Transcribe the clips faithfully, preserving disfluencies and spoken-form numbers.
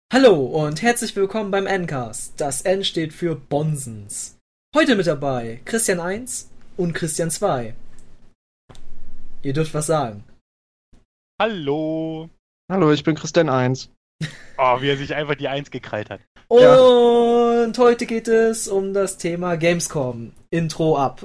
Hallo und herzlich willkommen beim N-Cast. Das N steht für Bonsens. Heute mit dabei Christian eins und Christian zwei. Ihr dürft was sagen. Hallo. Hallo, ich bin Christian eins. Oh, wie er sich einfach die eins gekrallt hat. Und Ja. heute geht es um das Thema Gamescom. Intro ab.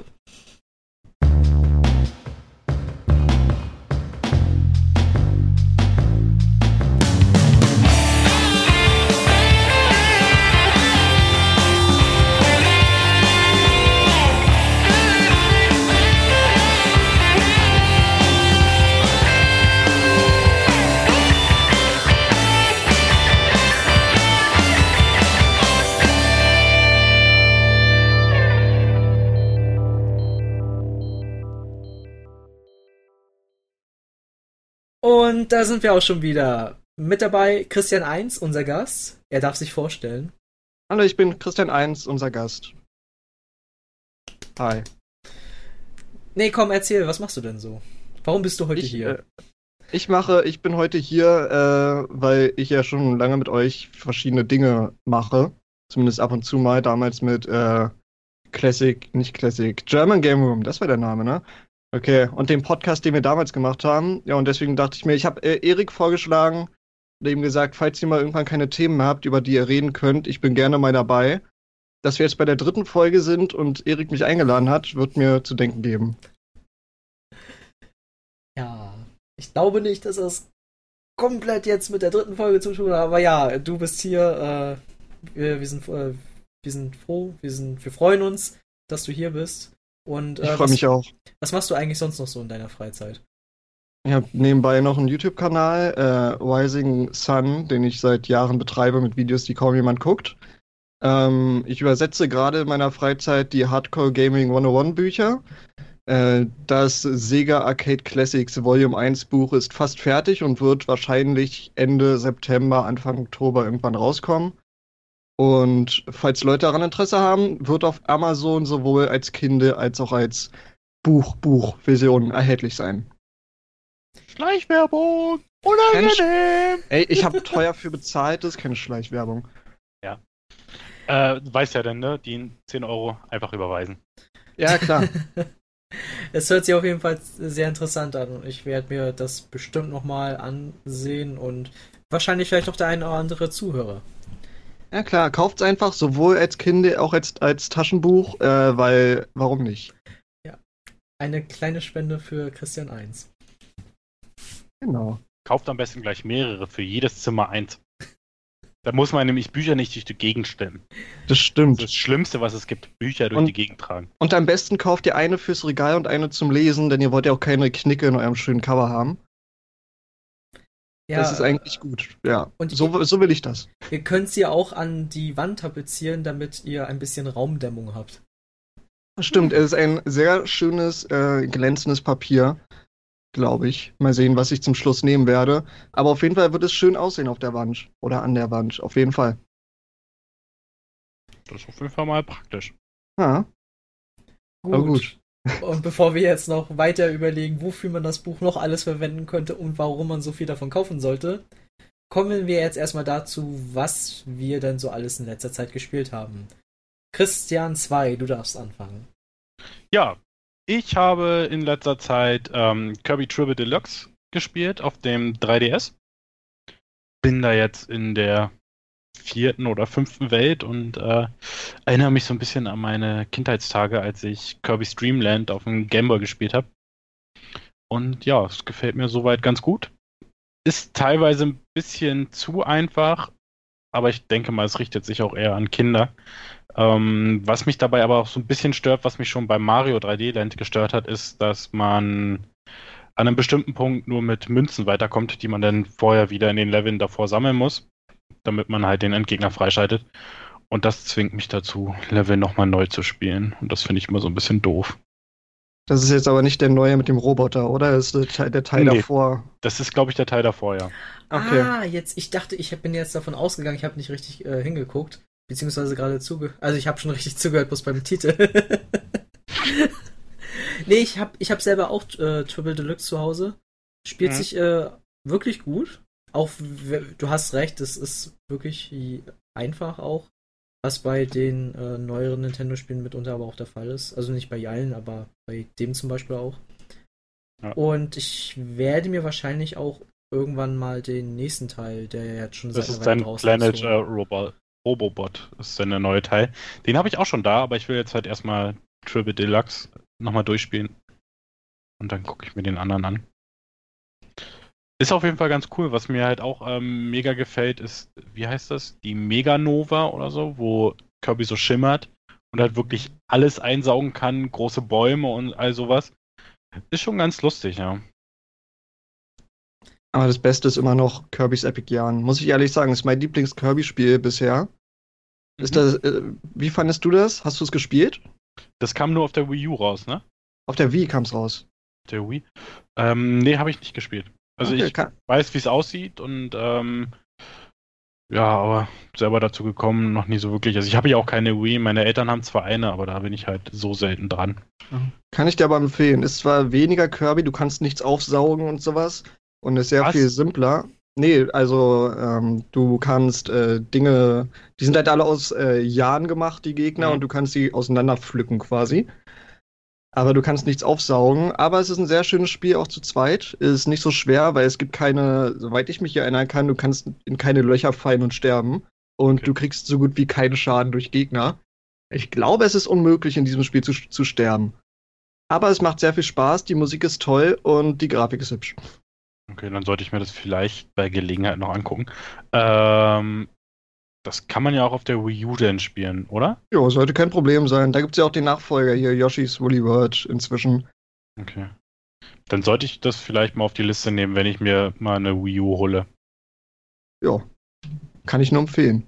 Und da sind wir auch schon wieder. Mit dabei Christian eins, unser Gast. Er darf sich vorstellen. Hallo, ich bin Christian eins, unser Gast. Hi. Nee, komm, erzähl, was machst du denn so? Warum bist du heute Ich, hier? äh, ich mache, ich bin heute hier, äh, weil ich ja schon lange mit euch verschiedene Dinge mache. Zumindest ab und zu mal, damals mit äh, Classic, nicht Classic, German Game Room, das war der Name, ne? Okay, und den Podcast, den wir damals gemacht haben. Ja, und deswegen dachte ich mir, ich habe äh, Erik vorgeschlagen und ihm gesagt, falls ihr mal irgendwann keine Themen habt, über die ihr reden könnt, ich bin gerne mal dabei. Dass wir jetzt bei der dritten Folge sind und Erik mich eingeladen hat, wird mir zu denken geben. Ja, ich glaube nicht, dass das komplett jetzt mit der dritten Folge zu tun hat, aber ja, du bist hier. Äh, wir, wir, sind, äh, wir sind froh, wir, sind, wir freuen uns, dass du hier bist. Und, äh, Ich freue mich auch. Was machst du eigentlich sonst noch so in deiner Freizeit? Ich habe nebenbei noch einen YouTube-Kanal, äh, Rising Sun, den ich seit Jahren betreibe mit Videos, die kaum jemand guckt. Ähm, ich übersetze gerade in meiner Freizeit die Hardcore Gaming hunderteins Bücher. Äh, das Sega Arcade Classics Volume eins Buch ist fast fertig und wird wahrscheinlich Ende September, Anfang Oktober irgendwann rauskommen. Und falls Leute daran Interesse haben, wird auf Amazon sowohl als Kindle als auch als Buch-Buch-Version erhältlich sein. Schleichwerbung. Unangenehm. Ey, ich habe teuer für bezahlt, das ist keine Schleichwerbung. Ja. Äh, du weißt ja dann, ne? Die zehn Euro einfach überweisen. Ja, klar. Es hört sich auf jeden Fall sehr interessant an und ich werde mir das bestimmt nochmal ansehen und wahrscheinlich vielleicht auch der eine oder andere Zuhörer. Ja, klar. Kauft's einfach sowohl als Kindle, auch als, als Taschenbuch, äh, weil, warum nicht? Ja. Eine kleine Spende für Christian eins. Genau. Kauft am besten gleich mehrere, für jedes Zimmer eins. Da muss man nämlich Bücher nicht durch die Gegend stemmen. Das stimmt. Das ist das Schlimmste, was es gibt, Bücher durch Und- die Gegend tragen. Und am besten kauft ihr eine fürs Regal und eine zum Lesen, denn ihr wollt ja auch keine Knicke in eurem schönen Cover haben. Ja, Das ist eigentlich gut, ja. und so, so will ich das. ihr könnt sie auch an die Wand tapezieren, damit ihr ein bisschen Raumdämmung habt. Das stimmt, es ist ein sehr schönes, äh, glänzendes Papier, glaube ich. Mal sehen, was ich zum Schluss nehmen werde. Aber auf jeden Fall wird es schön aussehen auf der Wand. Oder an der Wand, auf jeden Fall. Das ist auf jeden Fall mal praktisch. Ja, aber gut. Und bevor wir jetzt noch weiter überlegen, wofür man das Buch noch alles verwenden könnte und warum man so viel davon kaufen sollte, kommen wir jetzt erstmal dazu, was wir denn so alles in letzter Zeit gespielt haben. Christian zwei, du darfst anfangen. Ja, ich habe in letzter Zeit ähm, Kirby Triple Deluxe gespielt auf dem drei D S. Bin da jetzt in der vierten oder fünften Welt und äh, erinnere mich so ein bisschen an meine Kindheitstage, als ich Kirby's Dream Land auf dem Game Boy gespielt habe. Und ja, es gefällt mir soweit ganz gut. Ist teilweise ein bisschen zu einfach, aber ich denke mal, es richtet sich auch eher an Kinder. Ähm, was mich dabei aber auch so ein bisschen stört, was mich schon bei Mario drei D Land gestört hat, ist, dass man an einem bestimmten Punkt nur mit Münzen weiterkommt, die man dann vorher wieder in den Leveln davor sammeln muss, damit man halt den Endgegner freischaltet. Und das zwingt mich dazu, Level nochmal neu zu spielen. Und das finde ich immer so ein bisschen doof. Das ist jetzt aber nicht der neue mit dem Roboter, oder? Das ist der Teil, der Teil Nee. davor. Das ist, glaube ich, der Teil davor, ja. Okay. Ah, jetzt, ich dachte, ich bin jetzt davon ausgegangen, ich habe nicht richtig äh, hingeguckt, beziehungsweise gerade zugehört. Also ich habe schon richtig zugehört, bloß beim Titel. Nee, ich habe ich hab selber auch äh, Triple Deluxe zu Hause. Spielt Mhm. sich äh, wirklich gut. auch, du hast recht, es ist wirklich einfach auch, was bei den äh, neueren Nintendo-Spielen mitunter aber auch der Fall ist. Also nicht bei allen, aber bei dem zum Beispiel auch. Ja. Und ich werde mir wahrscheinlich auch irgendwann mal den nächsten Teil, der jetzt schon seit einer Weile draußen ist. Das ist Planet äh, Robo- Robobot, das ist dann der neue Teil. Den habe ich auch schon da, aber ich will jetzt halt erstmal Triple Deluxe nochmal durchspielen. Und dann gucke ich mir den anderen an. Ist auf jeden Fall ganz cool. Was mir halt auch ähm, mega gefällt, ist, wie heißt das? Die Meganova oder so, wo Kirby so schimmert und halt wirklich alles einsaugen kann, große Bäume und all sowas. Ist schon ganz lustig, ja. Aber das Beste ist immer noch Kirby's Epic Yarn. Muss ich ehrlich sagen, ist mein Lieblings-Kirby-Spiel bisher. Mhm. Ist das, äh, wie fandest du das? Hast du es gespielt? Das kam nur auf der Wii U raus, ne? Auf der Wii kam es raus. Der Wii? Ähm, nee, habe ich nicht gespielt. Also Okay, ich kann- weiß, wie es aussieht und ähm, ja, aber selber dazu gekommen noch nie so wirklich. Also ich habe ja auch keine Wii. Meine Eltern haben zwar eine, aber da bin ich halt so selten dran. Kann ich dir aber empfehlen. Ist zwar weniger Kirby, du kannst nichts aufsaugen und sowas und ist sehr Was? viel simpler. Nee, also ähm, du kannst äh, Dinge, die sind halt alle aus äh, Jahren gemacht, die Gegner, Mhm. und du kannst sie auseinanderpflücken quasi. Aber du kannst nichts aufsaugen. Aber es ist ein sehr schönes Spiel, auch zu zweit. Ist nicht so schwer, weil es gibt keine, soweit ich mich erinnern kann, du kannst in keine Löcher fallen und sterben. Und Okay. du kriegst so gut wie keinen Schaden durch Gegner. Ich glaube, es ist unmöglich, in diesem Spiel zu, zu sterben. Aber es macht sehr viel Spaß, die Musik ist toll und die Grafik ist hübsch. Okay, dann sollte ich mir das vielleicht bei Gelegenheit noch angucken. Ähm, das kann man ja auch auf der Wii U denn spielen, oder? Jo, sollte kein Problem sein. Da gibt es ja auch den Nachfolger hier, Yoshi's Woolly World, inzwischen. Okay. Dann sollte ich das vielleicht mal auf die Liste nehmen, wenn ich mir mal eine Wii U hole. Ja, kann ich nur empfehlen.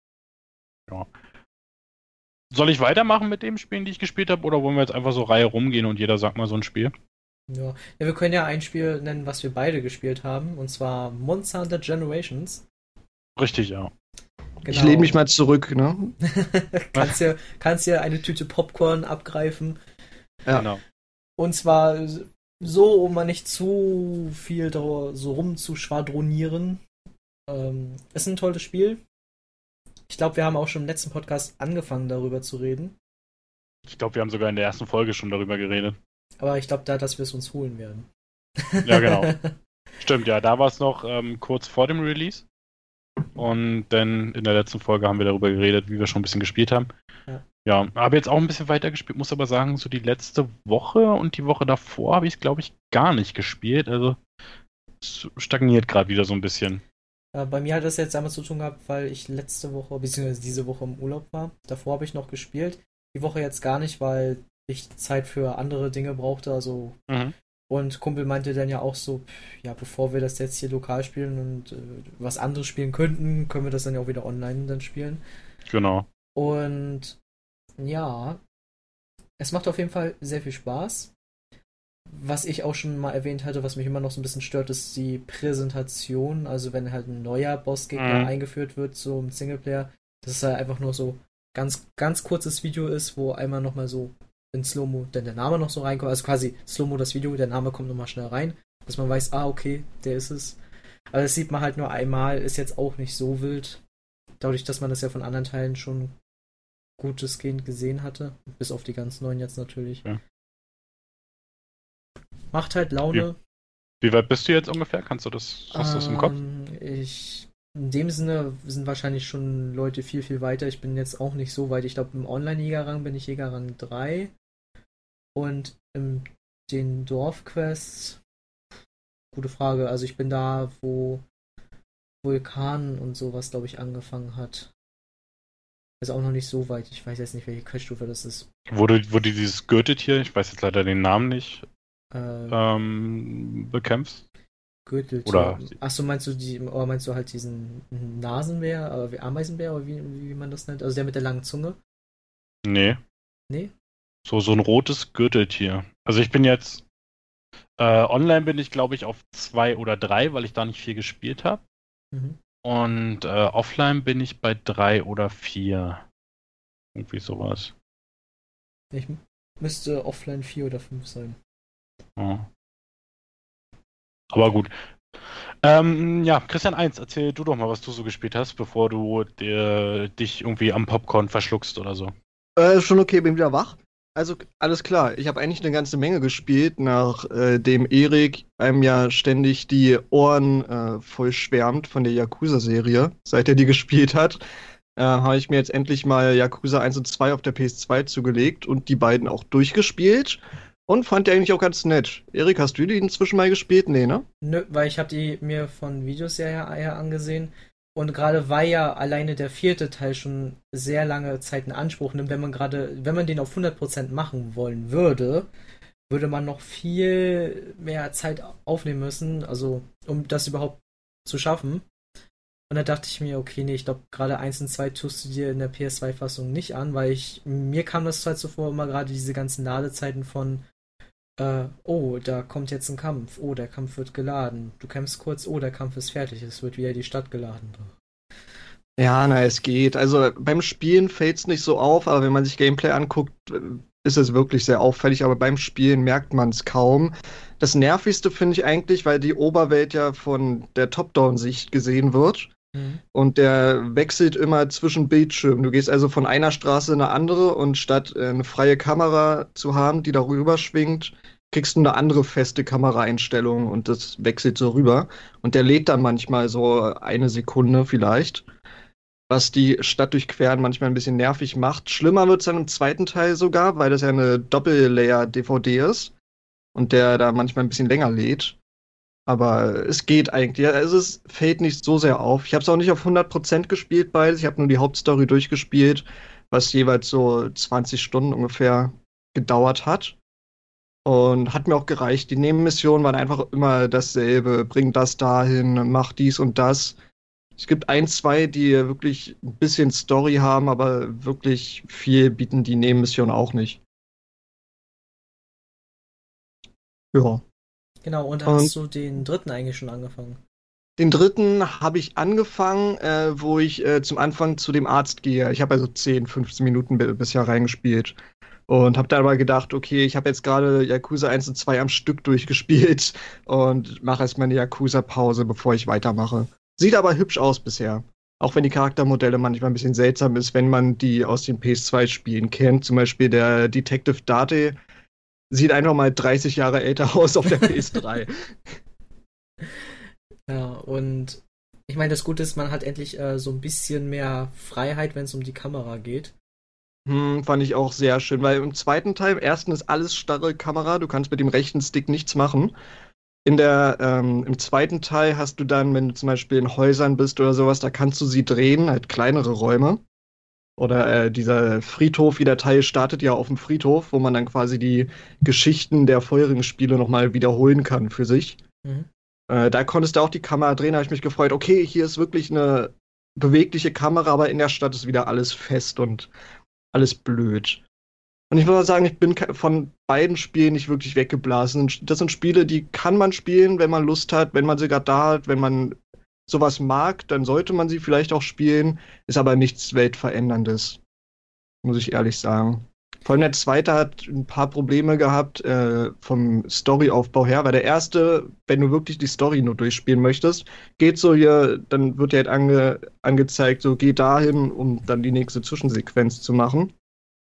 Soll ich weitermachen mit den Spielen, die ich gespielt habe, oder wollen wir jetzt einfach so Reihe rumgehen und jeder sagt mal so ein Spiel? Ja. ja, wir können ja ein Spiel nennen, was wir beide gespielt haben, und zwar Monster Hunter Generations. Richtig, ja. Genau. Ich lehne mich mal zurück, ne? kannst dir kannst dir eine Tüte Popcorn abgreifen. Ja. Genau. Und zwar so, um mal nicht zu viel da so rumzuschwadronieren. Ähm, ist ein tolles Spiel. Ich glaube, wir haben auch schon im letzten Podcast angefangen, darüber zu reden. Ich glaube, wir haben sogar in der ersten Folge schon darüber geredet. Aber ich glaube da, dass wir es uns holen werden. Ja, genau. Stimmt, ja, da war es noch ähm, kurz vor dem Release. Und dann in der letzten Folge haben wir darüber geredet, wie wir schon ein bisschen gespielt haben. Ja. Ja, habe jetzt auch ein bisschen weiter gespielt, muss aber sagen, so die letzte Woche und die Woche davor habe ich es, glaube ich, gar nicht gespielt. Also es stagniert gerade wieder so ein bisschen. Äh, bei mir hat das jetzt damit zu tun gehabt, weil ich letzte Woche, beziehungsweise diese Woche im Urlaub war. Davor habe ich noch gespielt. Die Woche jetzt gar nicht, weil ich Zeit für andere Dinge brauchte. Also Mhm. Und Kumpel meinte dann ja auch so, pff, ja, bevor wir das jetzt hier lokal spielen und äh, was anderes spielen könnten, können wir das dann ja auch wieder online dann spielen. Genau. Und ja, es macht auf jeden Fall sehr viel Spaß. Was ich auch schon mal erwähnt hatte, was mich immer noch so ein bisschen stört, ist die Präsentation. Also wenn halt ein neuer Bossgegner Mhm. eingeführt wird, so im Singleplayer, dass es halt einfach nur so ganz, ganz kurzes Video ist, wo einmal nochmal so in Slow-Mo dann der Name noch so reinkommt. Also quasi Slow-Mo das Video, der Name kommt nochmal schnell rein, dass man weiß, ah, okay, der ist es. Aber das sieht man halt nur einmal, ist jetzt auch nicht so wild. Dadurch, dass man das ja von anderen Teilen schon gutestgehend gesehen hatte. Bis auf die ganz neuen jetzt natürlich. Ja. Macht halt Laune. Wie, wie weit bist du jetzt ungefähr? Kannst du das, hast du das im Kopf? Ähm, Ich, in dem Sinne sind wahrscheinlich schon Leute viel, viel weiter. Ich bin jetzt auch nicht so weit. Ich glaube, im Online-Jägerrang bin ich Jägerrang drei. Und in den Dorfquests, gute Frage. Also ich bin da, wo Vulkan und sowas, glaube ich, angefangen hat. Also auch noch nicht so weit. Ich weiß jetzt nicht, welche Queststufe das ist. Wo du, wo du dieses Gürteltier, ich weiß jetzt leider den Namen nicht, Äh, ähm, bekämpfst? Gürteltier. oder- Achso, meinst du die, oder meinst du halt diesen Nasenbär, äh, wie Ameisenbär, oder wie, wie man das nennt? Also der mit der langen Zunge? Nee. Nee? So, so ein rotes Gürteltier. Also ich bin jetzt, äh, online bin ich, glaube ich, auf zwei oder drei, weil ich da nicht viel gespielt habe. Mhm. Und äh, offline bin ich bei drei oder vier. Irgendwie sowas. Ich m- müsste offline vier oder fünf sein. Ja. Aber gut. Ähm, ja, Christian eins, erzähl du doch mal, was du so gespielt hast, bevor du dir, dich irgendwie am Popcorn verschluckst oder so. Äh, schon okay, bin wieder wach. Also, alles klar. Ich habe eigentlich eine ganze Menge gespielt, nachdem Erik einem ja ständig die Ohren äh, voll schwärmt von der Yakuza-Serie, seit er die gespielt hat. Äh, habe ich mir jetzt endlich mal Yakuza eins und zwei auf der P S zwei zugelegt und die beiden auch durchgespielt und fand die eigentlich auch ganz nett. Erik, hast du die inzwischen mal gespielt? Nee, ne? Nö, weil ich habe die mir von Videos her, her angesehen. Und gerade weil ja alleine der vierte Teil schon sehr lange Zeit in Anspruch nimmt, wenn man gerade, wenn man den auf hundert Prozent machen wollen würde, würde man noch viel mehr Zeit aufnehmen müssen, also um das überhaupt zu schaffen. Und da dachte ich mir, okay, nee, ich glaube, gerade eins und zwei tust du dir in der P S zwei Fassung nicht an, weil ich, mir kam das halt so vor, immer gerade diese ganzen Ladezeiten von, äh, oh, da kommt jetzt ein Kampf, oh, der Kampf wird geladen, du kämpfst kurz, oh, der Kampf ist fertig, es wird wieder die Stadt geladen. Ja, na, es geht. Also beim Spielen fällt es nicht so auf, aber wenn man sich Gameplay anguckt, äh, ist es wirklich sehr auffällig, aber beim Spielen merkt man es kaum. Das Nervigste finde ich eigentlich, weil die Oberwelt ja von der Top-Down-Sicht gesehen wird. Mhm. Und der wechselt immer zwischen Bildschirmen. Du gehst also von einer Straße in eine andere und statt äh, eine freie Kamera zu haben, die darüber schwingt, kriegst du eine andere feste Kameraeinstellung und das wechselt so rüber. Und der lädt dann manchmal so eine Sekunde vielleicht, was die Stadt durchqueren manchmal ein bisschen nervig macht. Schlimmer wird es dann im zweiten Teil sogar, weil das ja eine Doppel-Layer-D V D ist und der da manchmal ein bisschen länger lädt. Aber es geht eigentlich. Ja, also es fällt nicht so sehr auf. Ich habe es auch nicht auf hundert Prozent gespielt, beides. Ich habe nur die Hauptstory durchgespielt, was jeweils so zwanzig Stunden ungefähr gedauert hat. Und hat mir auch gereicht. Die Nebenmissionen waren einfach immer dasselbe. Bring das dahin, mach dies und das. Es gibt ein, zwei, die wirklich ein bisschen Story haben, aber wirklich viel bieten die Nebenmissionen auch nicht. Ja. Genau, und Und hast du den dritten eigentlich schon angefangen? den dritten habe ich angefangen, äh, wo ich äh, zum Anfang zu dem Arzt gehe. Ich habe also zehn, fünfzehn Minuten bi- bisher reingespielt. Und habe dann aber gedacht, okay, ich habe jetzt gerade Yakuza eins und zwei am Stück durchgespielt und mache erstmal eine Yakuza-Pause, bevor ich weitermache. Sieht aber hübsch aus bisher. Auch wenn die Charaktermodelle manchmal ein bisschen seltsam ist, wenn man die aus den P S zwei Spielen kennt. Zum Beispiel der Detective Date sieht einfach mal dreißig Jahre älter aus auf der P S drei. Ja, und ich meine, das Gute ist, man hat endlich äh, so ein bisschen mehr Freiheit, wenn es um die Kamera geht. Hm, fand ich auch sehr schön, weil im zweiten Teil, im ersten ist alles starre Kamera, du kannst mit dem rechten Stick nichts machen. In der, ähm, im zweiten Teil hast du dann, wenn du zum Beispiel in Häusern bist oder sowas, da kannst du sie drehen, halt kleinere Räume. Oder äh, dieser Friedhof, wie der Teil startet ja auf dem Friedhof, wo man dann quasi die Geschichten der vorherigen Spiele nochmal wiederholen kann für sich. Mhm. Äh, da konntest du auch die Kamera drehen, da habe ich mich gefreut, okay, hier ist wirklich eine bewegliche Kamera, aber in der Stadt ist wieder alles fest und alles blöd. Und ich muss sagen, ich bin ke- von beiden Spielen nicht wirklich weggeblasen. Das sind Spiele, die kann man spielen, wenn man Lust hat, wenn man sie gerade da hat, wenn man sowas mag, dann sollte man sie vielleicht auch spielen. Ist aber nichts Weltveränderndes, muss ich ehrlich sagen. Vor allem der zweite hat ein paar Probleme gehabt äh, vom Storyaufbau her, weil der erste, wenn du wirklich die Story nur durchspielen möchtest, geht so hier, dann wird dir halt ange angezeigt, so geh dahin, um dann die nächste Zwischensequenz zu machen.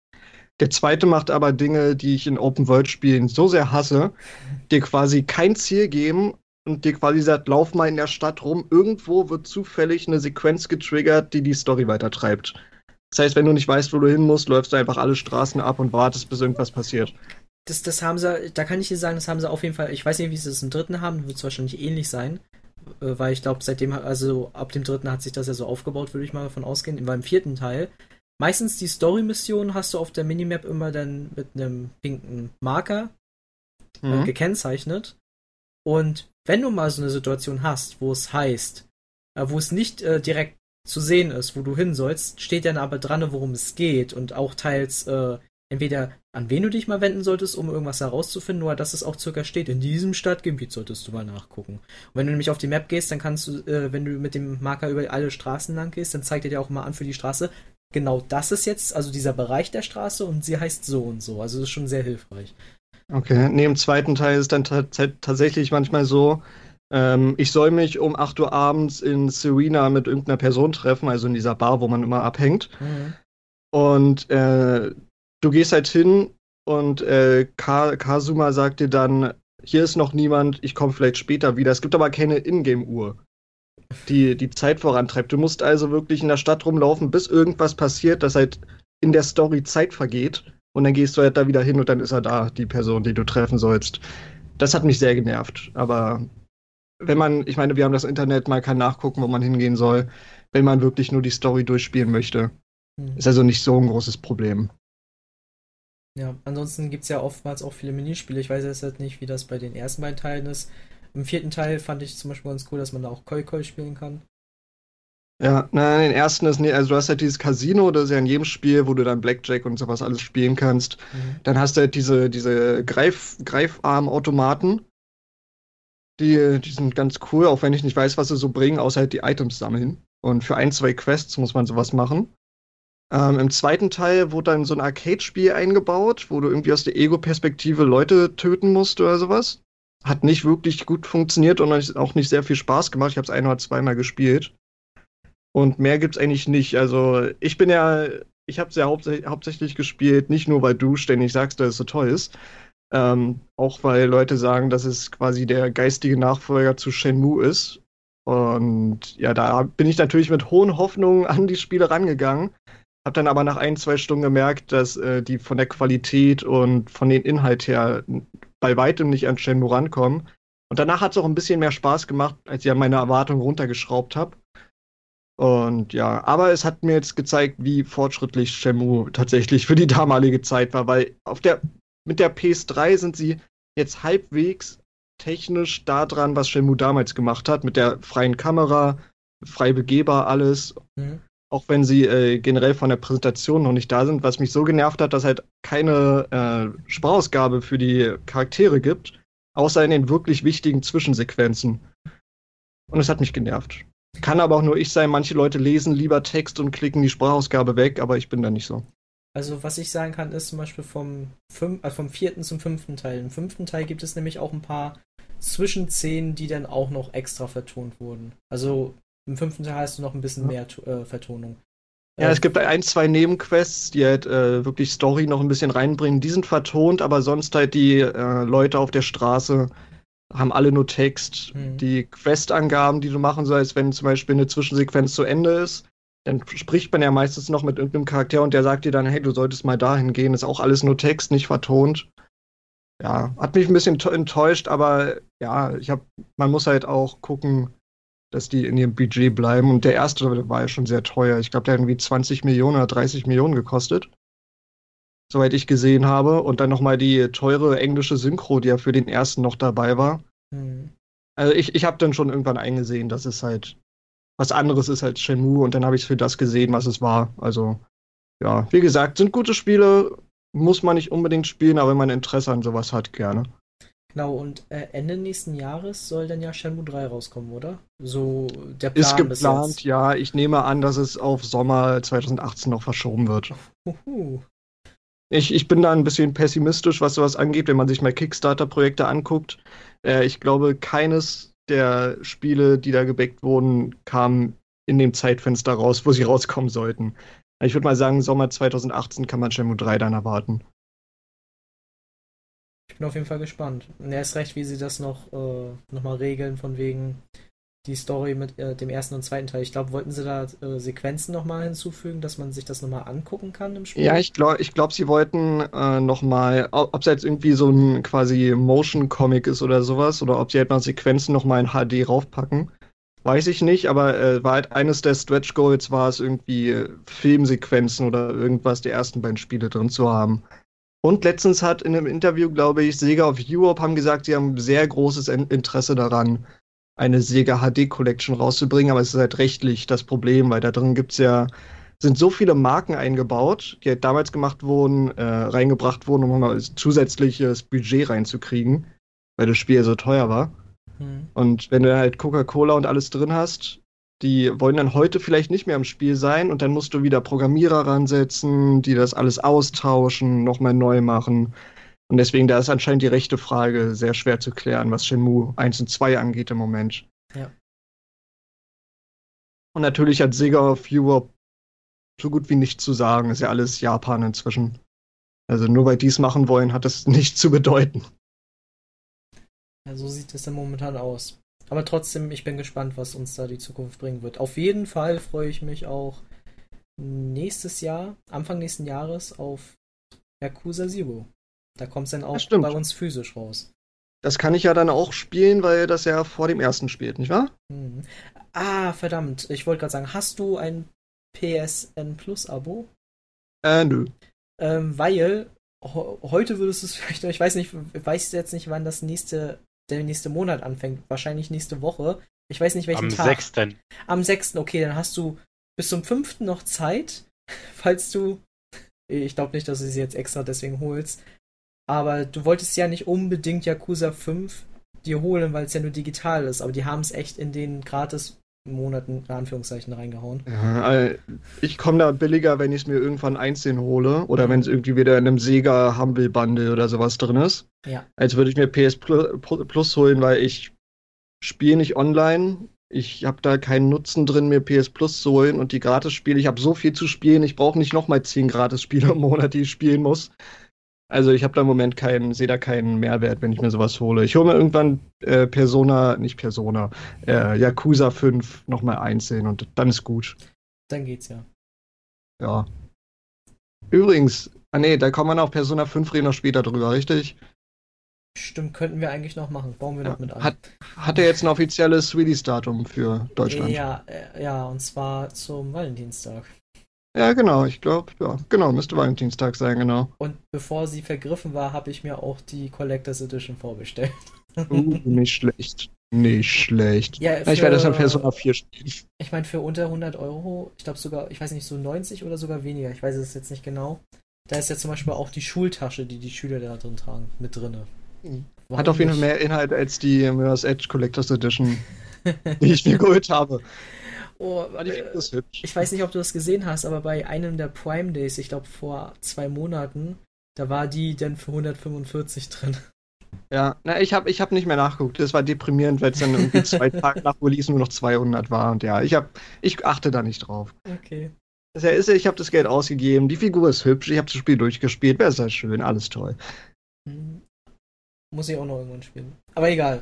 Der zweite macht aber Dinge, die ich in Open-World-Spielen so sehr hasse, dir quasi kein Ziel geben und dir quasi sagt, lauf mal in der Stadt rum. Irgendwo wird zufällig eine Sequenz getriggert, die die Story weitertreibt. Das heißt, wenn du nicht weißt, wo du hin musst, läufst du einfach alle Straßen ab und wartest, bis irgendwas passiert. Das, das haben sie, da kann ich dir sagen, das haben sie auf jeden Fall, ich weiß nicht, wie sie es im dritten haben, wird es wahrscheinlich ähnlich sein, äh, weil ich glaube, seitdem, also ab dem dritten hat sich das ja so aufgebaut, würde ich mal davon ausgehen, beim vierten Teil. Meistens die Story-Mission hast du auf der Minimap immer dann mit einem pinken Marker äh, Mhm. gekennzeichnet. Und wenn du mal so eine Situation hast, wo es heißt, äh, wo es nicht äh, direkt zu sehen ist, wo du hin sollst, steht dann aber dran, worum es geht und auch teils äh, entweder an wen du dich mal wenden solltest, um irgendwas herauszufinden, oder dass es auch circa steht, in diesem Stadtgebiet solltest du mal nachgucken. Und wenn du nämlich auf die Map gehst, dann kannst du, äh, wenn du mit dem Marker über alle Straßen lang gehst, dann zeigt er dir auch mal an für die Straße, genau das ist jetzt, also dieser Bereich der Straße und sie heißt so und so. Also das ist schon sehr hilfreich. Okay, nee, im zweiten Teil ist dann ta- ta- tatsächlich manchmal so, Ähm, ich soll mich um acht Uhr abends in Serena mit irgendeiner Person treffen, also in dieser Bar, wo man immer abhängt. Mhm. Und äh, du gehst halt hin und äh, Ka Kazuma sagt dir dann, hier ist noch niemand, ich komme vielleicht später wieder. Es gibt aber keine Ingame-Uhr, die die Zeit vorantreibt. Du musst also wirklich in der Stadt rumlaufen, bis irgendwas passiert, dass halt in der Story Zeit vergeht. Und dann gehst du halt da wieder hin und dann ist er da, die Person, die du treffen sollst. Das hat mich sehr genervt. Aber wenn man, ich meine, wir haben das Internet, man kann nachgucken, wo man hingehen soll, wenn man wirklich nur die Story durchspielen möchte. Mhm. Ist also nicht so ein großes Problem. Ja, ansonsten gibt es ja oftmals auch viele Minispiele. Ich weiß jetzt halt nicht, wie das bei den ersten beiden Teilen ist. Im vierten Teil fand ich zum Beispiel ganz cool, dass man da auch Koi-Koi spielen kann. Ja, nein, den ersten ist nicht, also du hast halt dieses Casino, das ist ja in jedem Spiel, wo du dann Blackjack und sowas alles spielen kannst. Mhm. Dann hast du halt diese, diese Greif, Greifarm-Automaten. Die, die sind ganz cool, auch wenn ich nicht weiß, was sie so bringen, außer halt die Items sammeln. Und für ein, zwei Quests muss man sowas machen. Ähm, im zweiten Teil wurde dann so ein Arcade-Spiel eingebaut, wo du irgendwie aus der Ego-Perspektive Leute töten musst oder sowas. Hat nicht wirklich gut funktioniert und auch nicht sehr viel Spaß gemacht. Ich habe es ein oder zweimal gespielt. Und mehr gibt's eigentlich nicht. Also ich bin ja, ich habe es ja haupts hauptsächlich gespielt, nicht nur weil du ständig sagst, dass es so toll ist. Ähm, auch weil Leute sagen, dass es quasi der geistige Nachfolger zu Shenmue ist. Und ja, da bin ich natürlich mit hohen Hoffnungen an die Spiele rangegangen. Hab dann aber nach ein, zwei Stunden gemerkt, dass äh, die von der Qualität und von den Inhalt her bei weitem nicht an Shenmue rankommen. Und danach hat es auch ein bisschen mehr Spaß gemacht, als ich an meine Erwartungen runtergeschraubt habe. Und ja, aber es hat mir jetzt gezeigt, wie fortschrittlich Shenmue tatsächlich für die damalige Zeit war, weil auf der, mit der P S drei sind sie jetzt halbwegs technisch da dran, was Shenmue damals gemacht hat, mit der freien Kamera, frei begehbar alles. Mhm. Auch wenn sie äh, generell von der Präsentation noch nicht da sind, was mich so genervt hat, dass halt keine äh, Sprachausgabe für die Charaktere gibt, außer in den wirklich wichtigen Zwischensequenzen. Und es hat mich genervt. Kann aber auch nur ich sein, manche Leute lesen lieber Text und klicken die Sprachausgabe weg, aber ich bin da nicht so. Also was ich sagen kann, ist zum Beispiel vom, fünf, äh, vom vierten zum fünften Teil. Im fünften Teil gibt es nämlich auch ein paar Zwischenszenen, die dann auch noch extra vertont wurden. Also im fünften Teil hast du noch ein bisschen Ja. mehr äh, Vertonung. Ja, Äh, es gibt ein, zwei Nebenquests, die halt äh, wirklich Story noch ein bisschen reinbringen. Die sind vertont, aber sonst halt die äh, Leute auf der Straße haben alle nur Text. Mhm. Die Questangaben, die du machen sollst, wenn zum Beispiel eine Zwischensequenz zu Ende ist, dann spricht man ja meistens noch mit irgendeinem Charakter und der sagt dir dann, hey, du solltest mal dahin gehen. Ist auch alles nur Text, nicht vertont. Ja, hat mich ein bisschen enttäuscht, aber ja, ich hab, man muss halt auch gucken, dass die in ihrem Budget bleiben. Und der erste war ja schon sehr teuer. Ich glaube, der hat irgendwie zwanzig Millionen oder dreißig Millionen gekostet. Soweit ich gesehen habe. Und dann nochmal die teure englische Synchro, die ja für den ersten noch dabei war. Mhm. Also ich, ich habe dann schon irgendwann eingesehen, dass es halt was anderes ist als Shenmue. Und dann habe ich es für das gesehen, was es war. Also, ja, wie gesagt, sind gute Spiele. Muss man nicht unbedingt spielen, aber wenn man Interesse an sowas hat, gerne. Genau, und äh, Ende nächsten Jahres soll dann ja Shenmue drei rauskommen, oder? So der Ist Plan bis geplant, jetzt. ja. Ich nehme an, dass es auf Sommer zwanzig achtzehn noch verschoben wird. Huhu. Ich, ich bin da ein bisschen pessimistisch, was sowas angeht, wenn man sich mal Kickstarter-Projekte anguckt. Äh, ich glaube, keines der Spiele, die da gebackt wurden, kam in dem Zeitfenster raus, wo sie rauskommen sollten. Ich würde mal sagen, Sommer zwanzig achtzehn kann man Shenmue drei dann erwarten. Ich bin auf jeden Fall gespannt. Und er ist recht, wie sie das noch, äh, noch mal regeln, von wegen die Story mit äh, dem ersten und zweiten Teil. Ich glaube, wollten sie da äh, Sequenzen nochmal hinzufügen, dass man sich das nochmal angucken kann im Spiel? Ja, ich glaube, ich glaub, sie wollten äh, noch mal, ob es jetzt irgendwie so ein quasi Motion-Comic ist oder sowas, oder ob sie halt mal Sequenzen noch mal in H D raufpacken. Weiß ich nicht, aber äh, war halt eines der Stretch Goals, war es irgendwie äh, Filmsequenzen oder irgendwas der ersten beiden Spiele drin zu haben. Und letztens hat in einem Interview, glaube ich, Sega of Europe haben gesagt, sie haben sehr großes In- Interesse daran, eine Sega H D Collection rauszubringen, aber es ist halt rechtlich das Problem, weil da drin gibt's ja, sind so viele Marken eingebaut, die halt damals gemacht wurden, äh, reingebracht wurden, um mal zusätzliches Budget reinzukriegen, weil das Spiel ja so teuer war. Hm. Und wenn du halt Coca-Cola und alles drin hast, die wollen dann heute vielleicht nicht mehr im Spiel sein und dann musst du wieder Programmierer ransetzen, die das alles austauschen, nochmal neu machen. Und deswegen, da ist anscheinend die rechte Frage sehr schwer zu klären, was Shenmue eins und zwei angeht im Moment. Ja. Und natürlich hat Sega of Europe so gut wie nichts zu sagen. Ist ja alles Japan inzwischen. Also nur weil die es machen wollen, hat das nichts zu bedeuten. Ja, so sieht es dann momentan aus. Aber trotzdem, ich bin gespannt, was uns da die Zukunft bringen wird. Auf jeden Fall freue ich mich auch nächstes Jahr, Anfang nächsten Jahres, auf Yakuza Zero. Da kommt es dann auch bei uns physisch raus. Das kann ich ja dann auch spielen, weil das ja vor dem ersten spielt, nicht wahr? Mhm. Ah, verdammt. Ich wollte gerade sagen, hast du ein P S N Plus Abo? Äh, nö. Ähm, weil ho- heute würdest du es vielleicht, ich weiß nicht, ich weiß jetzt nicht, wann das nächste, der nächste Monat anfängt. Wahrscheinlich nächste Woche. Ich weiß nicht, welchen Am Tag. sechsten Am sechsten Okay, dann hast du bis zum fünften noch Zeit, falls du, ich glaube nicht, dass du sie jetzt extra deswegen holst, aber du wolltest ja nicht unbedingt Yakuza fünf dir holen, weil es ja nur digital ist, aber die haben es echt in den Gratis-Monaten, in Anführungszeichen, reingehauen. Ja, äh, ich komme da billiger, wenn ich es mir irgendwann einzeln hole oder wenn es irgendwie wieder in einem Sega Humble Bundle oder sowas drin ist. Ja. Als würde ich mir P S Pl- Plus holen, weil ich spiele nicht online. Ich habe da keinen Nutzen drin, mir P S Plus zu holen und die Gratis-Spiele. Ich habe so viel zu spielen, ich brauche nicht nochmal zehn Gratis-Spiele im Monat, die ich spielen muss. Also ich habe da im Moment keinen, sehe da keinen Mehrwert, wenn ich mir sowas hole. Ich hole mir irgendwann äh, Persona, nicht Persona, äh, Yakuza fünf nochmal einzeln und dann ist gut. Dann geht's ja. Ja. Übrigens, ah nee, da kommen wir noch Persona fünf reden noch später drüber, richtig? Stimmt, könnten wir eigentlich noch machen. Bauen wir Ja. noch mit an. Hat, hat er jetzt ein offizielles Release-Datum für Deutschland? Ja, äh, ja, und zwar zum Valentinstag. Ja, genau, ich glaube, ja, genau, müsste Valentinstag sein, genau. Und bevor sie vergriffen war, habe ich mir auch die Collectors Edition vorbestellt. Uh, nicht schlecht. Nicht schlecht. Ja, Ja, ich für- werde das dann Persona vier spielen. Ich meine, für unter hundert Euro, ich glaube sogar, ich weiß nicht, so neunzig oder sogar weniger, ich weiß es jetzt nicht genau. Da ist ja zum Beispiel auch die Schultasche, die die Schüler da drin tragen, mit drinne. Mhm. Warum Hat auf jeden Fall nicht? mehr Inhalt als die Mirror's Edge Collectors Edition, die ich mir geholt habe. Oh, Aber die äh, ist hübsch. ich weiß nicht, ob du das gesehen hast, aber bei einem der Prime Days, ich glaube vor zwei Monaten, da war die dann für hundertfünfundvierzig drin. Ja, na, ich habe ich hab nicht mehr nachgeguckt. Das war deprimierend, weil es dann irgendwie zwei Tage nach Release nur noch zweihundert war. Und ja, ich, hab, ich achte da nicht drauf. Okay. Das ja ist, ich habe das Geld ausgegeben. Die Figur ist hübsch. Ich habe das Spiel durchgespielt. Wäre sehr schön. Alles toll. Hm. Muss ich auch noch irgendwann spielen. Aber egal.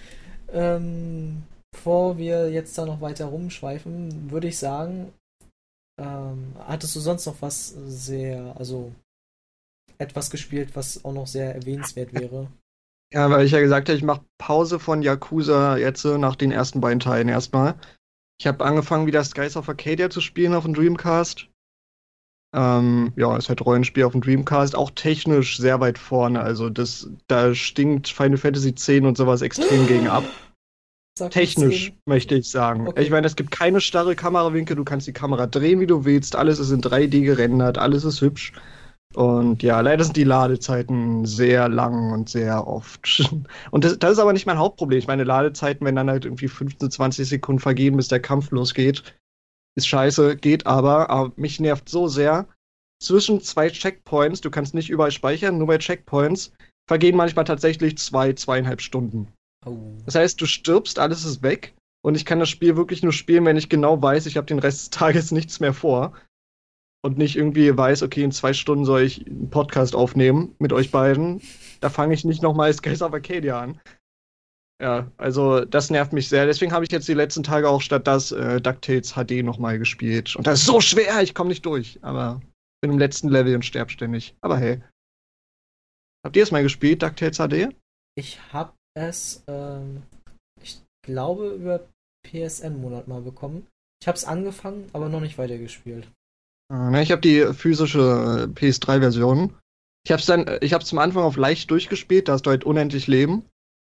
Ähm, bevor wir jetzt da noch weiter rumschweifen, würde ich sagen, ähm, hattest du sonst noch was sehr, also etwas gespielt, was auch noch sehr erwähnenswert wäre? Ja, weil ich ja gesagt habe, ich mache Pause von Yakuza jetzt äh, nach den ersten beiden Teilen erstmal. Ich habe angefangen, wieder Skies of Arcadia zu spielen auf dem Dreamcast. Ähm, ja, ist halt Rollenspiel auf dem Dreamcast, auch technisch sehr weit vorne. Also das, da stinkt Final Fantasy X und sowas extrem gegen ab. Sag Technisch, zehn. möchte ich sagen. Okay. Ich meine, es gibt keine starre Kamerawinkel, du kannst die Kamera drehen, wie du willst, alles ist in drei D gerendert, alles ist hübsch. Und ja, leider sind die Ladezeiten sehr lang und sehr oft. Und das, das ist aber nicht mein Hauptproblem. Ich meine, Ladezeiten, wenn dann halt irgendwie fünfzehn, zwanzig Sekunden vergehen, bis der Kampf losgeht, ist scheiße, geht aber. Aber mich nervt so sehr. Zwischen zwei Checkpoints, du kannst nicht überall speichern, nur bei Checkpoints, vergehen manchmal tatsächlich zwei, zweieinhalb Stunden. Oh. Das heißt, du stirbst, alles ist weg. Und ich kann das Spiel wirklich nur spielen, wenn ich genau weiß, ich habe den Rest des Tages nichts mehr vor. Und nicht irgendwie weiß, okay, in zwei Stunden soll ich einen Podcast aufnehmen mit euch beiden. Da fange ich nicht nochmal Skies of Arcadia an. Ja, also das nervt mich sehr. Deswegen habe ich jetzt die letzten Tage auch statt das äh, DuckTales H D nochmal gespielt. Und das ist so schwer, ich komme nicht durch. Aber bin im letzten Level und sterb ständig. Aber hey. Habt ihr es mal gespielt, DuckTales H D? Ich habe es, ähm, ich glaube, über P S N-Monat mal bekommen. Ich habe es angefangen, aber noch nicht weitergespielt. Ah, ne, ich habe die physische äh, P S drei Version. Ich habe es dann, äh, ich habe es zum Anfang auf leicht durchgespielt, da hast du halt unendlich Leben.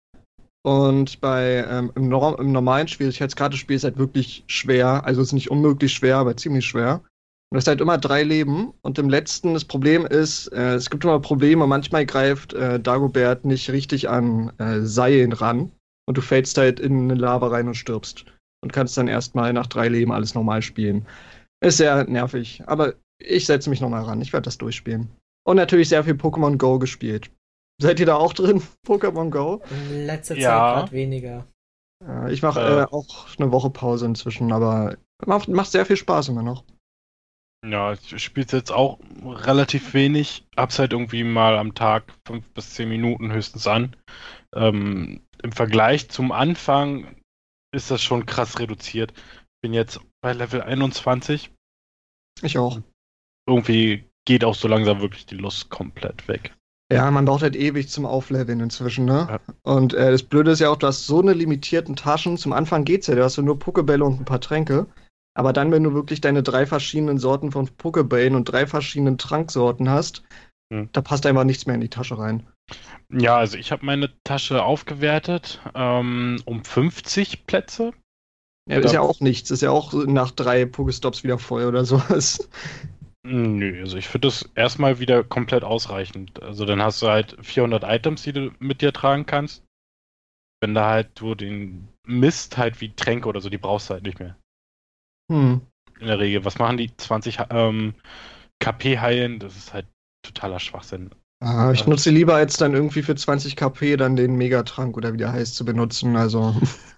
Und bei ähm, im, Nor im normalen Schwierigkeitsgrad des Spiels ist halt wirklich schwer. Also es ist nicht unmöglich schwer, aber ziemlich schwer. Und es hat halt immer drei Leben. Und im letzten, das Problem ist, äh, es gibt immer Probleme. Manchmal greift äh, Dagobert nicht richtig an äh, Seilen ran. Und du fällst halt in eine Lava rein und stirbst. Und kannst dann erstmal nach drei Leben alles normal spielen. Ist sehr nervig. Aber ich setze mich nochmal ran. Ich werde das durchspielen. Und natürlich sehr viel Pokémon Go gespielt. Seid ihr da auch drin? Pokémon Go? In letzter Zeit Ja. gerade weniger. Ja, ich mache Äh. äh, auch eine Woche Pause inzwischen, aber macht, macht sehr viel Spaß immer noch. Ja, ich spiele jetzt auch relativ wenig. Hab's halt irgendwie mal am Tag fünf bis zehn Minuten höchstens an. Ähm, im Vergleich zum Anfang ist das schon krass reduziert. Bin jetzt bei Level einundzwanzig. Ich auch. Irgendwie geht auch so langsam wirklich die Lust komplett weg. Ja, man braucht halt ewig zum Aufleveln inzwischen, ne? Ja. Und äh, das Blöde ist ja auch, du hast so eine limitierten Taschen. Zum Anfang geht's ja, du hast ja nur Pokébälle und ein paar Tränke. Aber dann, wenn du wirklich deine drei verschiedenen Sorten von Pokébällen und drei verschiedenen Tranksorten hast, Hm. da passt einfach nichts mehr in die Tasche rein. Ja, also ich habe meine Tasche aufgewertet ähm, um fünfzig Plätze. Ja, ist Da- ja auch nichts. Ist ja auch nach drei Pokestops wieder voll oder sowas. Nö, also ich finde das erstmal wieder komplett ausreichend. Also dann hast du halt vierhundert Items, die du mit dir tragen kannst. Wenn da halt du den Mist halt wie Tränke oder so, die brauchst du halt nicht mehr. Hm. In der Regel. Was machen die? zwanzig ähm, K P heilen? Das ist halt totaler Schwachsinn. Ah, ich Ja. nutze lieber als dann irgendwie für zwanzig K P dann den Megatrank oder wie der heißt zu benutzen. Also,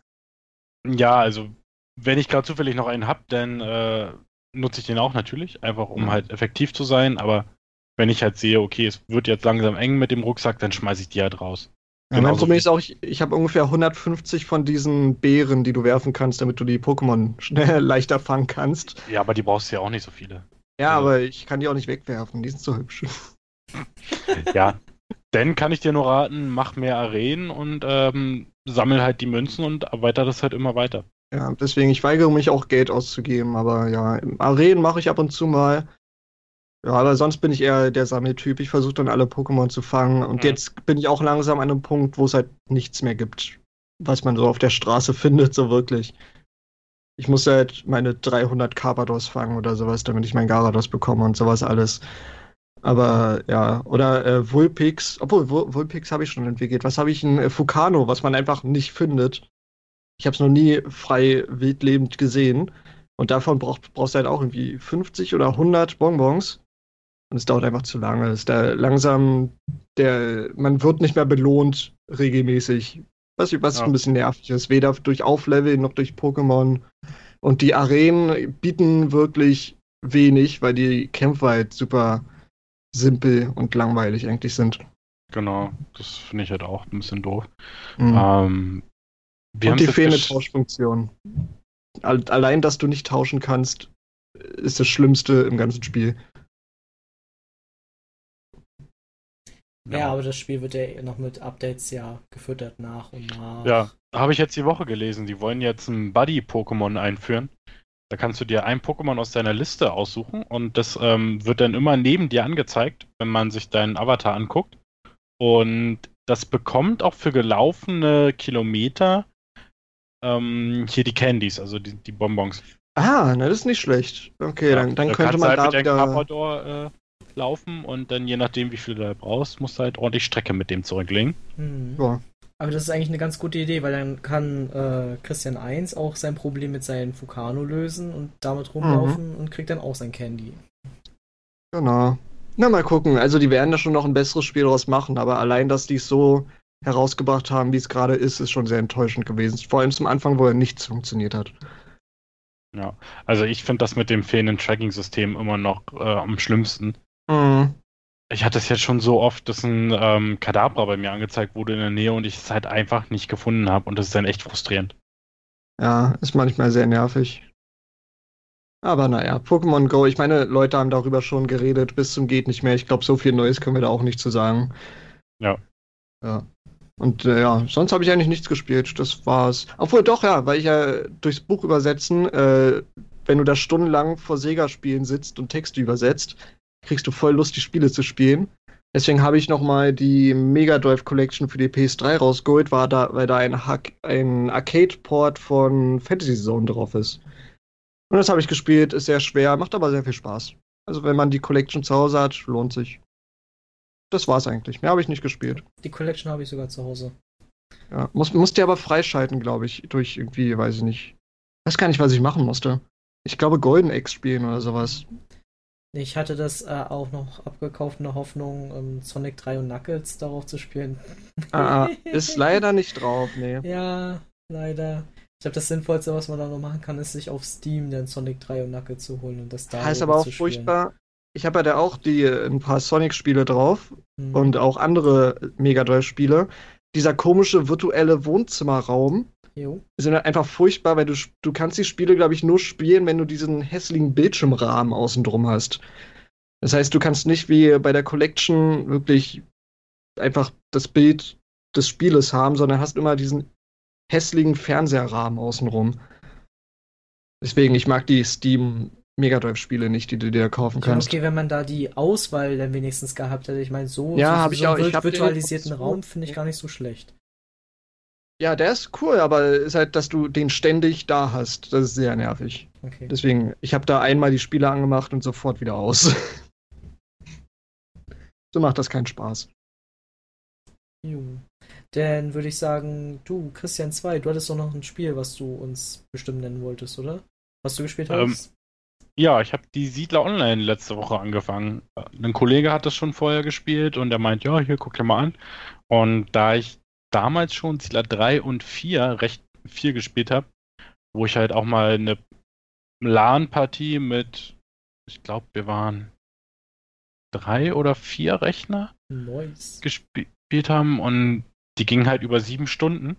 Ja, also wenn ich gerade zufällig noch einen hab, dann äh, nutze ich den auch natürlich, einfach um Ja. halt effektiv zu sein. Aber wenn ich halt sehe, okay, es wird jetzt langsam eng mit dem Rucksack, dann schmeiße ich die halt raus. ja, mein Genauso Problem wie- ist auch, ich, ich habe ungefähr hundertfünfzig von diesen Beeren, die du werfen kannst, damit du die Pokémon schnell leichter fangen kannst. Ja, aber die brauchst du ja auch nicht so viele. Ja, Also- aber ich kann die auch nicht wegwerfen. Die sind so hübsch. Ja, dann kann ich dir nur raten, mach mehr Arenen und ähm, sammel halt die Münzen und erweiter das halt immer weiter. Ja, deswegen, ich weigere mich auch Geld auszugeben, aber ja, im Arenen mache ich ab und zu mal. Ja, aber sonst bin ich eher der Sammeltyp. Ich versuche dann alle Pokémon zu fangen. Und Mhm. jetzt bin ich auch langsam an einem Punkt, wo es halt nichts mehr gibt, was man so auf der Straße findet, so wirklich. Ich muss halt meine dreihundert Carpados fangen oder sowas, damit ich meinen Gyarados bekomme und sowas alles. Aber ja, oder äh, Vulpix, obwohl Vul- Vulpix habe ich schon entwickelt. Was habe ich? Ein äh, Fukano, was man einfach nicht findet. Ich habe es noch nie frei wildlebend gesehen. Und davon braucht, brauchst du halt auch irgendwie fünfzig oder hundert Bonbons. Und es dauert einfach zu lange. Es ist da langsam, der, man wird nicht mehr belohnt regelmäßig. Was, was Ja. ein bisschen nervig ist. Weder durch Aufleveln noch durch Pokémon. Und die Arenen bieten wirklich wenig, weil die Kämpfe halt super simpel und langweilig eigentlich sind. Genau, das finde ich halt auch ein bisschen doof. Mhm. Ähm, wir Und die haben's jetzt fehlende gesch- Tauschfunktion. Al- Allein, dass du nicht tauschen kannst, ist das Schlimmste im ganzen Spiel. Ja, aber das Spiel wird ja noch mit Updates ja gefüttert nach und nach. Ja, habe ich jetzt die Woche gelesen. Die wollen jetzt ein Buddy-Pokémon einführen. Da kannst du dir ein Pokémon aus deiner Liste aussuchen und das ähm, wird dann immer neben dir angezeigt, wenn man sich deinen Avatar anguckt. Und das bekommt auch für gelaufene Kilometer ähm, hier die Candies, also die, die Bonbons. Ah, na, das ist nicht schlecht. Okay, Ja, dann, dann da könnte kannst man du da halt mit deinem wieder... Carpador äh, laufen und dann je nachdem, wie viel du da brauchst, musst du halt ordentlich Strecke mit dem zurücklegen. Hm. Ja. Aber das ist eigentlich eine ganz gute Idee, weil dann kann äh, Christian eins auch sein Problem mit seinem Fukano lösen und damit rumlaufen Mhm. und kriegt dann auch sein Candy. Genau. Na, mal gucken. Also, die werden da schon noch ein besseres Spiel draus machen, aber allein, dass die es so herausgebracht haben, wie es gerade ist, ist schon sehr enttäuschend gewesen. Vor allem zum Anfang, wo ja nichts funktioniert hat. Ja, also ich finde das mit dem fehlenden Tracking-System immer noch äh, am schlimmsten. Mhm. Ich hatte es jetzt schon so oft, dass ein ähm, Kadabra bei mir angezeigt wurde in der Nähe und ich es halt einfach nicht gefunden habe und das ist dann echt frustrierend. Ja, ist manchmal sehr nervig. Aber naja, Pokémon Go, ich meine, Leute haben darüber schon geredet, bis zum geht nicht mehr. Ich glaube, so viel Neues können wir da auch nicht zu sagen. Ja. Ja. Und äh, ja, sonst habe ich eigentlich nichts gespielt. Das war's. Obwohl doch, ja, weil ich ja durchs Buch übersetzen, äh, wenn du da stundenlang vor Sega-Spielen sitzt und Texte übersetzt, kriegst du voll Lust, die Spiele zu spielen. Deswegen habe ich nochmal die Mega Drive Collection für die P S drei rausgeholt, war da, weil da ein, Hack, ein Arcade-Port von Fantasy Zone drauf ist. Und das habe ich gespielt, ist sehr schwer, macht aber sehr viel Spaß. Also wenn man die Collection zu Hause hat, lohnt sich. Das war's eigentlich. Mehr habe ich nicht gespielt. Die Collection habe ich sogar zu Hause. Ja, muss, musste aber freischalten, glaube ich, durch irgendwie, weiß ich nicht. Weiß gar nicht, was ich machen musste. Ich glaube Golden Axe spielen oder sowas. Ich hatte das äh, auch noch abgekauft in der Hoffnung, ähm, Sonic drei und Knuckles darauf zu spielen. Ah, ah, ist leider nicht drauf, nee. Ja, leider. Ich glaube, das Sinnvollste, was man da noch machen kann, ist sich auf Steam den Sonic drei und Knuckles zu holen und das da Heißt oben aber auch zu spielen. furchtbar. Ich habe ja da auch die, äh, ein paar Sonic-Spiele drauf Hm. und auch andere Mega Drive-Spiele. Dieser komische virtuelle Wohnzimmerraum Jo. sind halt einfach furchtbar, weil du, du kannst die Spiele, glaube ich, nur spielen, wenn du diesen hässlichen Bildschirmrahmen außen drum hast. Das heißt, du kannst nicht wie bei der Collection wirklich einfach das Bild des Spieles haben, sondern hast immer diesen hässlichen Fernseherrahmen außenrum. Deswegen, ich mag die Steam Mega Drive-Spiele nicht, die du dir kaufen Ja, kannst. okay, wenn man da die Auswahl dann wenigstens gehabt hätte. Ich meine, so, Ja, so, hab ich so auch. einen Ich hab den virtualisierten so- Raum finde ich gar nicht so schlecht. Ja, der ist cool, aber ist halt, dass du den ständig da hast. Das ist sehr nervig. Okay. Deswegen, ich habe da einmal die Spiele angemacht und sofort wieder aus. So macht das keinen Spaß. Jo. Dann würde ich sagen, du, Christian zwei, du hattest doch noch ein Spiel, was du uns bestimmt nennen wolltest, oder? Was du gespielt Ähm, hast? Ja, ich habe die Siedler Online letzte Woche angefangen. Ein Kollege hat das schon vorher gespielt und der meint, ja, hier, guck dir mal an. Und da ich damals schon Siedler drei und vier recht viel gespielt habe, wo ich halt auch mal eine LAN-Partie mit, ich glaube, wir waren drei oder vier Rechner Nice. gespielt haben und die ging halt über sieben Stunden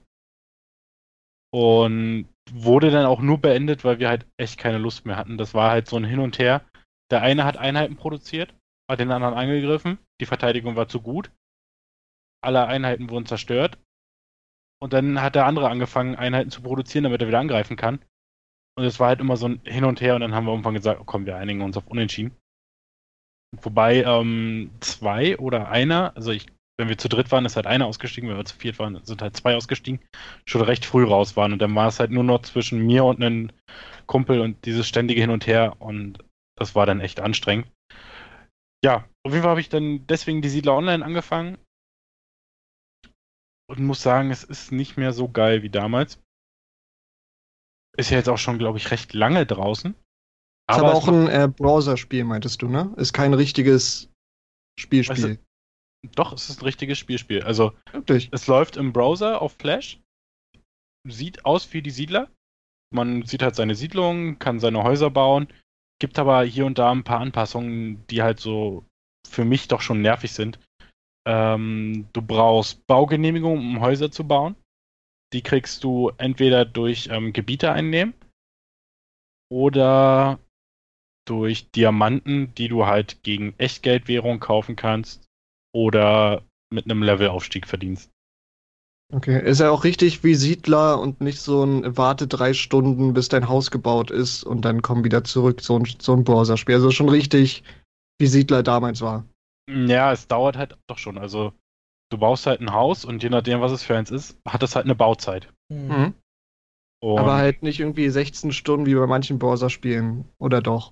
und wurde dann auch nur beendet, weil wir halt echt keine Lust mehr hatten. Das war halt so ein Hin und Her. Der eine hat Einheiten produziert, hat den anderen angegriffen, die Verteidigung war zu gut, alle Einheiten wurden zerstört und dann hat der andere angefangen, Einheiten zu produzieren, damit er wieder angreifen kann. Und es war halt immer so ein Hin und Her und dann haben wir irgendwann gesagt, oh, komm, wir einigen uns auf Unentschieden. Wobei ähm, zwei oder einer, also ich, wenn wir zu dritt waren, ist halt einer ausgestiegen, wenn wir zu viert waren, sind halt zwei ausgestiegen, schon recht früh raus waren und dann war es halt nur noch zwischen mir und einem Kumpel und dieses ständige Hin und Her und das war dann echt anstrengend. Ja, auf jeden Fall habe ich dann deswegen die Siedler Online angefangen und muss sagen, es ist nicht mehr so geil wie damals. Ist ja jetzt auch schon, glaube ich, recht lange draußen. Ist aber es auch ein äh, Browser-Spiel, meintest du, ne? Ist kein richtiges Spielspiel. Doch, es ist ein richtiges Spielspiel. Also, Wirklich. es läuft im Browser auf Flash, sieht aus wie die Siedler. Man sieht halt seine Siedlungen, kann seine Häuser bauen, gibt aber hier und da ein paar Anpassungen, die halt so für mich doch schon nervig sind. Ähm, du brauchst Baugenehmigung, um Häuser zu bauen. Die kriegst du entweder durch ähm, Gebiete einnehmen oder durch Diamanten, die du halt gegen Echtgeldwährung kaufen kannst oder mit einem Levelaufstieg verdienst. Okay. Ist ja auch richtig wie Siedler und nicht so ein warte drei Stunden, bis dein Haus gebaut ist und dann komm wieder zurück, so ein, so ein Browser-Spiel. Also schon richtig, wie Siedler damals war. Ja, es dauert halt doch schon. Also du baust halt ein Haus und je nachdem, was es für eins ist, hat es halt eine Bauzeit. Hm. Mhm. Und Aber halt nicht irgendwie sechzehn Stunden wie bei manchen Browser-Spielen. Oder doch?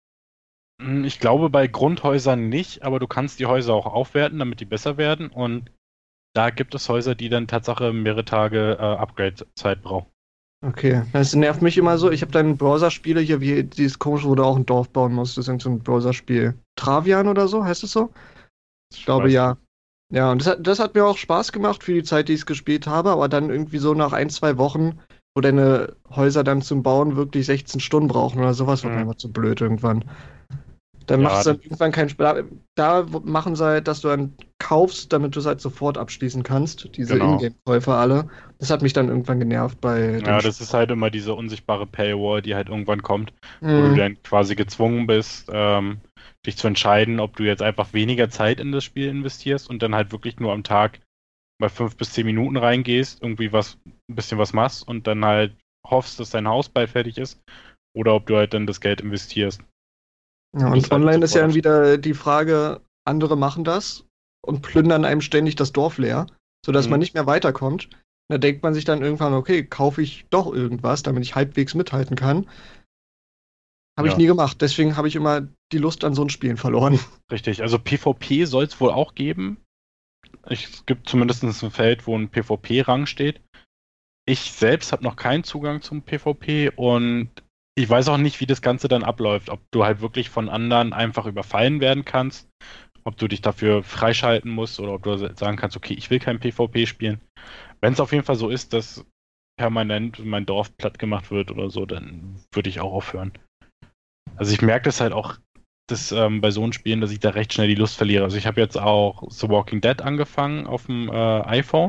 mh, ich glaube bei Grundhäusern nicht, aber du kannst die Häuser auch aufwerten, damit die besser werden. Und da gibt es Häuser, die dann Tatsache mehrere Tage äh, Upgrade-Zeit brauchen. Okay. Das nervt mich immer so. Ich habe dann Browser-Spiele hier, wie dieses komische, wo du auch ein Dorf bauen musst. Das ist irgend so ein Browser-Spiel. Travian oder so, heißt es so? Ich glaube weiß ja. Ja, und das hat, das hat mir auch Spaß gemacht für die Zeit, die ich es gespielt habe, aber dann irgendwie so nach ein, zwei Wochen, wo deine Häuser dann zum Bauen wirklich sechzehn Stunden brauchen oder sowas, wird mir Mhm. einfach zu blöd irgendwann. Dann Ja, macht es dann das- irgendwann keinen Spaß. Da machen sie halt, dass du dann kaufst, damit du es halt sofort abschließen kannst. Diese Genau. Ingame-Käufe alle. Das hat mich dann irgendwann genervt bei Ja, dem das ist halt immer diese unsichtbare Paywall, die halt irgendwann kommt, wo Mhm. du dann quasi gezwungen bist, ähm, dich zu entscheiden, ob du jetzt einfach weniger Zeit in das Spiel investierst und dann halt wirklich nur am Tag bei fünf bis zehn Minuten reingehst, irgendwie was, ein bisschen was machst und dann halt hoffst, dass dein Haus bald fertig ist, oder ob du halt dann das Geld investierst. Ja, Und und das halt online ist ja sofort dann wieder die Frage, andere machen das und plündern einem ständig das Dorf leer, sodass Mhm. man nicht mehr weiterkommt. Da denkt man sich dann irgendwann, okay, kaufe ich doch irgendwas, damit ich halbwegs mithalten kann. Habe ich Ja. nie gemacht. Deswegen habe ich immer die Lust an so einen Spielen verloren. Richtig, also PvP soll es wohl auch geben. Ich, es gibt zumindest ein Feld, wo ein PvP-Rang steht. Ich selbst habe noch keinen Zugang zum PvP und ich weiß auch nicht, wie das Ganze dann abläuft. Ob du halt wirklich von anderen einfach überfallen werden kannst, ob du dich dafür freischalten musst oder ob du sagen kannst, okay, ich will kein PvP spielen. Wenn es auf jeden Fall so ist, dass permanent mein Dorf platt gemacht wird oder so, dann würde ich auch aufhören. Also ich merke das halt auch, dass ähm, bei so einem Spielen, dass ich da recht schnell die Lust verliere. Also ich habe jetzt auch The Walking Dead angefangen auf dem äh, iPhone.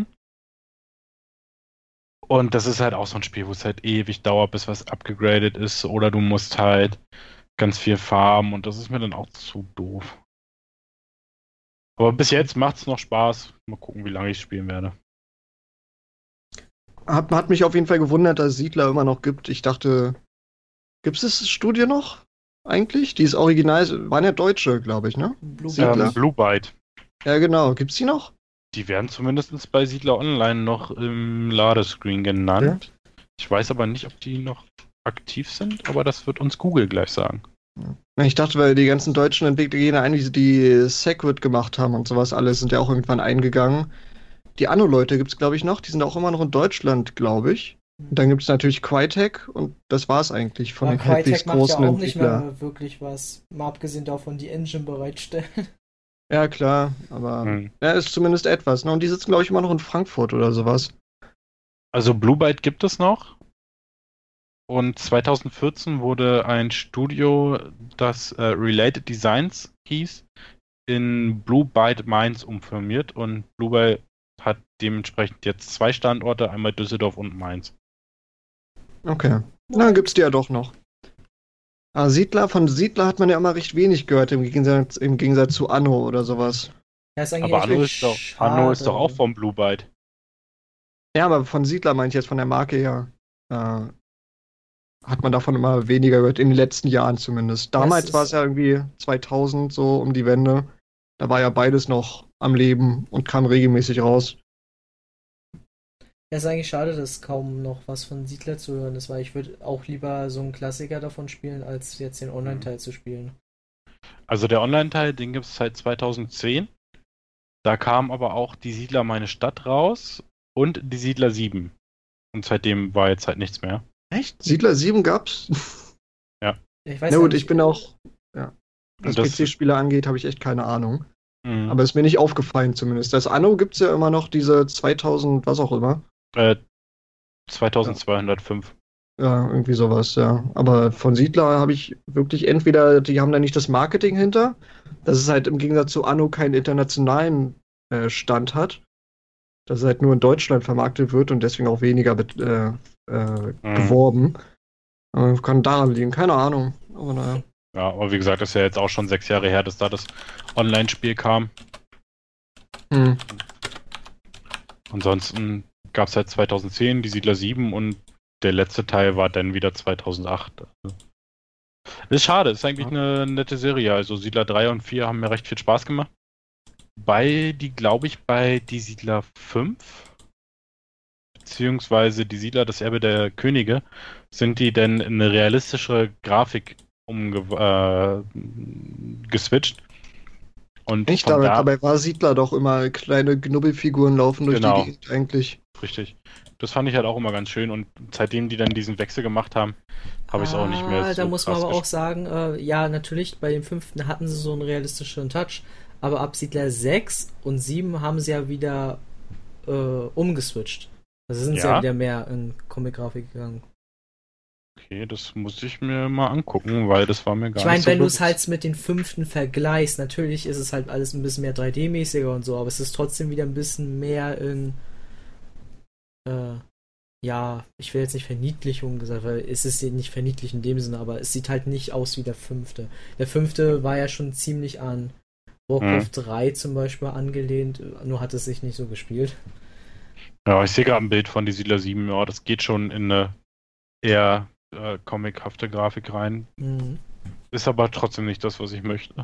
Und das ist halt auch so ein Spiel, wo es halt ewig dauert, bis was abgegradet ist. Oder du musst halt ganz viel farmen und das ist mir dann auch zu doof. Aber bis jetzt macht es noch Spaß. Mal gucken, wie lange ich spielen werde. Hat, hat mich auf jeden Fall gewundert, dass es Siedler immer noch gibt. Ich dachte, gibt es das Studie noch? Eigentlich? Die ist original, waren ja Deutsche, glaube ich, ne? Blue Siedler? Ähm, Blue Byte. Ja, genau. Gibt's die noch? Die werden zumindest bei Siedler Online noch im Ladescreen genannt. Ich weiß aber nicht, ob die noch aktiv sind, aber das wird uns Google gleich sagen. Ja, ich dachte, weil die ganzen deutschen Entwickler gehen ein, wie sie die Segwit gemacht haben und sowas alles, sind ja auch irgendwann eingegangen. Die Anno-Leute gibt's, glaube ich, noch. Die sind auch immer noch in Deutschland, glaube ich. Und dann gibt's natürlich Crytek und das war's eigentlich von Aber den halbwegs Crytek macht ja großen auch nicht Entwicklern. mehr wirklich was. Mal abgesehen davon, die Engine bereitstellen. Ja, klar, aber Hm. ja, ist zumindest etwas. Ne? Und die sitzen, glaube ich, immer noch in Frankfurt oder sowas. Also Blue Byte gibt es noch. Und zwanzig vierzehn wurde ein Studio, das äh, Related Designs hieß, in Blue Byte Mainz umfirmiert. Und Blue Byte hat dementsprechend jetzt zwei Standorte, einmal Düsseldorf und Mainz. Okay. Na, dann gibt's die ja doch noch. Ah, Siedler, von Siedler hat man ja immer recht wenig gehört, im Gegensatz, im Gegensatz zu Anno oder sowas. Ja, ist eigentlich Aber echt Anno recht ist, doch, schade. Anno ist doch auch vom Blue Byte. Ja, aber von Siedler meine ich jetzt von der Marke her. Äh, hat man davon immer weniger gehört, in den letzten Jahren zumindest. Damals ist- war es ja irgendwie zweitausend, so um die Wende. Da war ja beides noch am Leben und kam regelmäßig raus. Ja, ist eigentlich schade, dass kaum noch was von Siedler zu hören ist, weil ich würde auch lieber so einen Klassiker davon spielen, als jetzt den Online-Teil zu spielen. Also der Online-Teil, den gibt es seit zwanzig zehn. Da kam aber auch die Siedler Meine Stadt raus und die Siedler sieben. Und seitdem war jetzt halt nichts mehr. Echt? Siedler sieben gab's? Ich weiß Na gar gut, nicht, ich bin auch, ja, was Das- P C-Spiele angeht, habe ich echt keine Ahnung. Mhm. Aber ist mir nicht aufgefallen zumindest. Das Anno gibt's ja immer noch diese zweitausend, was auch immer. Äh, zweitausendzweihundertfünf. Ja, irgendwie sowas, ja. Aber von Siedler habe ich wirklich entweder, die haben da nicht das Marketing hinter, dass es halt im Gegensatz zu Anno keinen internationalen äh, Stand hat, dass es halt nur in Deutschland vermarktet wird und deswegen auch weniger bet- äh, äh, Mhm. beworben. Äh, kann daran liegen, keine Ahnung. Aber naja. Ja, aber wie gesagt, das ist ja jetzt auch schon sechs Jahre her, dass da das Online-Spiel kam. Hm. Ansonsten gab es halt zweitausendzehn die Siedler sieben und der letzte Teil war dann wieder zweitausendacht. Ist schade, ist eigentlich eine nette Serie. Also Siedler drei und vier haben mir recht viel Spaß gemacht. Bei die, glaube ich, bei die Siedler fünf, beziehungsweise die Siedler das Erbe der Könige, sind die denn in eine realistischere Grafik umge äh, geswitcht. Und Echt, von dabei, da, dabei war Siedler doch immer kleine Knubbelfiguren laufen durch Genau. die Gegend eigentlich. richtig. Das fand ich halt auch immer ganz schön und seitdem die dann diesen Wechsel gemacht haben, habe ich es auch nicht mehr Ah, so da muss man krass aber auch gespielt. sagen, äh, ja, natürlich, bei dem fünften hatten sie so einen realistischen Touch, aber ab Siedler sechs und sieben haben sie ja wieder äh, umgeswitcht. Also sind sie Ja? ja wieder mehr in Comic-Grafik gegangen. Okay, das muss ich mir mal angucken, weil das war mir gar Ich meine, nicht so wenn du es bewusst. halt mit den fünften vergleichst, natürlich ist es halt alles ein bisschen mehr drei D-mäßiger und so, aber es ist trotzdem wieder ein bisschen mehr in äh, ja, ich will jetzt nicht Verniedlichung gesagt, weil es ist nicht verniedlich in dem Sinne, aber es sieht halt nicht aus wie der fünfte. Der fünfte war ja schon ziemlich an Warcraft Mhm. drei zum Beispiel angelehnt, nur hat es sich nicht so gespielt. Ja, ich sehe gerade ein Bild von die Siedler sieben, ja, das geht schon in eine eher äh, comichafte Grafik rein. Mhm. Ist aber trotzdem nicht das, was ich möchte.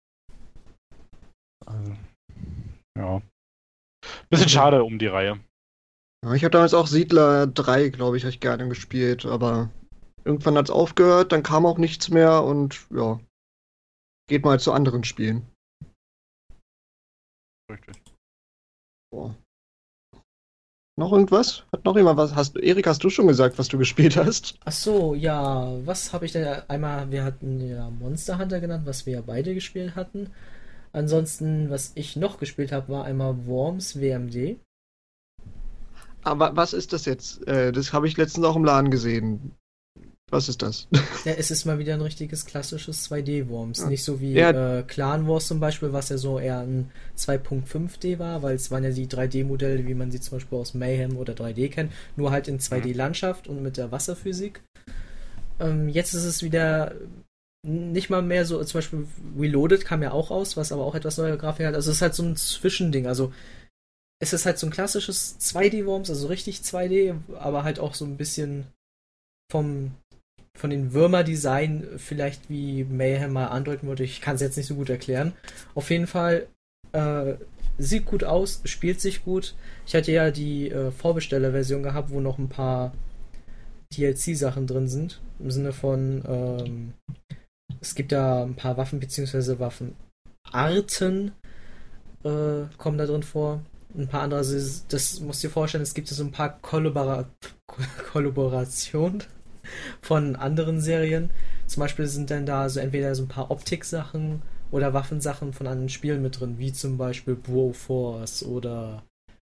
Also, ja. Bisschen Okay. schade um die Reihe. Ja, ich habe damals auch Siedler drei, glaube ich, recht gerne gespielt, aber irgendwann hat es aufgehört, dann kam auch nichts mehr und ja, geht mal zu anderen Spielen. Richtig. Boah. Noch irgendwas? Hat noch jemand was? Hast, Erik, hast du schon gesagt, was du gespielt hast? Ach so, ja, was habe ich denn? Einmal, wir hatten ja Monster Hunter genannt, was wir ja beide gespielt hatten. Ansonsten, was ich noch gespielt habe, war einmal Worms W M D. Aber was ist das jetzt? Äh, das habe ich letztens auch im Laden gesehen. Was ist das? Ja, es ist mal wieder ein richtiges klassisches zwei D-Worms. Ja. Nicht so wie Ja. äh, Clan Wars zum Beispiel, was ja so eher ein zwei Punkt fünf D war, weil es waren ja die drei D-Modelle, wie man sie zum Beispiel aus Mayhem oder drei D kennt, nur halt in zwei D-Landschaft und mit der Wasserphysik. Ähm, jetzt ist es wieder nicht mal mehr so, zum Beispiel Reloaded kam ja auch raus, was aber auch etwas neue Grafik hat. Also es ist halt so ein Zwischending. Also es ist halt so ein klassisches zwei D-Worms, also richtig zwei D, aber halt auch so ein bisschen vom von den Würmer-Design vielleicht wie Mayhem mal andeuten würde. Ich kann es jetzt nicht so gut erklären. Auf jeden Fall äh, sieht gut aus, spielt sich gut. Ich hatte ja die äh, Vorbesteller-Version gehabt, wo noch ein paar D L C-Sachen drin sind. Im Sinne von, ähm, es gibt da ein paar Waffen bzw. Waffenarten äh, kommen da drin vor. Ein paar andere, also das musst du dir vorstellen, es gibt so ein paar Kollabora Kollaborationen von anderen Serien. Zum Beispiel sind dann da so entweder so ein paar Optik-Sachen oder Waffensachen von anderen Spielen mit drin, wie zum Beispiel Broforce oder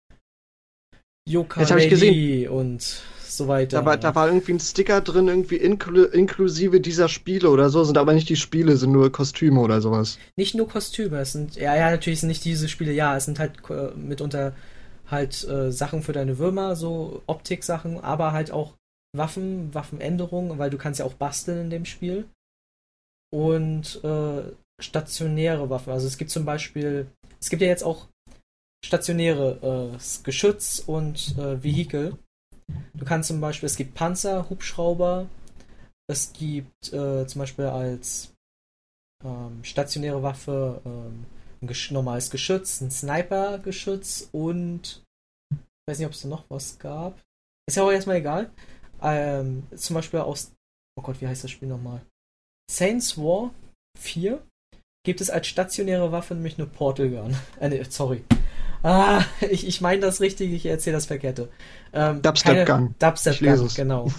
Jetzt habe ich gesehen, Yooka-Laylee und so weiter. da war, da war irgendwie ein Sticker drin, irgendwie inklu inklusive dieser Spiele oder so, sind aber nicht die Spiele, sind nur Kostüme oder sowas. Nicht nur Kostüme, es sind, ja, ja, natürlich sind nicht diese Spiele, ja, es sind halt äh, mitunter halt äh, Sachen für deine Würmer, so Optik-Sachen, aber halt auch Waffen, Waffenänderungen, weil du kannst ja auch basteln in dem Spiel. Und äh, stationäre Waffen. Also es gibt zum Beispiel, es gibt ja jetzt auch stationäre äh, Geschütz und äh, Vehikel. Du kannst zum Beispiel, es gibt Panzer, Hubschrauber, es gibt äh, zum Beispiel als ähm, stationäre Waffe ähm, ein Gesch normales Geschütz, ein Sniper-Geschütz und ich weiß nicht, ob es da noch was gab. Ist ja auch erstmal egal. Ähm, zum Beispiel aus, oh Gott, wie heißt das Spiel nochmal? Saints War vier gibt es als stationäre Waffe nämlich eine Portal Gun. Äh, nee, sorry. Ah, ich, ich meine das richtig, ich erzähle das Verkehrte. Ähm, Dubstep Gun. Dubstep Ich lese Gun, es. genau.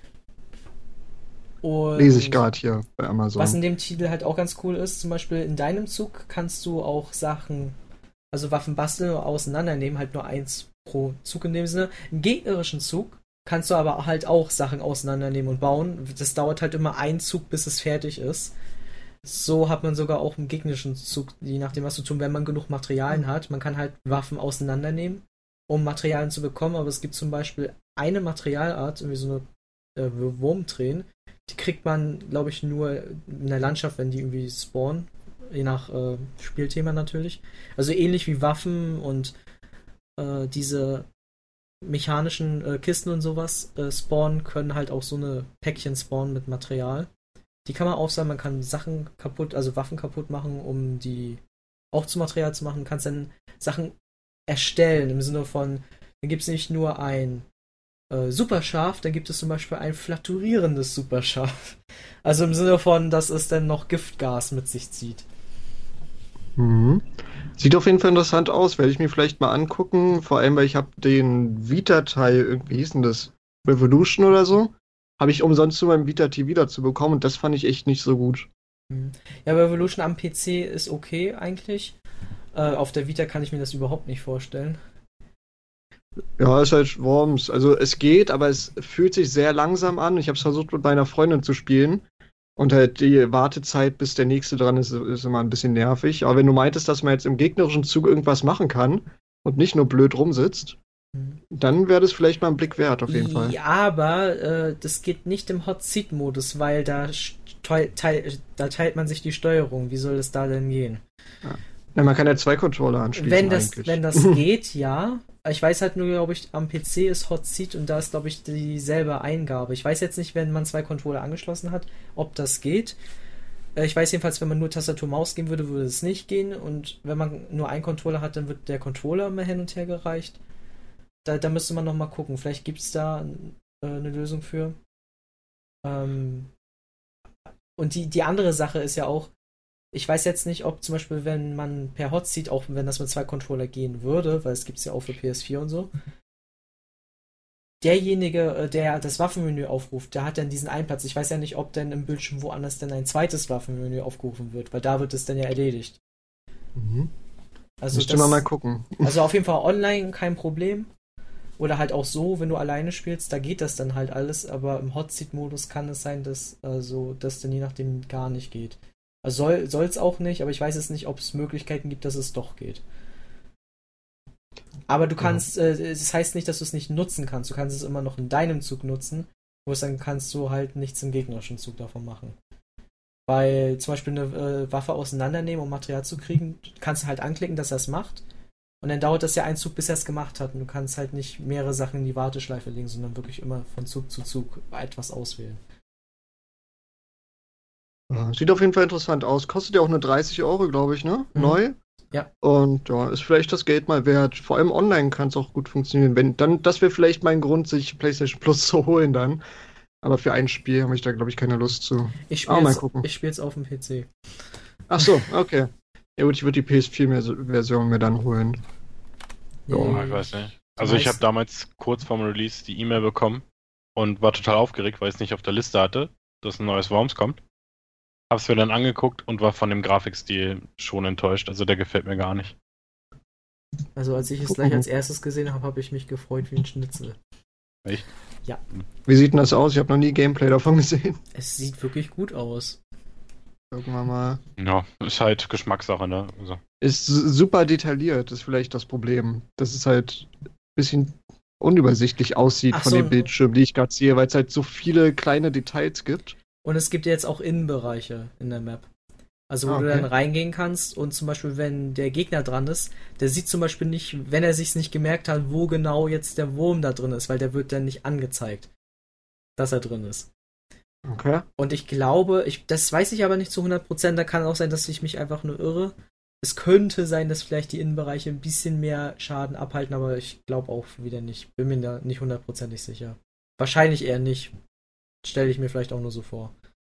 Und Lese ich gerade hier bei Amazon. was in dem Titel halt auch ganz cool ist, zum Beispiel in deinem Zug kannst du auch Sachen, also Waffen basteln oder auseinandernehmen, halt nur eins pro Zug in dem Sinne. Im gegnerischen Zug kannst du aber halt auch Sachen auseinandernehmen und bauen. Das dauert halt immer einen Zug, bis es fertig ist. So hat man sogar auch im gegnerischen Zug, je nachdem, was du tun, wenn man genug Materialien hat. Man kann halt Waffen auseinandernehmen, um Materialien zu bekommen, aber es gibt zum Beispiel eine Materialart, irgendwie so eine äh, Wurmtränen, die kriegt man, glaube ich, nur in der Landschaft, wenn die irgendwie spawnen. Je nach äh, Spielthema natürlich. Also ähnlich wie Waffen und äh, diese mechanischen äh, Kisten und sowas äh, spawnen, können halt auch so eine Päckchen spawnen mit Material. Die kann man aufsammeln, man kann Sachen kaputt, also Waffen kaputt machen, um die auch zu Material zu machen. Du kannst dann Sachen erstellen, im Sinne von, dann gibt es nicht nur ein äh, Superschaf, dann gibt es zum Beispiel ein flatulierendes Superschaf. Also im Sinne von, dass es dann noch Giftgas mit sich zieht. Mhm. Sieht auf jeden Fall interessant aus, werde ich mir vielleicht mal angucken. Vor allem, weil ich habe den Vita-Teil, irgendwie hieß denn das? Revolution oder so? Habe ich umsonst zu meinem Vita-T V dazu bekommen und das fand ich echt nicht so gut. Ja, Revolution am P C ist okay eigentlich. Äh, auf der Vita kann ich mir das überhaupt nicht vorstellen. Ja, ist halt Worms. Also es geht, aber es fühlt sich sehr langsam an. Ich habe es versucht mit meiner Freundin zu spielen. Und halt die Wartezeit, bis der nächste dran ist, ist immer ein bisschen nervig. Aber wenn du meintest, dass man jetzt im gegnerischen Zug irgendwas machen kann und nicht nur blöd rumsitzt, Mhm. dann wäre das vielleicht mal ein Blick wert, auf jeden Fall. Ja, aber äh, das geht nicht im Hot Seat Modus, weil da, steu- teil- da teilt man sich die Steuerung. Wie soll es da denn gehen? Ja, man kann ja zwei Controller anschließen Wenn das, eigentlich. wenn das geht, ja. Ich weiß halt nur, glaube ich, am P C ist Hot Seat und da ist, glaube ich, dieselbe Eingabe. Ich weiß jetzt nicht, wenn man zwei Controller angeschlossen hat, ob das geht. Äh, Ich weiß jedenfalls, wenn man nur Tastatur Maus gehen würde, würde es nicht gehen. Und wenn man nur einen Controller hat, dann wird der Controller immer hin und her gereicht. Da, da müsste man noch mal gucken. Vielleicht gibt es da äh, eine Lösung für. Ähm, und die, die andere Sache ist ja auch, ich weiß jetzt nicht, ob zum Beispiel, wenn man per Hotseat, auch wenn das mit zwei Controller gehen würde, weil es gibt es ja auch für P S vier und so, derjenige, äh, der das Waffenmenü aufruft, der hat dann diesen einen Platz. Ich weiß ja nicht, ob denn im Bildschirm woanders dann ein zweites Waffenmenü aufgerufen wird, weil da wird es dann ja erledigt. Mhm. Also Müsste das, man mal gucken. Also auf jeden Fall online kein Problem. Oder halt auch so, wenn du alleine spielst, da geht das dann halt alles, aber im Hot-Seat-Modus kann es sein, dass also das dann je nachdem gar nicht geht. Also soll es auch nicht, aber ich weiß es nicht, ob es Möglichkeiten gibt, dass es doch geht. Aber du kannst, es ja. äh, das heißt nicht, dass du es nicht nutzen kannst. Du kannst es immer noch in deinem Zug nutzen, wo es dann kannst du halt nichts im gegnerischen Zug davon machen. Weil zum Beispiel eine äh, Waffe auseinandernehmen, um Material zu kriegen, kannst du halt anklicken, dass er es macht. Und dann dauert das ja einen Zug, bis er es gemacht hat. Und du kannst halt nicht mehrere Sachen in die Warteschleife legen, sondern wirklich immer von Zug zu Zug etwas auswählen. Sieht auf jeden Fall interessant aus. Kostet ja auch nur dreißig Euro, glaube ich, ne? Mhm. Neu. Ja. Und ja, ist vielleicht das Geld mal wert. Vor allem online kann es auch gut funktionieren. Wenn, dann, das wäre vielleicht mein Grund, sich PlayStation Plus zu holen dann. Aber für ein Spiel habe ich da, glaube ich, keine Lust zu. Ich spiele es auf dem P C. Ach so, okay. Ja gut, ich würde die P S vier Version mir dann holen. Ja, ja, ich weiß nicht. Also ich habe damals kurz vorm Release die E-Mail bekommen und war total aufgeregt, weil ich es nicht auf der Liste hatte, dass ein neues Worms kommt. Hab's mir dann angeguckt und war von dem Grafikstil schon enttäuscht. Also der gefällt mir gar nicht. Also als ich es gleich als erstes gesehen habe, habe ich mich gefreut wie ein Schnitzel. Echt? Ja. Wie sieht denn das aus? Ich habe noch nie Gameplay davon gesehen. Es sieht wirklich gut aus. Irgendwann mal. Ja, ist halt Geschmackssache, ne? Also. Ist super detailliert, ist vielleicht das Problem. Dass es halt ein bisschen unübersichtlich aussieht Ach von so, den Bildschirmen, die ich gerade sehe, weil es halt so viele kleine Details gibt. Und es gibt jetzt auch Innenbereiche in der Map. Also wo Ah, okay. du dann reingehen kannst und zum Beispiel, wenn der Gegner dran ist, der sieht zum Beispiel nicht, wenn er sich's nicht gemerkt hat, wo genau jetzt der Wurm da drin ist, weil der wird dann nicht angezeigt, dass er drin ist. Okay. Und ich glaube, ich, das weiß ich aber nicht zu hundert Prozent, da kann auch sein, dass ich mich einfach nur irre. Es könnte sein, dass vielleicht die Innenbereiche ein bisschen mehr Schaden abhalten, aber ich glaube auch wieder nicht. Bin mir da nicht hundertprozentig sicher. Wahrscheinlich eher nicht. Stelle ich mir vielleicht auch nur so vor.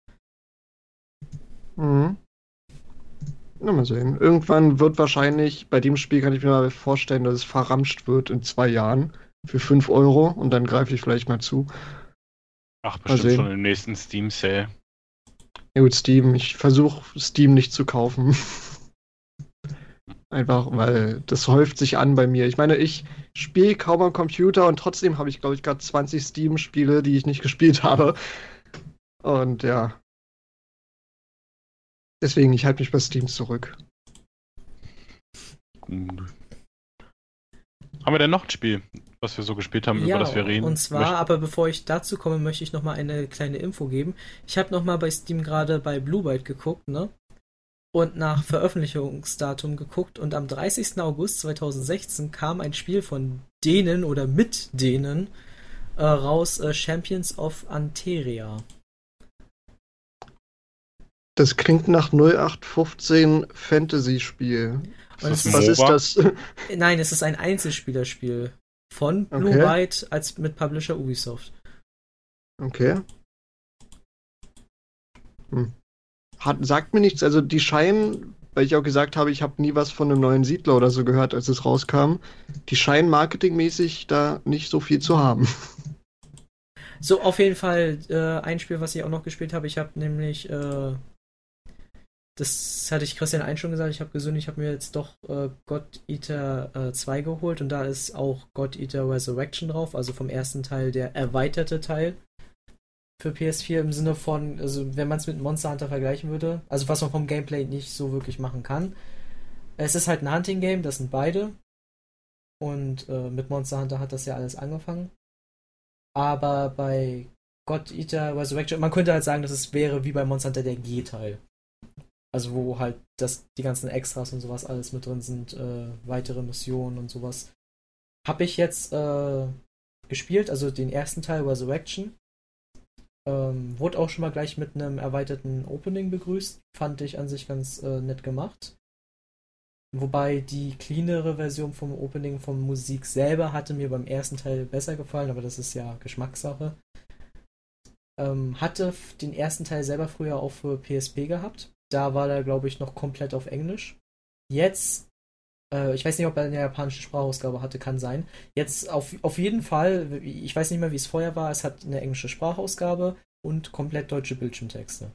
Mhm. Na, mal sehen. Irgendwann wird wahrscheinlich, bei dem Spiel kann ich mir mal vorstellen, dass es verramscht wird in zwei Jahren für fünf Euro und dann greife ich vielleicht mal zu. Ach, bestimmt schon im nächsten Steam-Sale. Ja gut, Steam. Ich versuche Steam nicht zu kaufen. Einfach, weil das häuft sich an bei mir. Ich meine, ich spiele kaum am Computer und trotzdem habe ich, glaube ich, gerade zwanzig Steam-Spiele, die ich nicht gespielt habe. Und ja. Deswegen, ich halte mich bei Steam zurück. Gut. Haben wir denn noch ein Spiel, was wir so gespielt haben, ja, über das wir reden? Und zwar, möchten? Aber bevor ich dazu komme, möchte ich nochmal eine kleine Info geben. Ich habe nochmal bei Steam gerade bei Blue Byte geguckt, ne? Und nach Veröffentlichungsdatum geguckt und am dreißigsten August zweitausendsechzehn kam ein Spiel von denen oder mit denen äh, raus, äh, Champions of Anteria. Das klingt nach null acht fünfzehn Fantasy-Spiel. Was ist das? Nein, es ist ein Einzelspielerspiel von Blue Okay. Byte als mit Publisher Ubisoft. Okay. Hm. Hat, sagt mir nichts, also die scheinen, weil ich auch gesagt habe, ich habe nie was von einem neuen Siedler oder so gehört, als es rauskam, die scheinen marketingmäßig da nicht so viel zu haben. So, auf jeden Fall äh, ein Spiel, was ich auch noch gespielt habe. Ich habe nämlich, äh, das hatte ich Christian Ein schon gesagt, ich habe gesehen, ich habe mir jetzt doch äh, God Eater äh, zwei geholt und da ist auch God Eater Resurrection drauf, also vom ersten Teil der erweiterte Teil für P S vier im Sinne von, also wenn man es mit Monster Hunter vergleichen würde, also was man vom Gameplay nicht so wirklich machen kann. Es ist halt ein Hunting-Game, das sind beide und äh, mit Monster Hunter hat das ja alles angefangen. Aber bei God Eater Resurrection, man könnte halt sagen, dass es wäre wie bei Monster Hunter der G-Teil. Also wo halt das, die ganzen Extras und sowas alles mit drin sind, äh, weitere Missionen und sowas. Habe ich jetzt äh, gespielt, also den ersten Teil Resurrection. Ähm, wurde auch schon mal gleich mit einem erweiterten Opening begrüßt. Fand ich an sich ganz äh, nett gemacht. Wobei die cleanere Version vom Opening von Musik selber hatte mir beim ersten Teil besser gefallen, aber das ist ja Geschmackssache. Ähm, hatte den ersten Teil selber früher auch für P S P gehabt. Da war der, glaube ich, noch komplett auf Englisch. Jetzt Äh, ich weiß nicht, ob er eine japanische Sprachausgabe hatte, kann sein. Jetzt auf, auf jeden Fall, ich weiß nicht mehr, wie es vorher war, es hat eine englische Sprachausgabe und komplett deutsche Bildschirmtexte.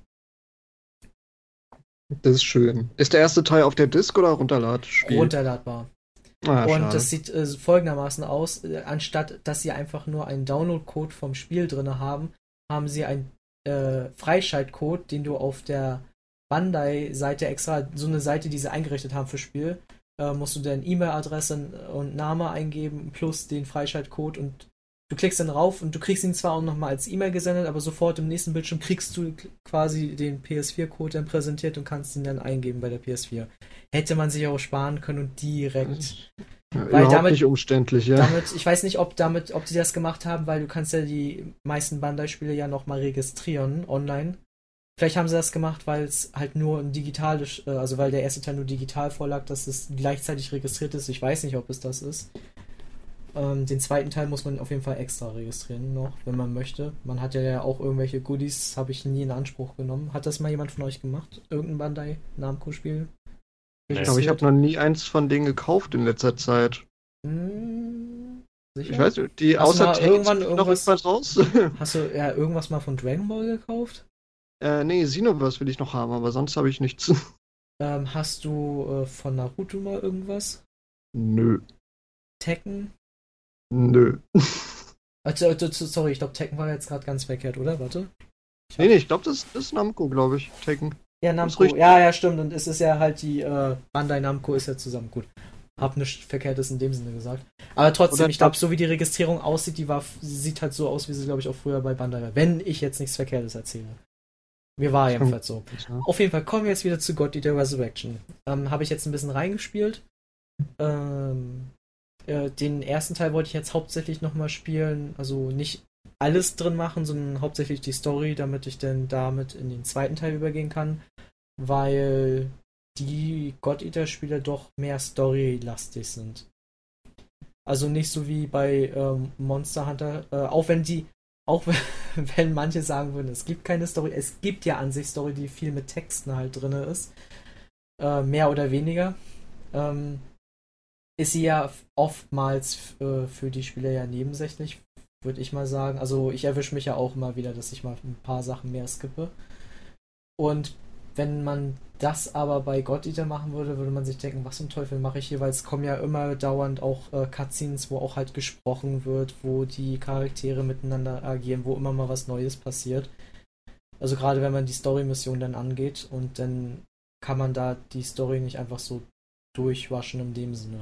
Das ist schön. Ist der erste Teil auf der Disc oder Runterladspiel? Runterladbar. Ah, und schade. das sieht äh, folgendermaßen aus, äh, anstatt dass sie einfach nur einen Download-Code vom Spiel drin haben, haben sie einen äh, Freischaltcode, den du auf der Bandai-Seite extra, so eine Seite, die sie eingerichtet haben für Spiel, äh, musst du deine E-Mail-Adresse und Name eingeben, plus den Freischaltcode und du klickst dann rauf und du kriegst ihn zwar auch nochmal als E-Mail gesendet, aber sofort im nächsten Bildschirm kriegst du quasi den P S vier Code dann präsentiert und kannst ihn dann eingeben bei der P S vier. Hätte man sich auch sparen können und direkt. Ja, weil überhaupt damit, nicht umständlich, ja. damit, ich weiß nicht, ob damit, ob die das gemacht haben, weil du kannst ja die meisten Bandai-Spiele ja nochmal registrieren online. Vielleicht haben sie das gemacht, weil es halt nur ein digitales, also weil der erste Teil nur digital vorlag, dass es gleichzeitig registriert ist. Ich weiß nicht, ob es das ist. Ähm, den zweiten Teil muss man auf jeden Fall extra registrieren noch, wenn man möchte. Man hat ja auch irgendwelche Goodies, habe ich nie in Anspruch genommen. Hat das mal jemand von euch gemacht? Irgendein Bandai Namco-Spiel? Nee. Ich glaube, ich habe noch nie eins von denen gekauft in letzter Zeit. Hm, sicher? Ich weiß nicht, die Hast du außer mal Tales irgendwann noch irgendwas- irgendwas raus? Hast du ja irgendwas mal von Dragon Ball gekauft? äh, nee, Xenoverse will ich noch haben, aber sonst habe ich nichts. Ähm, hast du äh, von Naruto mal irgendwas? Nö. Tekken? Nö. Also, also, sorry, ich glaube Tekken war jetzt gerade ganz verkehrt, oder? Warte. Nee, nee, ich glaube, das, das ist Namco, glaube ich. Tekken. Ja, Ist Namco. richtig. Ja, ja, stimmt. Und es ist ja halt die äh, Bandai Namco ist ja zusammen. Gut. Hab nichts Verkehrtes in dem Sinne gesagt. Aber trotzdem, Oder- ich glaube, so wie die Registrierung aussieht, die war, sieht halt so aus, wie sie, glaube ich, auch früher bei Bandai war. Wenn ich jetzt nichts Verkehrtes erzähle. Mir war jedenfalls so. Ja. Auf jeden Fall kommen wir jetzt wieder zu God Eater Resurrection. Ähm, Habe ich jetzt ein bisschen reingespielt. Ähm, äh, den ersten Teil wollte ich jetzt hauptsächlich nochmal spielen. Also nicht alles drin machen, sondern hauptsächlich die Story, damit ich dann damit in den zweiten Teil übergehen kann. Weil die God Eater-Spiele doch mehr storylastig sind. Also nicht so wie bei ähm, Monster Hunter, äh, auch wenn die, auch wenn manche sagen würden, es gibt keine Story, es gibt ja an sich Story, die viel mit Texten halt drin ist, äh, mehr oder weniger, ähm, ist sie ja oftmals äh, für die Spieler ja nebensächlich, würde ich mal sagen. Also ich erwische mich ja auch immer wieder, dass ich mal ein paar Sachen mehr skippe. Und wenn man das aber bei God Eater machen würde, würde man sich denken, was zum Teufel mache ich hier, weil es kommen ja immer dauernd auch äh, Cutscenes, wo auch halt gesprochen wird, wo die Charaktere miteinander agieren, wo immer mal was Neues passiert. Also gerade wenn man die Story-Mission dann angeht und dann kann man da die Story nicht einfach so durchwaschen in dem Sinne.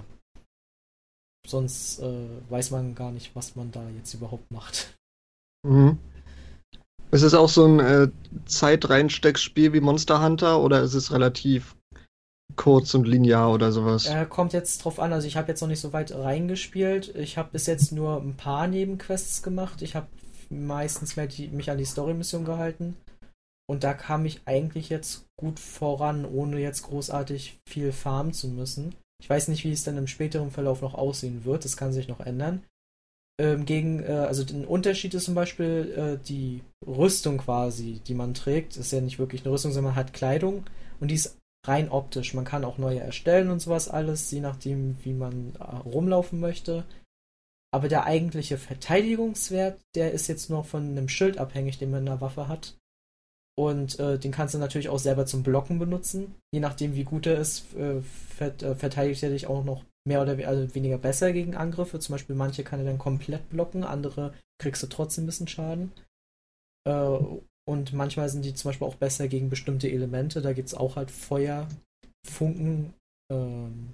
Sonst äh, weiß man gar nicht, was man da jetzt überhaupt macht. Mhm. Ist es auch so ein äh, Zeitreinsteckspiel wie Monster Hunter oder ist es relativ kurz und linear oder sowas? Äh, kommt jetzt drauf an, also ich habe jetzt noch nicht so weit reingespielt. Ich habe bis jetzt nur ein paar Nebenquests gemacht. Ich habe meistens mehr die, mich an die Story-Mission gehalten. Und da kam ich eigentlich jetzt gut voran, ohne jetzt großartig viel farmen zu müssen. Ich weiß nicht, wie es dann im späteren Verlauf noch aussehen wird. Das kann sich noch ändern. Ähm, gegen, äh, also ein Unterschied ist zum Beispiel äh, die Rüstung quasi, die man trägt. Ist ja nicht wirklich eine Rüstung, sondern man hat Kleidung und die ist rein optisch. Man kann auch neue erstellen und sowas alles, je nachdem, wie man äh, rumlaufen möchte. Aber der eigentliche Verteidigungswert, der ist jetzt nur von einem Schild abhängig, den man in der Waffe hat. Und äh, den kannst du natürlich auch selber zum Blocken benutzen. Je nachdem, wie gut er ist, äh, vert, äh, verteidigt er dich auch noch mehr oder we- also weniger besser gegen Angriffe. Zum Beispiel manche kann er dann komplett blocken, andere kriegst du trotzdem ein bisschen Schaden. Äh, und manchmal sind die zum Beispiel auch besser gegen bestimmte Elemente. Da gibt es auch halt Feuer, Funken. Ähm,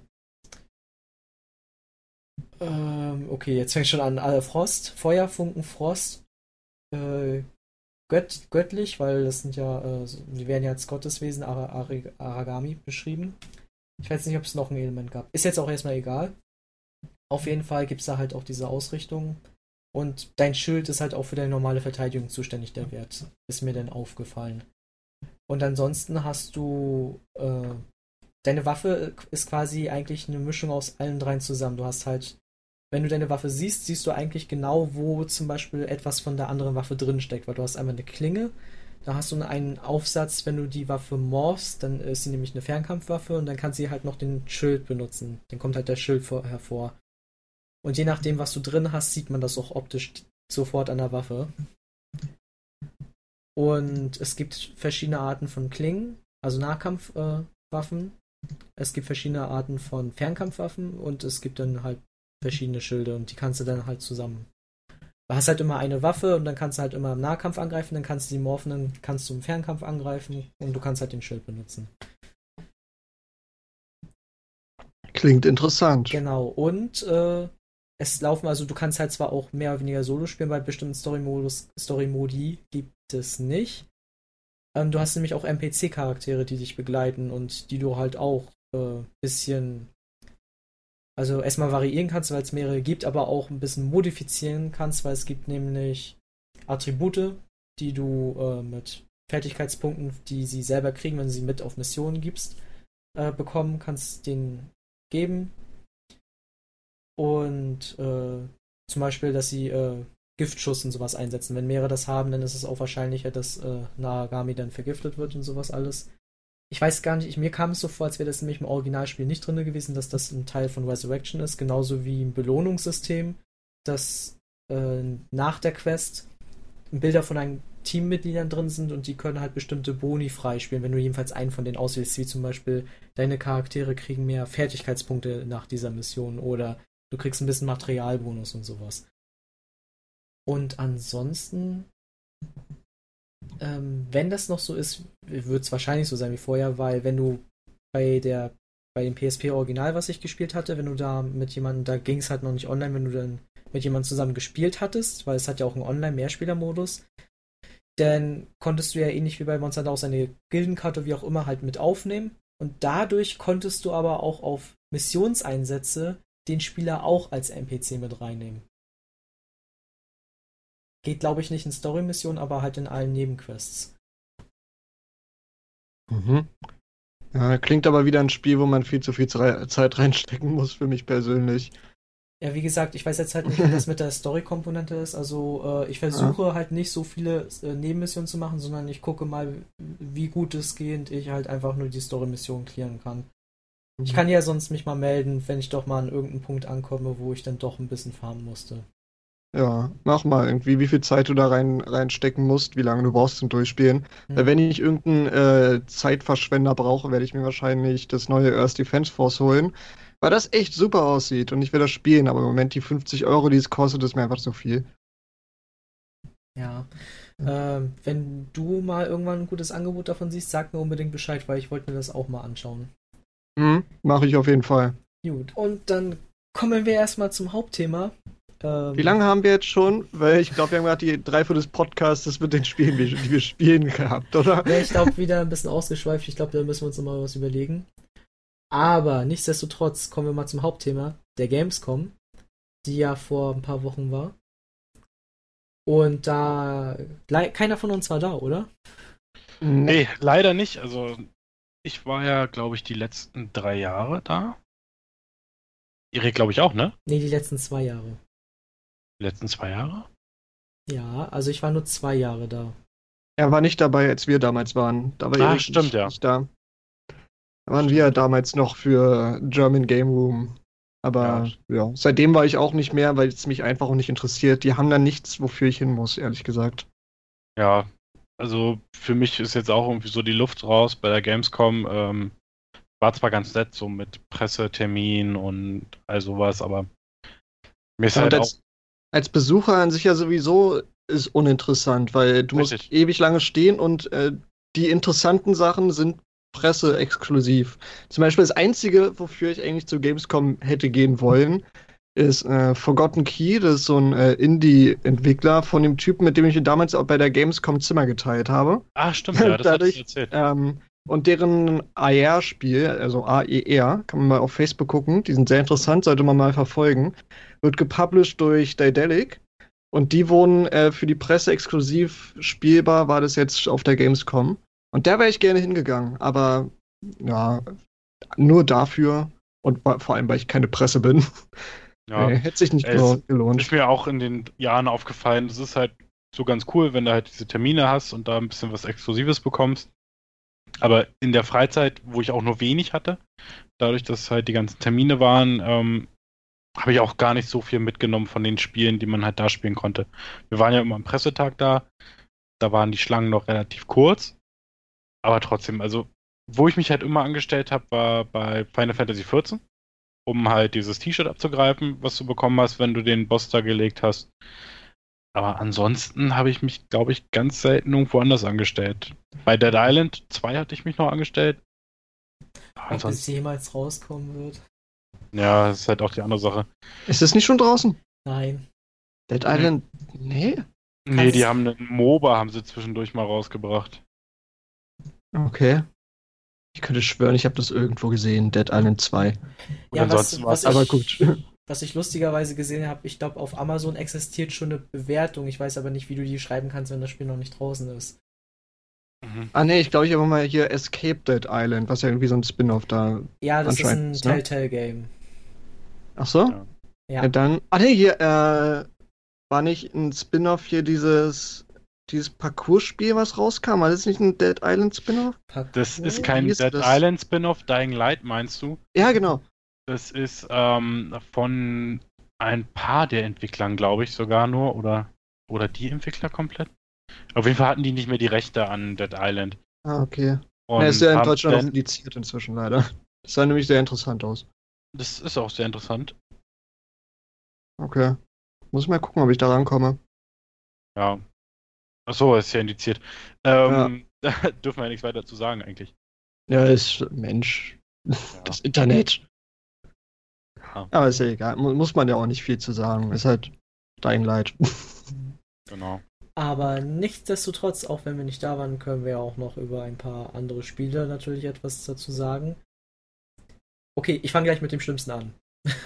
ähm, okay, jetzt fängt schon an. Äh, Frost, Feuer, Funken, Frost. Äh, Gött, göttlich, weil das sind ja, äh, so- die werden ja als Gotteswesen Ara, Ari- Aragami beschrieben. Ich weiß nicht, ob es noch ein Element gab. Ist jetzt auch erstmal egal. Auf jeden Fall gibt es da halt auch diese Ausrichtung. Und dein Schild ist halt auch für deine normale Verteidigung zuständig, der Wert. Ist mir dann aufgefallen. Und ansonsten hast du, äh, deine Waffe ist quasi eigentlich eine Mischung aus allen dreien zusammen. Du hast halt, wenn du deine Waffe siehst, siehst du eigentlich genau, wo zum Beispiel etwas von der anderen Waffe drin steckt. Weil du hast einmal eine Klinge, Da hast du einen Aufsatz, wenn du die Waffe morphst, dann ist sie nämlich eine Fernkampfwaffe und dann kannst du halt noch den Schild benutzen. Dann kommt halt der Schild vor, hervor. Und je nachdem, was du drin hast, sieht man das auch optisch sofort an der Waffe. Und es gibt verschiedene Arten von Klingen, also Nahkampfwaffen. Äh, es gibt verschiedene Arten von Fernkampfwaffen und es gibt dann halt verschiedene Schilde und die kannst du dann halt zusammen. Du hast halt immer eine Waffe und dann kannst du halt immer im Nahkampf angreifen, dann kannst du die morphen, dann kannst du im Fernkampf angreifen und du kannst halt den Schild benutzen. Klingt interessant. Genau, und äh, es laufen, also du kannst halt zwar auch mehr oder weniger Solo spielen, bei bestimmten Story-Modus, Story-Modi gibt es nicht. Ähm, du hast nämlich auch N P C-Charaktere, die dich begleiten und die du halt auch äh, bisschen also erstmal variieren kannst, weil es mehrere gibt, aber auch ein bisschen modifizieren kannst, weil es gibt nämlich Attribute, die du äh, mit Fertigkeitspunkten, die sie selber kriegen, wenn du sie mit auf Missionen gibst, äh, bekommen, kannst denen geben. Und äh, zum Beispiel, dass sie äh, Giftschuss und sowas einsetzen. Wenn mehrere das haben, dann ist es auch wahrscheinlicher, dass äh, Naragami dann vergiftet wird und sowas alles. Ich weiß gar nicht, mir kam es so vor, als wäre das nämlich im Originalspiel nicht drin gewesen, dass das ein Teil von Resurrection ist, genauso wie ein Belohnungssystem, dass äh, nach der Quest Bilder von deinen Teammitgliedern drin sind und die können halt bestimmte Boni freispielen, wenn du jedenfalls einen von denen auswählst, wie zum Beispiel deine Charaktere kriegen mehr Fertigkeitspunkte nach dieser Mission oder du kriegst ein bisschen Materialbonus und sowas. Und ansonsten Ähm, wenn das noch so ist, wird es wahrscheinlich so sein wie vorher, weil wenn du bei der bei dem P S P-Original, was ich gespielt hatte, wenn du da mit jemandem, da ging es halt noch nicht online, wenn du dann mit jemandem zusammen gespielt hattest, weil es hat ja auch einen Online-Mehrspieler-Modus, dann konntest du ja ähnlich wie bei Monster Hunter eine Gildenkarte, wie auch immer, halt mit aufnehmen und dadurch konntest du aber auch auf Missionseinsätze den Spieler auch als N P C mit reinnehmen. Geht, glaube ich, nicht in Story-Missionen, aber halt in allen Nebenquests. Mhm. Ja, klingt aber wieder ein Spiel, wo man viel zu viel Zeit reinstecken muss, für mich persönlich. Ja, wie gesagt, ich weiß jetzt halt nicht, wie das mit der Story-Komponente ist. Also, äh, ich versuche ja. halt nicht so viele äh, Nebenmissionen zu machen, sondern ich gucke mal, wie gut es geht, ich halt einfach nur die Story-Mission klären kann. Mhm. Ich kann ja sonst mich mal melden, wenn ich doch mal an irgendeinen Punkt ankomme, wo ich dann doch ein bisschen farmen musste. Ja, mach mal irgendwie, wie viel Zeit du da rein reinstecken musst, wie lange du brauchst zum Durchspielen. Mhm. Weil wenn ich irgendeinen äh, Zeitverschwender brauche, werde ich mir wahrscheinlich das neue Earth Defense Force holen, weil das echt super aussieht und ich will das spielen, aber im Moment die fünfzig Euro, die es kostet, ist mir einfach zu viel. Ja, ähm, wenn du mal irgendwann ein gutes Angebot davon siehst, sag mir unbedingt Bescheid, weil ich wollte mir das auch mal anschauen. Mhm, mache ich auf jeden Fall. Gut, und dann kommen wir erstmal zum Hauptthema. Wie lange haben wir jetzt schon? Weil ich glaube, wir haben gerade die Dreiviertel des Podcasts mit den Spielen, die wir spielen, gehabt, oder? Ja, ich glaube, wieder ein bisschen ausgeschweift. Ich glaube, da müssen wir uns nochmal was überlegen. Aber nichtsdestotrotz kommen wir mal zum Hauptthema, der Gamescom, die ja vor ein paar Wochen war. Und da keiner von uns war da, oder? Nee, leider nicht. Also ich war ja, glaube ich, die letzten drei Jahre da. Erik, glaube ich, auch, ne? Nee, die letzten zwei Jahre. Die letzten zwei Jahre? Ja, also ich war nur zwei Jahre da. Er war nicht dabei, als wir damals waren. Da war ah, Erik stimmt, nicht, ja. nicht da. Da waren wir damals noch für German Game Room. Aber ja. ja, seitdem war ich auch nicht mehr, weil es mich einfach auch nicht interessiert. Die haben da nichts, wofür ich hin muss, ehrlich gesagt. Ja, also für mich ist jetzt auch irgendwie so die Luft raus bei der Gamescom. Ähm, war zwar ganz nett, so mit Pressetermin und all sowas, aber mir ist ja, halt als, auch... Als Besucher an sich ja sowieso ist uninteressant, weil du Richtig. musst ewig lange stehen und äh, die interessanten Sachen sind presseexklusiv. Zum Beispiel das Einzige, wofür ich eigentlich zu Gamescom hätte gehen wollen, ist äh, Forgotten Key. Das ist so ein äh, Indie-Entwickler von dem Typen, mit dem ich damals auch bei der Gamescom Zimmer geteilt habe. Ah, stimmt, ja, das Dadurch, hast du erzählt. Ähm, und deren A R-Spiel, also A E R, kann man mal auf Facebook gucken, die sind sehr interessant, sollte man mal verfolgen, wird gepublished durch Daedalic und die wurden äh, für die Presse exklusiv spielbar, war das jetzt auf der Gamescom. Und da wäre ich gerne hingegangen, aber ja, nur dafür und vor allem, weil ich keine Presse bin. Ja, nee, hätte sich nicht es gelohnt. Ist mir auch in den Jahren aufgefallen, das ist halt so ganz cool, wenn du halt diese Termine hast und da ein bisschen was Exklusives bekommst. Aber in der Freizeit, wo ich auch nur wenig hatte, dadurch, dass halt die ganzen Termine waren, ähm, habe ich auch gar nicht so viel mitgenommen von den Spielen, die man halt da spielen konnte. Wir waren ja immer am Pressetag da, da waren die Schlangen noch relativ kurz, aber trotzdem, also wo ich mich halt immer angestellt habe, war bei Final Fantasy vierzehn, um halt dieses T-Shirt abzugreifen, was du bekommen hast, wenn du den Boss da gelegt hast. Aber ansonsten habe ich mich, glaube ich, ganz selten irgendwo anders angestellt. Bei Dead Island zwei hatte ich mich noch angestellt. Ob es jemals rauskommen wird. Ja, das ist halt auch die andere Sache. Ist das nicht schon draußen? Nein. Dead Island? Nee? Nee, Kannst- die haben einen MOBA, haben sie zwischendurch mal rausgebracht. Okay. Ich könnte schwören, ich habe das irgendwo gesehen, Dead Island zwei. Und Ja, was, ansonsten was, war's- ich, Aber gut. was ich lustigerweise gesehen habe, ich glaube, auf Amazon existiert schon eine Bewertung. Ich weiß aber nicht, wie du die schreiben kannst, wenn das Spiel noch nicht draußen ist. Mhm. Ah nee, ich glaube, ich habe mal hier Escape Dead Island, was ja irgendwie so ein Spin-off da. Ja, das ist ein Anscheinend ist, ne? Telltale-Game. Ach so? Ja. Ja. Ja, dann. Ah nee, hier, äh, war nicht ein Spin-off hier dieses, dieses Parcours-Spiel, was rauskam? War das nicht ein Dead Island Spin-off? Das ist Parkour? kein Wie ist Dead das? Island Spin-off, Dying Light meinst du? Ja, genau. Das ist ähm, von ein paar der Entwicklern, glaube ich, sogar nur. Oder, oder die Entwickler komplett. Auf jeden Fall hatten die nicht mehr die Rechte an Dead Island. Ah, okay. Und Ja, ist ja in haben Deutschland auch dann, indiziert inzwischen leider. Das sah nämlich sehr interessant aus. das ist auch sehr interessant. Okay. Muss ich mal gucken, ob ich da rankomme. Ja. Achso, ist ja indiziert. Ähm, da dürfen wir ja nichts weiter zu sagen eigentlich. Ja, ist Mensch. Das Internet. Ja. Aber ist ja egal. Mu- Muss man ja auch nicht viel zu sagen. Ist halt Dying Light. Genau. Aber nichtsdestotrotz, auch wenn wir nicht da waren, können wir auch noch über ein paar andere Spiele natürlich etwas dazu sagen. Okay, ich fange gleich mit dem Schlimmsten an.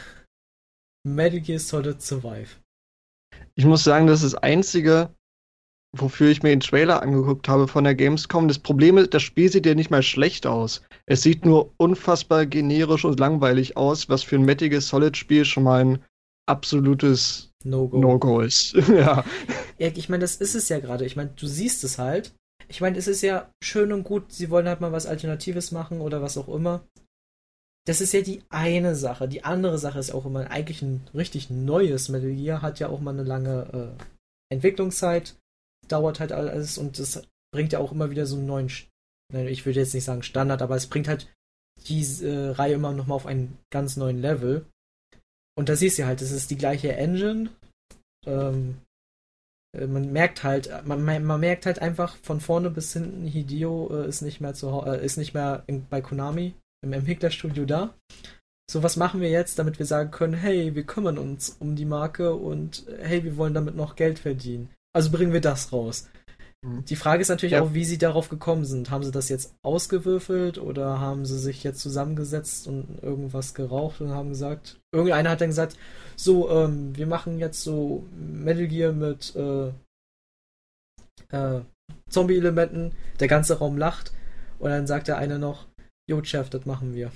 Metal Gear Solid Survive. Ich muss sagen, das ist das Einzige, wofür ich mir den Trailer angeguckt habe von der Gamescom. Das Problem ist, das Spiel sieht ja nicht mal schlecht aus. Es sieht nur unfassbar generisch und langweilig aus, was für ein Metal Gear Solid Spiel schon mal ein absolutes No-Go. No-Go ist. Ja. Ja, ich meine, das ist es ja gerade. Ich meine, du siehst es halt. Ich meine, es ist ja schön und gut, sie wollen halt mal was Alternatives machen oder was auch immer. Das ist ja die eine Sache. Die andere Sache ist auch immer, eigentlich ein richtig neues Metal Gear hat ja auch mal eine lange äh, Entwicklungszeit. Dauert halt alles und das bringt ja auch immer wieder so einen neuen, Sch- nein, ich würde jetzt nicht sagen Standard, aber es bringt halt diese äh, Reihe immer nochmal auf einen ganz neuen Level. Und da siehst du halt, es ist die gleiche Engine. Ähm, äh, man merkt halt, man, man merkt halt einfach von vorne bis hinten, Hideo äh, ist nicht mehr zu Hau- äh, ist nicht mehr in, bei Konami im Entwicklerstudio da. So, was machen wir jetzt, damit wir sagen können, hey, wir kümmern uns um die Marke und äh, hey, wir wollen damit noch Geld verdienen. Also bringen wir das raus. Mhm. Die Frage ist natürlich Ja. auch, wie sie darauf gekommen sind. Haben sie das jetzt ausgewürfelt oder haben sie sich jetzt zusammengesetzt und irgendwas geraucht und haben gesagt, irgendeiner hat dann gesagt, so, ähm, wir machen jetzt so Metal Gear mit äh, äh, Zombie-Elementen, der ganze Raum lacht und dann sagt der eine noch, jo, Chef, das machen wir.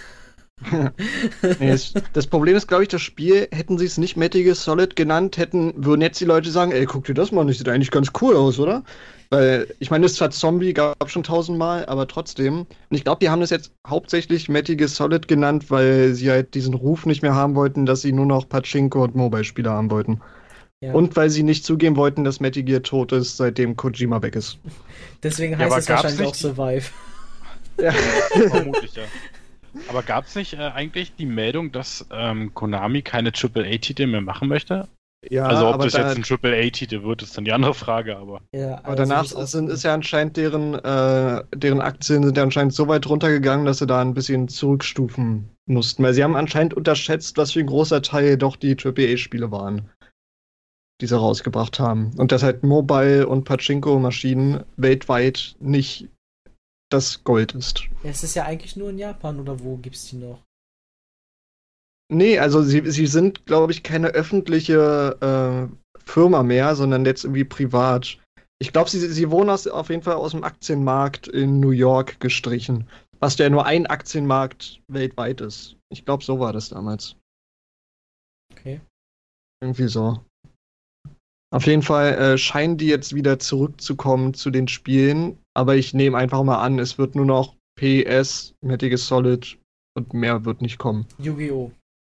Nee, es, das Problem ist, glaube ich, das Spiel, hätten sie es nicht Metal Gear Solid genannt, hätten, würden jetzt die Leute sagen, ey, guck dir das mal an, das sieht eigentlich ganz cool aus, oder? Weil, ich meine, das ist zwar Zombie, gab schon tausendmal, aber trotzdem. Und ich glaube, die haben das jetzt hauptsächlich Metal Gear Solid genannt, weil sie halt diesen Ruf nicht mehr haben wollten, dass sie nur noch Pachinko und Mobile-Spiele haben wollten. Ja. Und weil sie nicht zugeben wollten, dass Metal Gear tot ist, seitdem Kojima weg ist. Deswegen Ja, heißt aber es gab's wahrscheinlich nicht auch Survive. Ja. Vermutlich, ja. Aber gab es nicht äh, eigentlich die Meldung, dass ähm, Konami keine Triple A Titel mehr machen möchte? Ja, also ob aber das da, jetzt ein Triple A Titel wird, ist dann die andere Frage, aber Ja, aber also danach wie es auch- sind, ist ja anscheinend deren, äh, deren Aktien sind ja anscheinend so weit runtergegangen, dass sie da ein bisschen zurückstufen mussten. Weil sie haben anscheinend unterschätzt, was für ein großer Teil doch die Triple A Spiele waren, die sie rausgebracht haben. Und dass halt Mobile- und Pachinko-Maschinen weltweit nicht das Gold ist. Ja, es ist ja eigentlich nur in Japan, oder wo gibt's die noch? Nee, also sie, sie sind, glaube ich, keine öffentliche äh, Firma mehr, sondern jetzt irgendwie privat. Ich glaube, sie, sie wurden aus, auf jeden Fall aus dem Aktienmarkt in New York gestrichen. Was ja nur ein Aktienmarkt weltweit ist. Ich glaube, so war das damals. Okay. Irgendwie so. Auf jeden Fall äh, scheinen die jetzt wieder zurückzukommen zu den Spielen, aber ich nehme einfach mal an, es wird nur noch P S, Metal Gear Solid und mehr wird nicht kommen. Yu-Gi-Oh!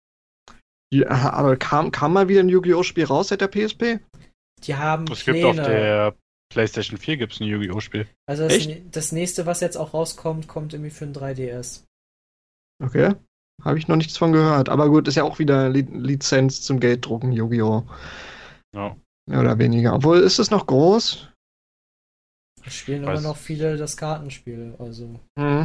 Ja, aber kam, kam mal wieder ein Yu-Gi-Oh! Spiel raus seit der P S P? Die haben Es Pläne. gibt auf der PlayStation vier gibt's ein Yu-Gi-Oh! Spiel. Also das, Echt? das nächste, was jetzt auch rauskommt, kommt irgendwie für ein drei D S. Okay. Habe ich noch nichts von gehört. Aber gut, ist ja auch wieder Li Lizenz zum Gelddrucken, Yu-Gi-Oh! Ja. Mehr oder weniger. Obwohl, ist es noch groß? Es spielen Weiß- immer noch viele das Kartenspiel. Also Hm.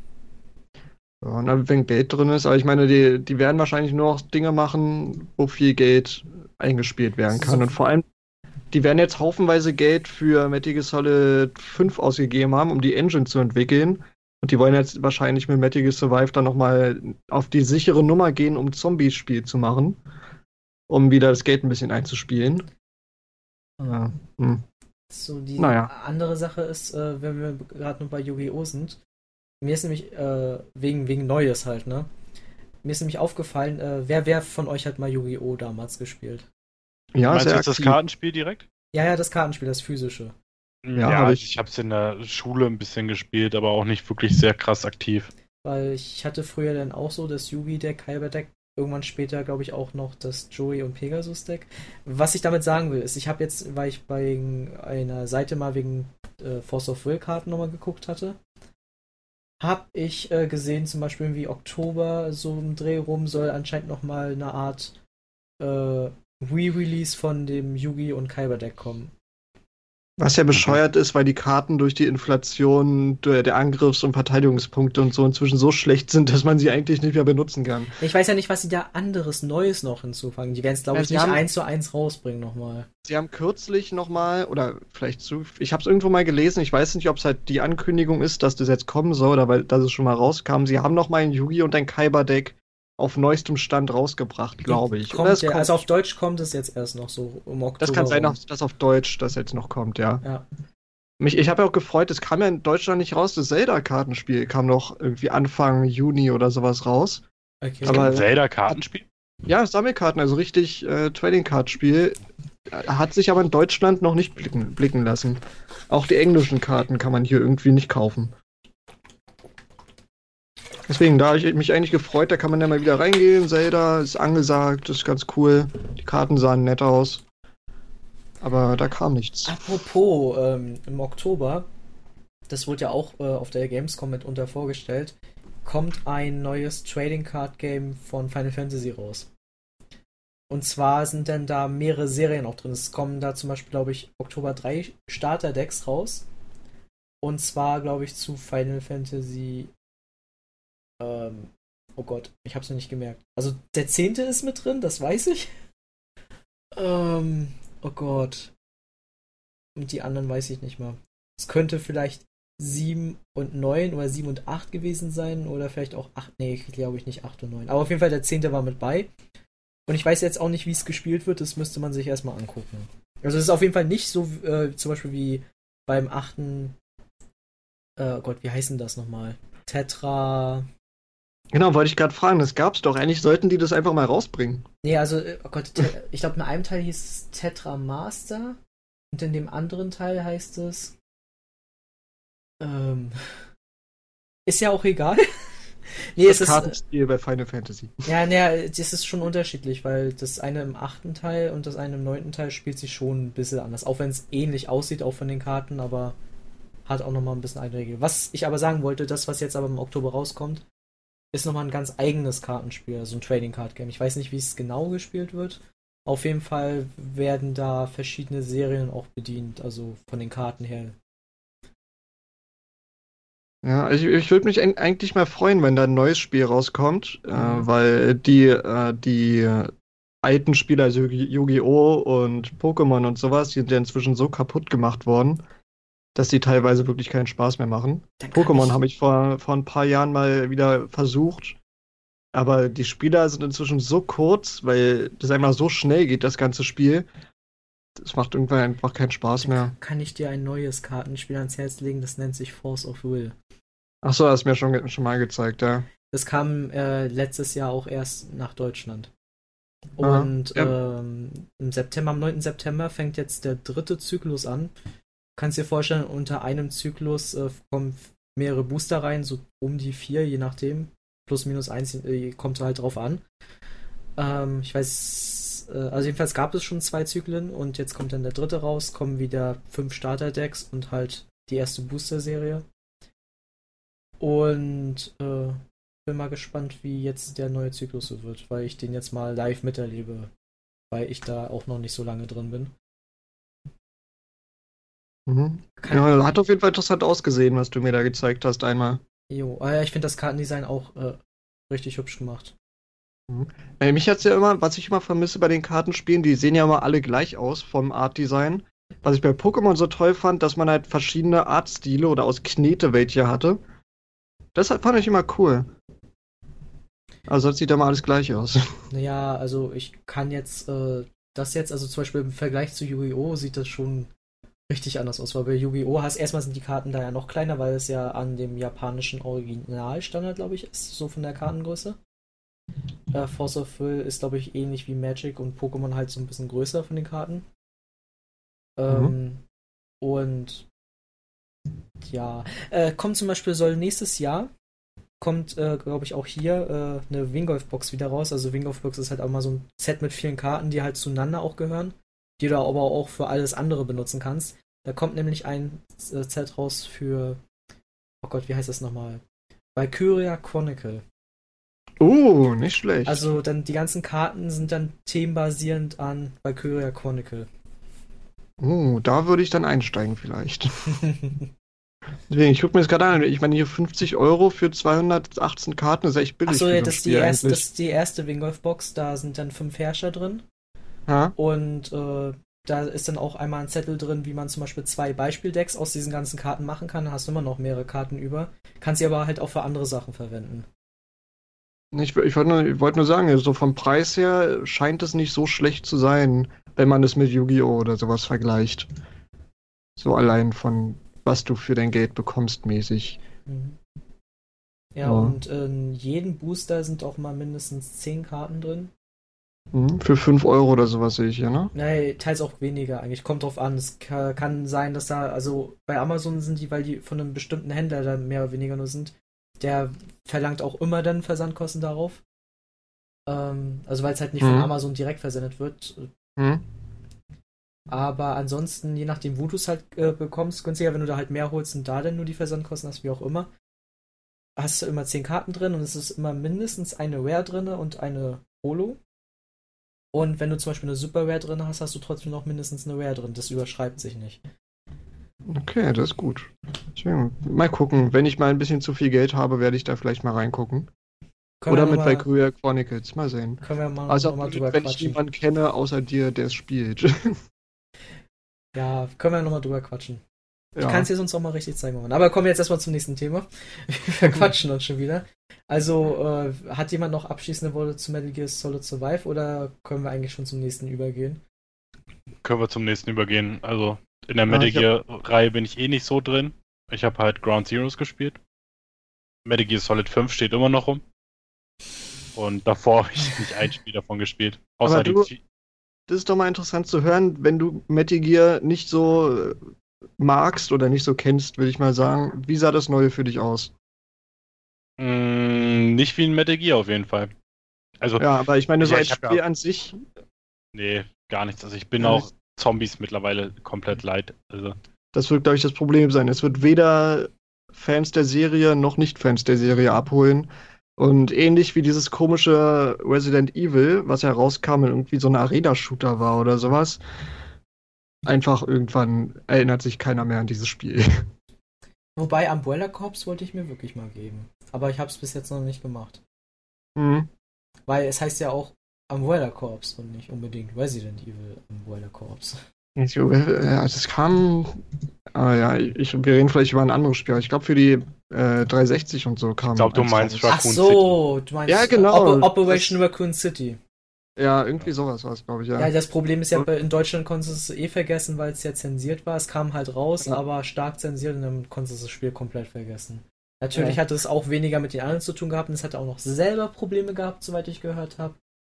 Ja, und da wenn Geld drin ist, aber ich meine, die, die werden wahrscheinlich nur noch Dinge machen, wo viel Geld eingespielt werden kann. So- Und vor allem, die werden jetzt haufenweise Geld für Metal Gear Solid fünf ausgegeben haben, um die Engine zu entwickeln. Und die wollen jetzt wahrscheinlich mit Metal Gear Survive dann nochmal auf die sichere Nummer gehen, um Zombies-Spiel zu machen. Um wieder das Geld ein bisschen einzuspielen. Ja, hm. So, die Naja. andere Sache ist, äh, wenn wir gerade noch bei Yu-Gi-Oh! Sind, mir ist nämlich, äh, wegen, wegen Neues halt, ne? Mir ist nämlich aufgefallen, äh, wer, wer von euch hat mal Yu-Gi-Oh! Damals gespielt? Ja, Meinst du sehr jetzt das aktiv. Kartenspiel direkt? Ja, ja, das Kartenspiel, das physische. Ja, ja hab also ich. ich habe es in der Schule ein bisschen gespielt, aber auch nicht wirklich sehr krass aktiv. Weil ich hatte früher dann auch so das Yugi-Deck, Kyber-Deck, irgendwann später, glaube ich, auch noch das Joey und Pegasus-Deck. Was ich damit sagen will, ist, ich habe jetzt, weil ich bei einer Seite mal wegen äh, Force of Will-Karten nochmal geguckt hatte, habe ich äh, gesehen, zum Beispiel wie Oktober, so im Dreh rum, soll anscheinend nochmal eine Art äh, Re-Release von dem Yugi und Kyber-Deck kommen. Was ja bescheuert ist, weil die Karten durch die Inflation der, der Angriffs- und Verteidigungspunkte und so inzwischen so schlecht sind, dass man sie eigentlich nicht mehr benutzen kann. Ich weiß ja nicht, was sie da anderes Neues noch hinzufangen. Die werden es, glaube Ja, ich, sie nicht haben- eins zu eins rausbringen nochmal. Sie haben kürzlich nochmal, oder vielleicht zu, ich habe es irgendwo mal gelesen, ich weiß nicht, ob es halt die Ankündigung ist, dass das jetzt kommen soll, oder weil dass es schon mal rauskam. Sie haben nochmal ein Yugi und ein Kyber-Deck auf neuestem Stand rausgebracht, glaube ich. Oder Kommt es der, kommt- also auf Deutsch kommt es jetzt erst noch so im Oktober. das kann sein, rum. dass auf Deutsch das jetzt noch kommt, ja. Ja. Mich, ich habe ja auch gefreut, es kam ja in Deutschland nicht raus, das Zelda-Kartenspiel kam noch irgendwie Anfang Juni oder sowas raus. Okay. Aber- Ein Zelda-Kartenspiel? Ja, Sammelkarten, also richtig äh, Trading-Card-Spiel. Äh, Hat sich aber in Deutschland noch nicht blicken, blicken lassen. Auch die englischen Karten kann man hier irgendwie nicht kaufen. Deswegen, da habe ich mich eigentlich gefreut, da kann man ja mal wieder reingehen. Zelda ist angesagt, ist ganz cool. Die Karten sahen nett aus. Aber da kam nichts. Apropos, ähm, im Oktober, das wurde ja auch äh, auf der Gamescom mit unter vorgestellt, kommt ein neues Trading Card Game von Final Fantasy raus. Und zwar sind dann da mehrere Serien auch drin. Es kommen da zum Beispiel, glaube ich, Oktober drei Starter-Decks raus. Und zwar, glaube ich, zu Final Fantasy. Ähm, oh Gott, ich hab's mir nicht gemerkt. Also der zehnte ist mit drin, das weiß ich. Ähm, oh Gott. Und die anderen weiß ich nicht mal. Es könnte vielleicht sieben und neun oder sieben und acht gewesen sein oder vielleicht auch acht. Nee, glaube ich nicht acht und neun. Aber auf jeden Fall der zehnte war mit bei. Und ich weiß jetzt auch nicht, wie es gespielt wird. Das müsste man sich erstmal angucken. Also es ist auf jeden Fall nicht so äh, zum Beispiel wie beim achten. Äh, oh Gott, wie heißt denn das nochmal? Tetra. Genau, wollte ich gerade fragen, das gab's doch. Eigentlich sollten die das einfach mal rausbringen. Nee, also, äh, oh Gott, Te- ich glaube, in einem Teil hieß es Tetra Master und in dem anderen Teil heißt es. Ähm. Ist ja auch egal. nee, Das es ist. Kartenspiel bei Final Fantasy. Ja, nee, das ist schon unterschiedlich, weil das eine im achten Teil und das eine im neunten Teil spielt sich schon ein bisschen anders. Auch wenn es ähnlich aussieht, auch von den Karten, aber hat auch nochmal ein bisschen eine Regel. Was ich aber sagen wollte, das, was jetzt aber im Oktober rauskommt, ist nochmal ein ganz eigenes Kartenspiel, also ein Trading Card Game. Ich weiß nicht, wie es genau gespielt wird. Auf jeden Fall werden da verschiedene Serien auch bedient, also von den Karten her. Ja, ich, ich würde mich eig- eigentlich mal freuen, wenn da ein neues Spiel rauskommt, äh, Mhm. weil die, äh, die alten Spiele, also Yu- Yu-Gi-Oh! Und Pokémon und sowas, die sind ja inzwischen so kaputt gemacht worden, dass die teilweise wirklich keinen Spaß mehr machen. Dann kann Pokémon ich- habe ich vor, vor ein paar Jahren mal wieder versucht, aber die Spieler sind inzwischen so kurz, weil das einfach so schnell geht, das ganze Spiel. Das macht irgendwann einfach keinen Spaß mehr. Kann ich dir ein neues Kartenspiel ans Herz legen, das nennt sich Force of Will. Achso, hast mir schon, schon mal gezeigt, ja. Das kam äh, letztes Jahr auch erst nach Deutschland. Und ja. ähm, im September, am neunten September fängt jetzt der dritte Zyklus an. Du kannst dir vorstellen, unter einem Zyklus äh, kommen mehrere Booster rein, so um die vier, je nachdem. Plus, minus eins, äh, kommt halt drauf an. Ähm, ich weiß, äh, also jedenfalls gab es schon zwei Zyklen und jetzt kommt dann der dritte raus, kommen wieder fünf Starter-Decks und halt die erste Booster-Serie. Und äh, bin mal gespannt, wie jetzt der neue Zyklus so wird, weil ich den jetzt mal live miterlebe, weil ich da auch noch nicht so lange drin bin. Mhm. Kein, Ja, hat auf jeden Fall interessant ausgesehen, was du mir da gezeigt hast einmal. Jo, aber ja, ich finde das Kartendesign auch äh, richtig hübsch gemacht. Mhm. Äh, mich hat's ja immer, was ich immer vermisse bei den Kartenspielen, die sehen ja immer alle gleich aus vom Artdesign. Was ich bei Pokémon so toll fand, dass man halt verschiedene Artstile oder aus Knete welche hatte. Das fand ich immer cool. Also das sieht da mal alles gleich aus. Naja, also ich kann jetzt äh, das jetzt, also zum Beispiel im Vergleich zu Yu-Gi-Oh! Sieht das schon richtig anders aus, weil bei Yu-Gi-Oh! hast erstmal sind die Karten da ja noch kleiner, weil es ja an dem japanischen Originalstandard, glaube ich, ist, so von der Kartengröße. Äh, Force of Will ist, glaube ich, ähnlich wie Magic und Pokémon halt so ein bisschen größer von den Karten. Ähm, Mhm. und ja, äh, kommt zum Beispiel, soll nächstes Jahr, kommt, äh, glaube ich, auch hier äh, eine Wingolf-Box wieder raus. Also Wingolf-Box ist halt auch mal so ein Set mit vielen Karten, die halt zueinander auch gehören, die du aber auch für alles andere benutzen kannst. Da kommt nämlich ein äh, Set raus für, oh Gott, wie heißt das nochmal? Valkyria Chronicle. Oh, nicht schlecht. Also dann die ganzen Karten sind dann themenbasierend an Valkyria Chronicle. Oh, da würde ich dann einsteigen vielleicht. Deswegen, ich gucke mir das gerade an. Ich meine, hier fünfzig Euro für zweihundertachtzehn Karten ist echt billig Achso, für ja, so ein das ist die Spiel erste, das eigentlich. ist die erste Wingolf-Box, da sind dann fünf Herrscher drin. Ha? Und äh, da ist dann auch einmal ein Zettel drin, wie man zum Beispiel zwei Beispieldecks aus diesen ganzen Karten machen kann. Da hast du immer noch mehrere Karten über. Kannst sie aber halt auch für andere Sachen verwenden. Ich, ich wollte nur, ich wollt nur sagen, so vom Preis her scheint es nicht so schlecht zu sein, wenn man es mit Yu-Gi-Oh! Oder sowas vergleicht. So allein von was du für dein Geld bekommst mäßig. Mhm. Ja, Ja. und in jedem Booster sind auch mal mindestens zehn Karten drin. Mhm, für fünf Euro oder sowas sehe ich hier, ne? Nein, teils auch weniger eigentlich. Kommt drauf an. Es ka- kann sein, dass da, also bei Amazon sind die, weil die von einem bestimmten Händler da mehr oder weniger nur sind, der verlangt auch immer dann Versandkosten darauf. Ähm, also weil es halt nicht von Mhm. Amazon direkt versendet wird. Mhm. Aber ansonsten, je nachdem, wo du es halt äh, bekommst, günstiger, wenn du da halt mehr holst und da dann nur die Versandkosten hast, wie auch immer, hast du immer zehn Karten drin und es ist immer mindestens eine Rare drin und eine Holo. Und wenn du zum Beispiel eine Super Rare drin hast, hast du trotzdem noch mindestens eine Rare drin. Das überschreibt sich nicht. Okay, das ist gut. Deswegen, mal gucken. Wenn ich mal ein bisschen zu viel Geld habe, werde ich da vielleicht mal reingucken. Können Oder wir mit nochmal Valkyria Chronicles. Mal sehen. können wir mal, Also noch auch mal blöd, drüber wenn ich quatschen. niemanden kenne, außer dir, der es spielt. Ja, können wir nochmal drüber quatschen. Ich kann Ja. es dir sonst auch mal richtig zeigen. Mann. Aber kommen wir jetzt erstmal zum nächsten Thema. Wir verquatschen uns schon wieder. Also, äh, hat jemand noch abschließende Worte zu Metal Gear Solid Survive oder können wir eigentlich schon zum nächsten übergehen? Können wir zum nächsten übergehen. Also in der Ja, Metal ich hab- Gear-Reihe bin ich eh nicht so drin. Ich habe halt Ground Zeroes gespielt. Metal Gear Solid fünf steht immer noch rum. Und davor habe ich nicht ein Spiel davon gespielt. Außer Aber die du- T- Das ist doch mal interessant zu hören, wenn du Metal Gear nicht so äh, magst oder nicht so kennst, würde ich mal sagen. Wie sah das Neue für dich aus? Mm, nicht wie ein Metal Gear auf jeden Fall. Also, Ja, aber ich meine, so Ja, als ich hab ja- Spiel an sich. nee, gar nichts. Also ich bin Ja, auch Zombies mittlerweile komplett leid. Also, Das wird, glaube ich, das Problem sein. Es wird weder Fans der Serie noch Nicht-Fans der Serie abholen. Und ähnlich wie dieses komische Resident Evil, was herauskam und irgendwie so ein Arena-Shooter war oder sowas. Einfach irgendwann erinnert sich keiner mehr an dieses Spiel. Wobei Umbrella Corps wollte ich mir wirklich mal geben. Aber ich habe es bis jetzt noch nicht gemacht. Mhm. Weil es heißt ja auch Umbrella Corps und nicht unbedingt Resident Evil Umbrella Corps. Ich, äh, ja, das kam. Ah ja, ich, wir reden vielleicht über ein anderes Spiel. aber Ich glaube, für die äh, dreihundertsechzig und so kam. Ich glaub, du eins meinst raus. Raccoon Ach so, du meinst Ja, genau. Oper Operation Raccoon City. Ja, irgendwie sowas war es, glaube ich, ja. Ja, das Problem ist ja, bei- in Deutschland konntest du es eh vergessen, weil es ja zensiert war. Es kam halt raus, Ja. aber stark zensiert und dann konntest du das Spiel komplett vergessen. Natürlich Ja. hatte es auch weniger mit den anderen zu tun gehabt und es hatte auch noch selber Probleme gehabt, soweit ich gehört habe.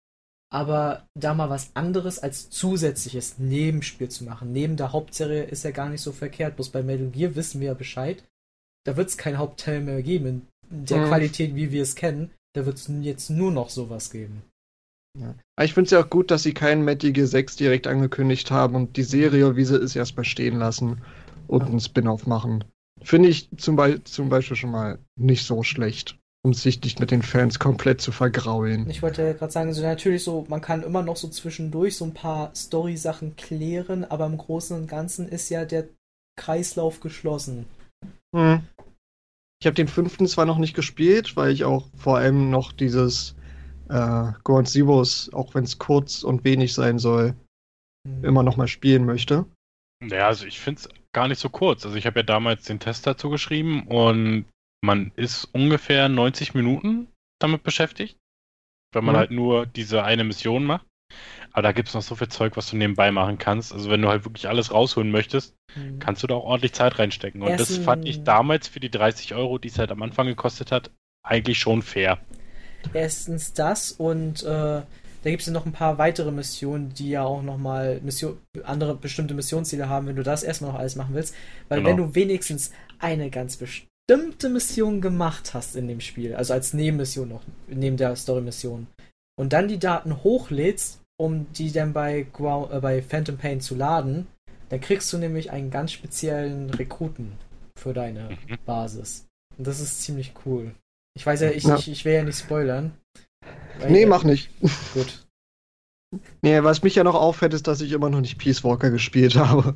aber da mal was anderes als zusätzliches Nebenspiel zu machen, neben der Hauptserie, ist ja gar nicht so verkehrt. Bloß bei Metal Gear wissen wir ja Bescheid, da wird es keinen Hauptteil mehr geben, in der Mhm. Qualität, wie wir es kennen. Da wird es jetzt nur noch sowas geben. Ja. Aber ich finde es ja auch gut, dass sie keinen Metal Gear sechs direkt angekündigt haben und die Serie, wie sie ist, erstmal stehen lassen und Ja. einen Spin-off machen. Finde ich zum, Be zum Beispiel schon mal nicht so schlecht, um sich nicht mit den Fans komplett zu vergraulen. Ich wollte gerade sagen, so natürlich so, man kann immer noch so zwischendurch so ein paar Story-Sachen klären, aber im Großen und Ganzen ist ja der Kreislauf geschlossen. Hm. Ich habe den fünften zwar noch nicht gespielt, weil ich auch vor allem noch dieses äh, Ground Zeroes, auch wenn es kurz und wenig sein soll, Hm. immer noch mal spielen möchte. Ja, also ich finde es gar nicht so kurz. Also ich habe ja damals den Test dazu geschrieben und man ist ungefähr neunzig Minuten damit beschäftigt, wenn man Mhm. halt nur diese eine Mission macht. Aber da gibt es noch so viel Zeug, was du nebenbei machen kannst. Also wenn du halt wirklich alles rausholen möchtest, Hm. kannst du da auch ordentlich Zeit reinstecken. Und das Ersten- fand ich damals für die dreißig Euro, die es halt am Anfang gekostet hat, eigentlich schon fair. Erstens das und äh, da gibt es ja noch ein paar weitere Missionen, die ja auch nochmal Mission, andere bestimmte Missionsziele haben, wenn du das erstmal noch alles machen willst. Weil Genau. wenn du wenigstens eine ganz bestimmte Mission gemacht hast in dem Spiel, also als Nebenmission noch, neben der Story-Mission, und dann die Daten hochlädst, um die dann bei, Grou- äh, bei Phantom Pain zu laden, dann kriegst du nämlich einen ganz speziellen Rekruten für deine Mhm. Basis. Und das ist ziemlich cool. Ich weiß ja, ich, Ja. ich, ich will ja nicht spoilern. Weil- Nee, mach nicht. Gut. Nee, was mich ja noch auffällt, ist, dass ich immer noch nicht Peace Walker gespielt habe.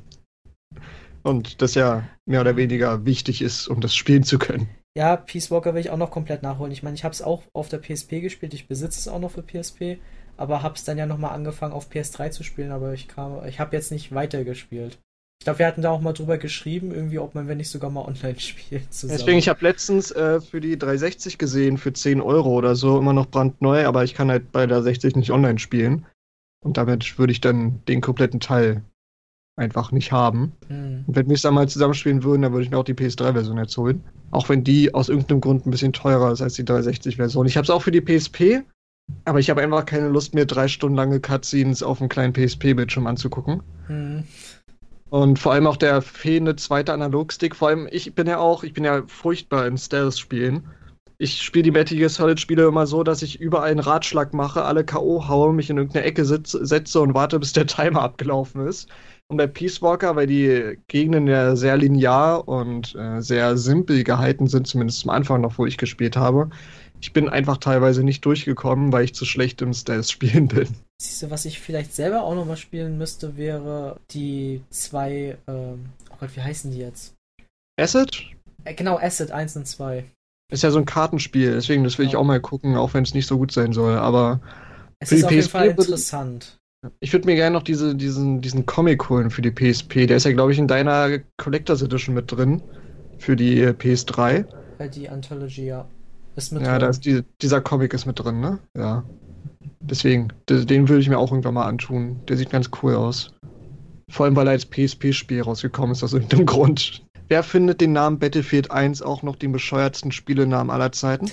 Und das ja mehr oder weniger wichtig ist, um das spielen zu können. Ja, Peace Walker will ich auch noch komplett nachholen. Ich meine, ich habe es auch auf der P S P gespielt, ich besitze es auch noch für P S P, aber habe es dann ja nochmal angefangen auf P S drei zu spielen, aber ich kam, ich habe jetzt nicht weitergespielt. Ich glaube, wir hatten da auch mal drüber geschrieben, irgendwie, ob man, wenn nicht sogar mal online spielt zusammen. Deswegen, ich habe letztens äh, für die dreihundertsechzig gesehen, für zehn Euro oder so, immer noch brandneu, aber ich kann halt bei der sechzig nicht online spielen. Und damit würde ich dann den kompletten Teil einfach nicht haben. Hm. Und wenn wir es dann mal zusammenspielen würden, dann würde ich mir auch die P S drei Version jetzt holen. Auch wenn die aus irgendeinem Grund ein bisschen teurer ist als die dreihundertsechzig Version. Ich habe es auch für die P S P, aber ich habe einfach keine Lust, mir drei Stunden lange Cutscenes auf einem kleinen P S P-Bildschirm anzugucken. Hm. Und vor allem auch der fehlende zweite Analogstick. Vor allem, ich bin ja auch, ich bin ja furchtbar im Stealth-Spielen. Ich spiele die Metal Gear Solid-Spiele immer so, dass ich überall einen Ratschlag mache, alle K O haue, mich in irgendeine Ecke sitze, setze und warte, bis der Timer abgelaufen ist. Und bei Peace Walker, weil die Gegenden ja sehr linear und äh, sehr simpel gehalten sind, zumindest am Anfang noch, wo ich gespielt habe, ich bin einfach teilweise nicht durchgekommen, weil ich zu schlecht im Stealth-Spielen bin. Siehst du, was ich vielleicht selber auch nochmal spielen müsste, wäre die zwei, ähm, oh Gott, wie heißen die jetzt? Acid? Äh, genau, Acid eins und zwei. Ist ja so ein Kartenspiel, deswegen, das will ich Ja. auch mal gucken, auch wenn es nicht so gut sein soll. Aber Es Für ist die auf P jeden S P Fall würde- interessant. ich würde mir gerne noch diese, diesen, diesen Comic holen für die P S P. Der ist ja, glaube ich, in deiner Collectors Edition mit drin. Für die äh, P S drei. Äh, Die Anthology, ja. Ist mit Ja, drin. da ist die, dieser Comic ist mit drin, ne? Ja. Deswegen, d- den würde ich mir auch irgendwann mal antun. Der sieht ganz cool aus. Vor allem, weil er als P S P-Spiel rausgekommen ist, aus irgendeinem Grund. Wer findet den Namen Battlefield eins auch noch den bescheuertsten Spielenamen aller Zeiten?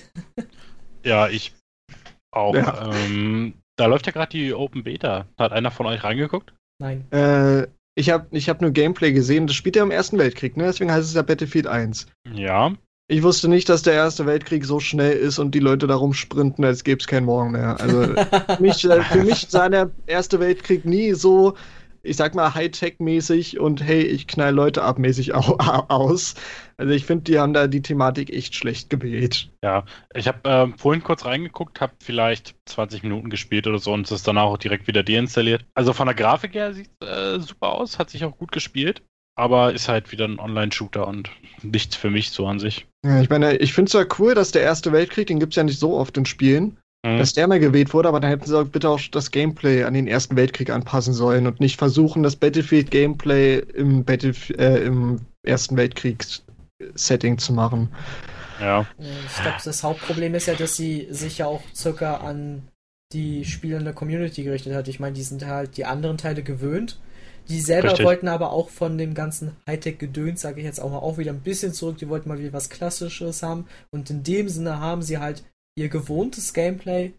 Ja, ich auch. Ja. Ähm, da läuft ja gerade die Open Beta. Hat einer von euch reingeguckt? Nein. Äh, ich habe ich hab nur Gameplay gesehen. Das spielt ja im Ersten Weltkrieg, ne? Deswegen heißt es ja Battlefield eins. Ja. Ich wusste nicht, dass der Erste Weltkrieg so schnell ist und die Leute darum sprinten, als gäbe es keinen Morgen mehr. Also für mich, äh, für mich sah der Erste Weltkrieg nie so, ich sag mal, Hightech-mäßig und hey, ich knall Leute ab mäßig au aus. Also ich finde, die haben da die Thematik echt schlecht gewählt. Ja, ich habe ähm, vorhin kurz reingeguckt, habe vielleicht zwanzig Minuten gespielt oder so und es ist danach auch direkt wieder deinstalliert. Also von der Grafik her sieht es äh, super aus, hat sich auch gut gespielt, aber ist halt wieder ein Online-Shooter und nichts für mich so an sich. Ja, ich meine, ich finde es zwar cool, dass der Erste Weltkrieg, den gibt es ja nicht so oft in Spielen, Hm. dass der mal gewählt wurde, aber dann hätten sie auch bitte auch das Gameplay an den Ersten Weltkrieg anpassen sollen und nicht versuchen, das Battlefield-Gameplay im, Battlefi äh, im Ersten Weltkriegs-Setting zu machen. Ja, Ich glaube, das Hauptproblem ist ja, dass sie sich ja auch circa an die spielende Community gerichtet hat. Ich meine, die sind halt die anderen Teile gewöhnt. Die selber Richtig. wollten aber auch von dem ganzen Hightech-Gedöns, sage ich jetzt auch mal, auch wieder ein bisschen zurück. Die wollten mal wieder was Klassisches haben. Und in dem Sinne haben sie halt ihr gewohntes Gameplay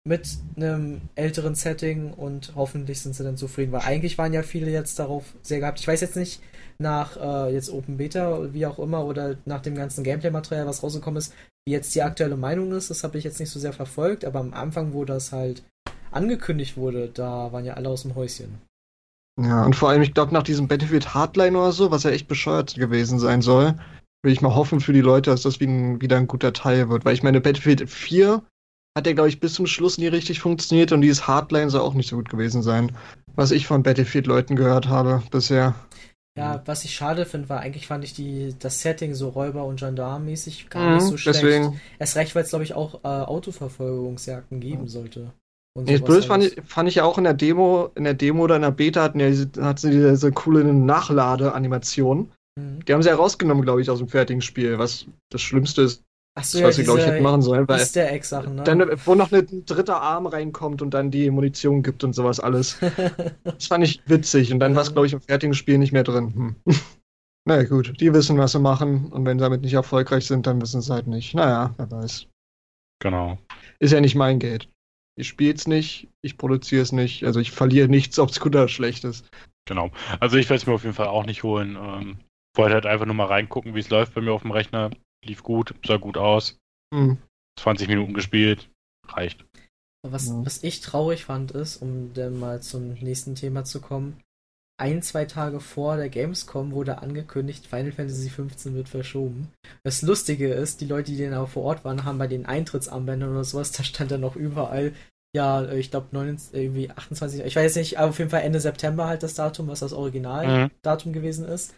mit einem älteren Setting und hoffentlich sind sie dann zufrieden, weil eigentlich waren ja viele jetzt darauf sehr gehabt. Ich weiß jetzt nicht nach äh, jetzt Open Beta, wie auch immer, oder nach dem ganzen Gameplay-Material, was rausgekommen ist, wie jetzt die aktuelle Meinung ist, das habe ich jetzt nicht so sehr verfolgt, aber am Anfang, wo das halt angekündigt wurde, da waren ja alle aus dem Häuschen. Ja, und vor allem, ich glaube, nach diesem Battlefield Hardline oder so, was ja echt bescheuert gewesen sein soll, will ich mal hoffen für die Leute, dass das wie ein, wieder ein guter Teil wird. Weil ich meine, Battlefield vier hat ja, glaube ich, bis zum Schluss nie richtig funktioniert und dieses Hardline soll auch nicht so gut gewesen sein, was ich von Battlefield-Leuten gehört habe bisher. Ja, was ich schade finde, war eigentlich fand ich die, das Setting so Räuber- und Gendarm-mäßig gar Mhm, nicht so schlecht. deswegen. Erst recht, weil es, glaube ich, auch äh, Autoverfolgungsjagden geben sollte. Und Nee, sowas blöd fand alles. ich, fand ich ja auch in der Demo, in der Demo oder in der Beta hatten ja diese, hat sie diese coole Nachlade-Animation. Mhm. Die haben sie ja rausgenommen, glaube ich, aus dem fertigen Spiel, was das Schlimmste ist, Achso, ja, was sie, glaube ich, hätten diese machen sollen, weil Easter Egg-Sachen, ne? dann, wo noch ein dritter Arm reinkommt und dann die Munition gibt und sowas alles. Das fand ich witzig und dann war es, glaube ich, im fertigen Spiel nicht mehr drin. Hm. Na gut, die wissen, was sie machen und wenn sie damit nicht erfolgreich sind, dann wissen sie halt nicht. Naja, wer weiß. Genau. Ist ja nicht mein Geld. Ich spiele es nicht, ich produziere es nicht, also ich verliere nichts, ob es gut oder schlecht ist. Genau. Also ich werde es mir auf jeden Fall auch nicht holen. Ähm, wollte halt einfach nur mal reingucken, wie es läuft bei mir auf dem Rechner. Lief gut, sah gut aus. Hm. zwanzig Minuten gespielt. Reicht. Was, Ja. was ich traurig fand, ist, um dann mal zum nächsten Thema zu kommen, ein, zwei Tage vor der Gamescom wurde angekündigt, Final Fantasy fünfzehn wird verschoben. Das Lustige ist, die Leute, die dann aber vor Ort waren, haben bei den Eintrittsarmbändern oder sowas, da stand dann noch überall, ja, ich glaube irgendwie achtundzwanzig, ich weiß nicht, aber auf jeden Fall Ende September halt das Datum, was das Originaldatum mhm. gewesen ist.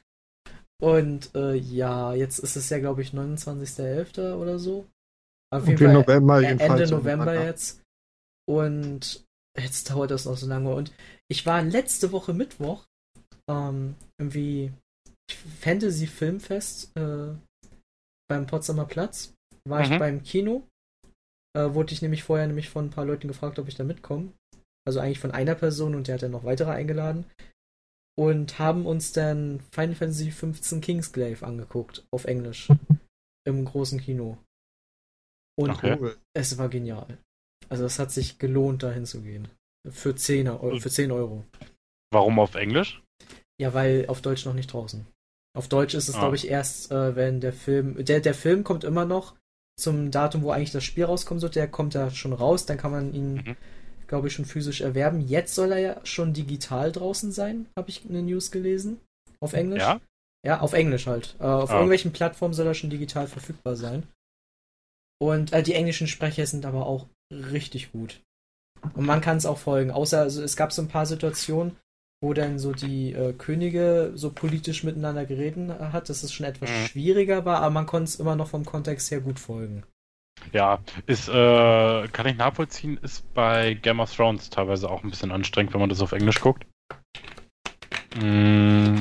Und äh, ja, jetzt ist es ja, glaube ich, neunundzwanzigster elfter oder so. Auf jeden Fall November äh, Ende so November jetzt. Und jetzt dauert das noch so lange. Und ich war letzte Woche Mittwoch ähm, irgendwie Fantasy Filmfest äh, beim Potsdamer Platz. War mhm. ich beim Kino. Äh, wurde ich nämlich vorher nämlich von ein paar Leuten gefragt, ob ich da mitkomme. Also eigentlich von einer Person und der hat dann noch weitere eingeladen. Und haben uns dann Final Fantasy fünfzehn Kingsglaive angeguckt, auf Englisch. Im großen Kino. Und okay. es war genial. Also es hat sich gelohnt, da hinzugehen. Für zehn Euro, für zehn Euro. Warum auf Englisch? Ja, weil auf Deutsch noch nicht draußen. Auf Deutsch ist es, ah. glaube ich, erst, äh, wenn der Film... Der, der Film kommt immer noch zum Datum, wo eigentlich das Spiel rauskommen sollte. Der kommt da schon raus, dann kann man ihn... Mhm. glaube ich, schon physisch erwerben. Jetzt soll er ja schon digital draußen sein, habe ich in den News gelesen. Auf Englisch. Ja? Ja, auf Englisch halt. Äh, auf ah. irgendwelchen Plattformen soll er schon digital verfügbar sein. Und äh, die englischen Sprecher sind aber auch richtig gut. Und man kann es auch folgen. Außer, also es gab so ein paar Situationen, wo dann so die äh, Könige so politisch miteinander geredet hat, dass es schon etwas mhm. schwieriger war, aber man konnte es immer noch vom Kontext her gut folgen. Ja, ist, äh, kann ich nachvollziehen, ist bei Game of Thrones teilweise auch ein bisschen anstrengend, wenn man das auf Englisch guckt. Mm.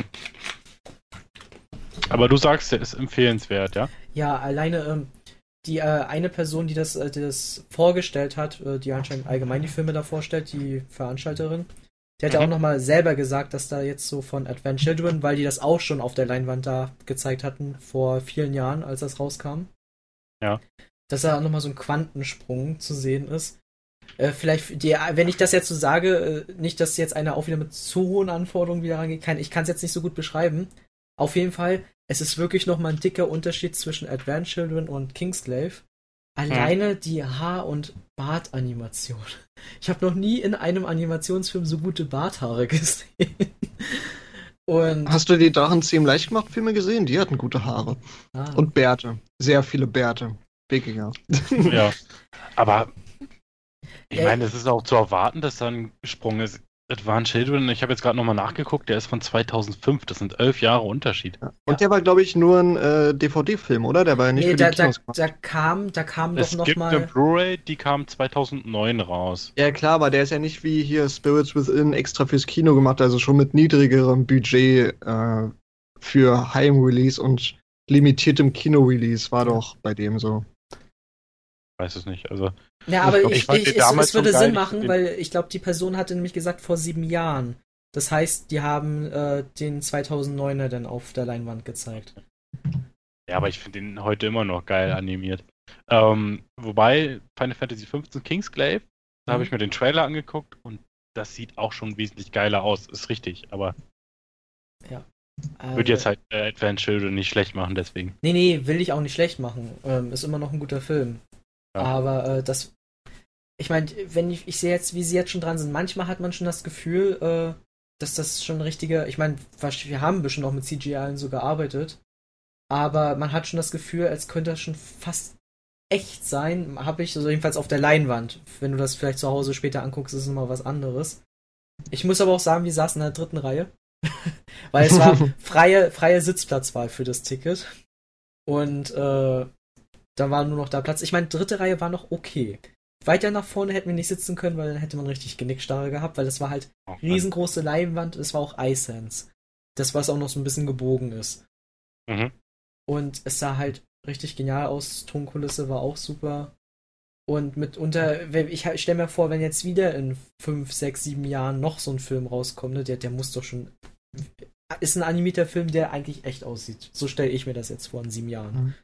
Aber du sagst, der ist empfehlenswert, ja? Ja, alleine ähm, die äh, eine Person, die das, äh, die das vorgestellt hat, äh, die anscheinend allgemein die Filme da vorstellt, die Veranstalterin, die hat ja mhm. auch nochmal selber gesagt, dass da jetzt so von Advent Children, weil die das auch schon auf der Leinwand da gezeigt hatten, vor vielen Jahren, als das rauskam. Ja. Dass da nochmal so ein Quantensprung zu sehen ist. Äh, vielleicht, die, wenn ich das jetzt so sage, äh, nicht, dass jetzt einer auch wieder mit zu hohen Anforderungen wieder rangeht, kann, ich kann es jetzt nicht so gut beschreiben. Auf jeden Fall, es ist wirklich nochmal ein dicker Unterschied zwischen Advent Children und Kingsglaive. Alleine hm. die Haar- und Bartanimation. Ich habe noch nie in einem Animationsfilm so gute Barthaare gesehen. Und hast du die Drachenzähmen leicht gemacht Filme gesehen? Die hatten gute Haare. Ah. Und Bärte. Sehr viele Bärte. Wikinger. Ja. Aber ich ja, meine, es ist auch zu erwarten, dass da ein Sprung ist. Advent Children, ich habe jetzt gerade nochmal nachgeguckt, der ist von zweitausendfünf. Das sind elf Jahre Unterschied. Ja. Und ja. der war, glaube ich, nur ein äh, D V D-Film, oder? Der war ja nicht nee, für da, die Kinos da, da kam, da kam es doch noch gibt mal... eine Blu-ray, die kam zweitausendneun raus. Ja klar, aber der ist ja nicht wie hier Spirits Within extra fürs Kino gemacht, also schon mit niedrigerem Budget äh, für Heim-Release und limitiertem Kino-Release war doch bei dem so. Weiß es nicht, also... Ja, aber ich, ich, ich, ich, es, es würde Sinn machen, weil ich glaube, die Person hatte nämlich gesagt, vor sieben Jahren. Das heißt, die haben äh, den zweitausenddeuner dann auf der Leinwand gezeigt. Ja, aber ich finde den heute immer noch geil animiert. Ähm, wobei Final Fantasy fünfzehn Kingsglaive Da habe ich mir den Trailer angeguckt und das sieht auch schon wesentlich geiler aus. Ist richtig, aber Ja. würde jetzt halt äh, Advanced Children nicht schlecht machen, deswegen. Nee, nee, will ich auch nicht schlecht machen. Ähm, ist immer noch ein guter Film. Ja. Aber äh, das. Ich meine, wenn ich, ich sehe jetzt, wie sie jetzt schon dran sind, manchmal hat man schon das Gefühl, äh, dass das schon richtige. Ich meine, wir haben bestimmt auch mit C G I und so gearbeitet. Aber man hat schon das Gefühl, als könnte das schon fast echt sein. Habe ich, also jedenfalls auf der Leinwand. Wenn du das vielleicht zu Hause später anguckst, ist es nochmal was anderes. Ich muss aber auch sagen, wir saßen in der dritten Reihe. Weil es war freie, freie Sitzplatzwahl für das Ticket. Und äh, da war nur noch da Platz. Ich meine, dritte Reihe war noch okay. Weiter nach vorne hätten wir nicht sitzen können, weil dann hätte man richtig Genickstarre gehabt, weil das war halt Okay. riesengroße Leinwand. Es war auch iSense. Das, was auch noch so ein bisschen gebogen ist. Mhm. Und es sah halt richtig genial aus. Tonkulisse war auch super. Und mitunter, ich stelle mir vor, wenn jetzt wieder in fünf, sechs, sieben Jahren noch so ein Film rauskommt, ne, der, der muss doch schon. Ist ein animierter Film, der eigentlich echt aussieht. So stelle ich mir das jetzt vor in sieben Jahren.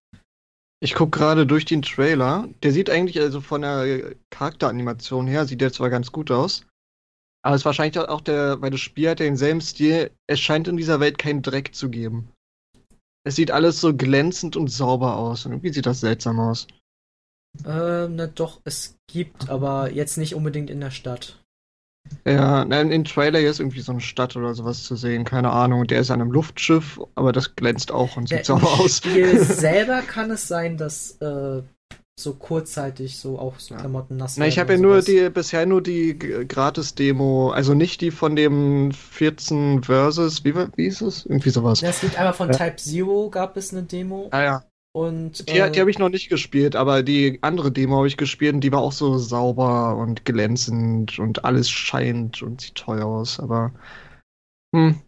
Ich gucke gerade durch den Trailer. Der sieht eigentlich also von der Charakteranimation her, sieht der zwar ganz gut aus. Aber es ist wahrscheinlich auch der, weil das Spiel hat ja denselben Stil. Es scheint in dieser Welt keinen Dreck zu geben. Es sieht alles so glänzend und sauber aus. Und irgendwie sieht das seltsam aus. Ähm, na doch, es gibt, aber jetzt nicht unbedingt in der Stadt. Ja, nein, im Trailer ist irgendwie so eine Stadt oder sowas zu sehen, keine Ahnung. Der ist an einem Luftschiff, aber das glänzt auch und sieht Ja, im sauber aus. Spiel selber kann es sein, dass äh, so kurzzeitig so auch so Ja. Klamotten nass Na, ich werden habe ja und nur sowas. die, bisher nur die G- Gratis-Demo, also nicht die von dem vierzehn Versus, wie, war- wie ist es? Irgendwie sowas. Ja, es gibt einmal von Ja. Type Zero gab es eine Demo Ah ja, und die, äh, die habe ich noch nicht gespielt, aber die andere Demo habe ich gespielt und die war auch so sauber und glänzend und alles scheint und sieht toll aus, aber hm.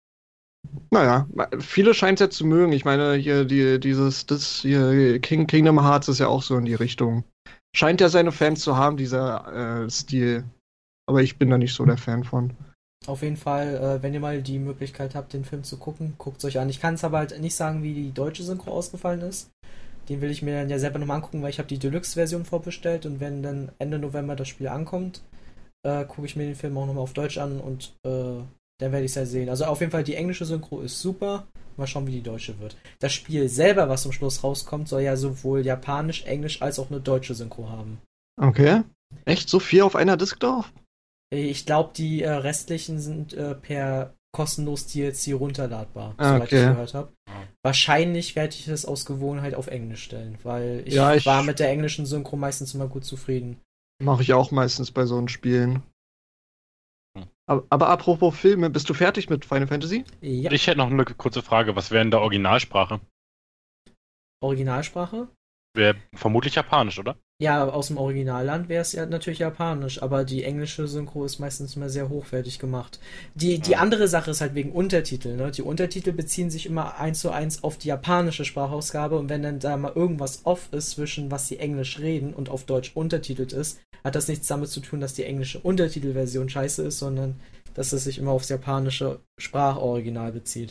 Naja, viele scheinen es ja zu mögen. Ich meine, hier die, dieses, das hier, King, Kingdom Hearts ist ja auch so in die Richtung. Scheint ja seine Fans zu haben, dieser äh, Stil. Aber ich bin da nicht so der Fan von. auf jeden Fall, äh, wenn ihr mal die Möglichkeit habt, den Film zu gucken, guckt es euch an. Ich kann es aber halt nicht sagen, wie die deutsche Synchro ausgefallen ist. Den will ich mir dann ja selber nochmal angucken, weil ich habe die Deluxe-Version vorbestellt und wenn dann Ende November das Spiel ankommt, äh, gucke ich mir den Film auch nochmal auf Deutsch an und äh, dann werde ich es ja sehen. Also auf jeden Fall, die englische Synchro ist super. Mal schauen, wie die deutsche wird. Das Spiel selber, was zum Schluss rauskommt, soll ja sowohl Japanisch, Englisch als auch eine deutsche Synchro haben. Okay. Echt? So viel auf einer Disk drauf? Ich glaube, die äh, restlichen sind äh, per kostenlos D L C runterladbar, Ah, soweit okay. ich gehört habe. Wahrscheinlich werde ich es aus Gewohnheit auf Englisch stellen, weil ich, Ja, ich- war mit der englischen Synchro meistens immer gut zufrieden. Mache ich auch meistens bei so Spielen. Hm. Aber, aber apropos Filme, bist du fertig mit Final Fantasy? Ja, Ich hätte noch eine kurze Frage. Was wäre in der Originalsprache? Originalsprache? Wäre vermutlich Japanisch, oder? Ja, aus dem Originalland wäre es ja natürlich Japanisch, aber die englische Synchro ist meistens immer sehr hochwertig gemacht. Die, die Ja. andere Sache ist halt wegen Untertitel, ne? Die Untertitel beziehen sich immer eins zu eins auf die japanische Sprachausgabe und wenn dann da mal irgendwas off ist zwischen was sie Englisch reden und auf Deutsch untertitelt ist, hat das nichts damit zu tun, dass die englische Untertitelversion scheiße ist, sondern dass es sich immer aufs japanische Sprachoriginal bezieht.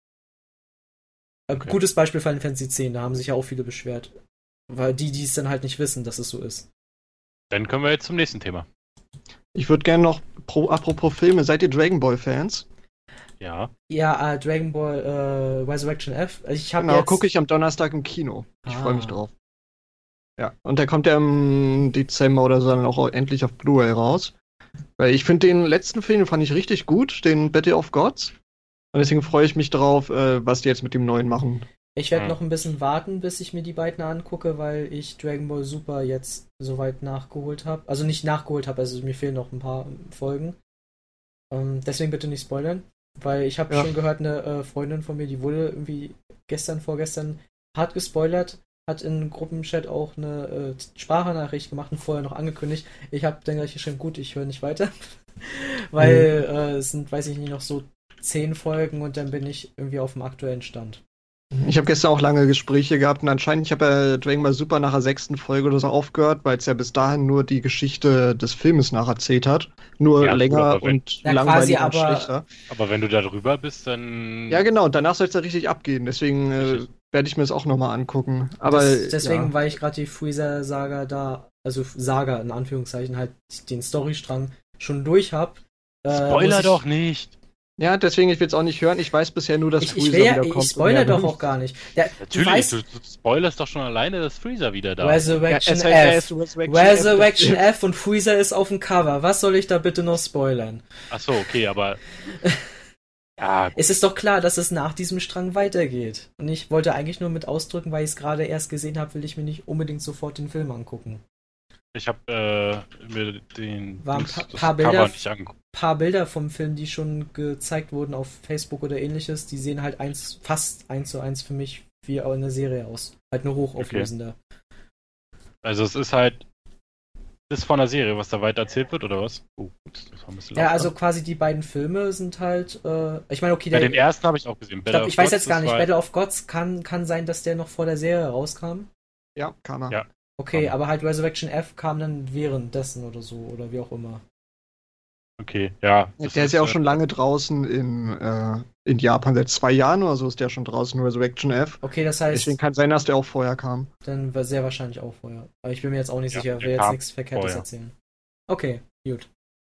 Äh, Okay. Gutes Beispiel Final Fantasy X, da haben sich ja auch viele beschwert. Weil die, die es dann halt nicht wissen, dass es so ist. Dann können wir jetzt zum nächsten Thema. Ich würde gerne noch, pro, apropos Filme, seid ihr Dragon Ball Fans? Ja. Ja, äh, Dragon Ball äh, Resurrection F. Also ich habe Genau, jetzt... gucke ich am Donnerstag im Kino. Ich Ah. freue mich drauf. Ja, und der kommt ja im Dezember oder so dann auch endlich auf Blu-ray raus. Weil ich finde den letzten Film, den fand ich richtig gut, den Battle of Gods. Und deswegen freue ich mich drauf, äh, was die jetzt mit dem neuen machen. Ich werde Hm. noch ein bisschen warten, bis ich mir die beiden angucke, weil ich Dragon Ball Super jetzt soweit nachgeholt habe. Also nicht nachgeholt habe, also mir fehlen noch ein paar Folgen. Ähm, deswegen bitte nicht spoilern, weil ich habe Ja. schon gehört, eine äh, Freundin von mir, die wurde irgendwie gestern, vorgestern hart gespoilert, hat in Gruppenchat auch eine äh, Sprachnachricht gemacht und vorher noch angekündigt. Ich habe dann gleich geschrieben, gut, ich höre nicht weiter, weil äh, es sind, weiß ich nicht, noch so zehn Folgen und dann bin ich irgendwie auf dem aktuellen Stand. Ich habe gestern auch lange Gespräche gehabt und anscheinend, ich habe ja Dragon Ball Super nach der sechsten Folge oder so aufgehört, weil es ja bis dahin nur die Geschichte des Filmes nacherzählt hat. Nur Ja, länger aber wenn- und Ja, langweiliger quasi, und aber- schlechter. Aber wenn du da drüber bist, dann. Ja, genau, und danach soll es ja richtig abgehen. Deswegen äh, Richtig. werde ich mir das auch nochmal angucken. Aber das, deswegen, ja. weil ich gerade die Freezer-Saga da also Saga in Anführungszeichen, halt den Storystrang schon durch habe. Äh, Spoiler ich, doch nicht! Ja, deswegen, ich will es auch nicht hören. Ich weiß bisher nur, dass ich, Freezer ich will ja, wieder ich kommt. spoiler doch auch gar nicht. Der, Natürlich, du, weißt, du, du spoilerst doch schon alleine, dass Freezer wieder da ist. Resurrection Ja, es F. heißt Resurrection Resurrection F. F und Freezer ist auf dem Cover. Was soll ich da bitte noch spoilern? Achso, okay, aber... ja, gut. Es ist doch klar, dass es nach diesem Strang weitergeht. Und ich wollte eigentlich nur mit ausdrücken, weil ich es gerade erst gesehen habe, will ich mir nicht unbedingt sofort den Film angucken. Ich habe äh, mir den War ein Dings, paar, das paar, Cover Bilder, nicht angeguckt. paar Bilder vom Film, die schon gezeigt wurden auf Facebook oder ähnliches, die sehen halt eins, fast eins zu eins für mich wie auch in der Serie aus. Halt nur hochauflösender. Also es ist halt ist von der Serie, was da weiter erzählt wird, oder was? Oh, ups, das war ein bisschen Ja, lauter. also quasi die beiden Filme sind halt, äh, ich meine, okay, Bei der, den ersten habe ich auch gesehen. ich, glaub, Battle ich of weiß Gods, jetzt gar das nicht, war- Battle of Gods kann, kann sein, dass der noch vor der Serie rauskam. Ja, kann er. Ja. Okay, Kann. aber halt Resurrection F kam dann währenddessen oder so, oder wie auch immer. Okay, ja. das Der ist ja auch äh, schon lange draußen in, äh, in Japan. Seit zwei Jahren oder so ist der schon draußen, Resurrection F. Okay, das heißt, Deswegen kann sein, dass der auch vorher kam. dann war sehr wahrscheinlich auch vorher. Aber ich bin mir jetzt auch nicht Ja, sicher, der will jetzt kam nichts Verkehrtes vorher. erzählen. Okay, gut.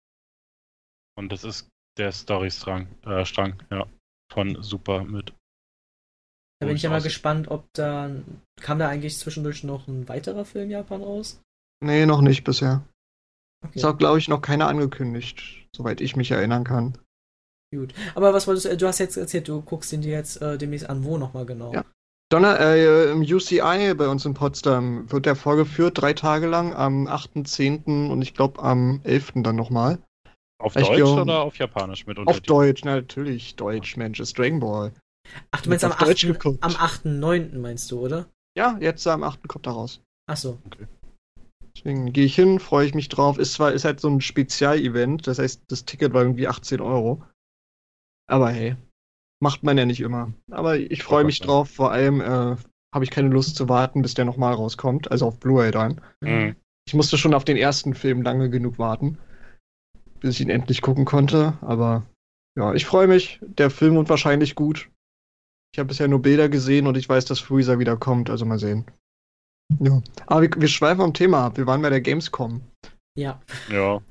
Und das ist der Storystrang, äh, Strang, ja, von Super mit. Da bin ich ja mal Durchaus. gespannt, ob da, kam da eigentlich zwischendurch noch ein weiterer Film Japan raus? Nee, noch nicht bisher. Okay, Ist auch, glaube ich, noch keiner angekündigt, soweit ich mich erinnern kann. gut. Aber was wolltest du, du hast jetzt erzählt, du guckst ihn dir jetzt äh, demnächst an, wo nochmal genau? Ja. Donner, äh, im U C I bei uns in Potsdam wird der vorgeführt, drei Tage lang, am achten, zehnten und ich glaube am elften dann nochmal. Auf Ich Deutsch glaub- oder auf Japanisch mit Auf Untertiteln? Deutsch, natürlich, Deutsch, Mensch, ist Dragon Ball. Ach, du meinst am Wird auf Deutsch achten geguckt. am achten neunten meinst du, oder? Ja, jetzt am achten kommt er raus. Achso. Deswegen gehe ich hin, freue ich mich drauf. Ist zwar, ist halt so ein Spezialevent, das heißt, das Ticket war irgendwie achtzehn Euro. Aber hey, macht man ja nicht immer. Aber ich freue mich Ja. drauf, vor allem äh, habe ich keine Lust zu warten, bis der nochmal rauskommt, also auf Blu-ray dann. Mhm. Ich musste schon auf den ersten Film lange genug warten, bis ich ihn endlich gucken konnte, aber ja, ich freue mich. Der Film wird wahrscheinlich gut. Ich habe bisher nur Bilder gesehen und ich weiß, dass Freezer wieder kommt, also mal sehen. Ja. Aber wir, wir schweifen am Thema ab. Wir waren bei der Gamescom. Ja. Ja.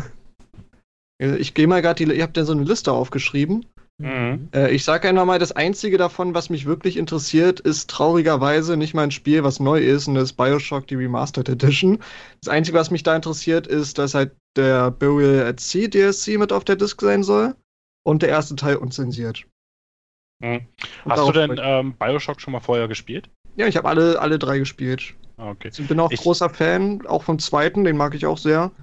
Äh, Ich gehe mal gerade die, ihr habt ja so eine Liste aufgeschrieben. Mhm. Äh, ich sage einfach mal, das einzige davon, was mich wirklich interessiert, ist traurigerweise nicht mal ein Spiel, was neu ist, und das ist Bioshock, die Remastered Edition. Das einzige, was mich da interessiert, ist, dass halt der Burial at Sea D L C mit auf der Disc sein soll und der erste Teil unzensiert. Mhm. Und Hast du darauf denn freue ich- ähm, Bioshock schon mal vorher gespielt? Ja, ich habe alle, alle drei gespielt. Ah, okay. Ich bin auch Ich- großer Fan, auch vom zweiten, den mag ich auch sehr.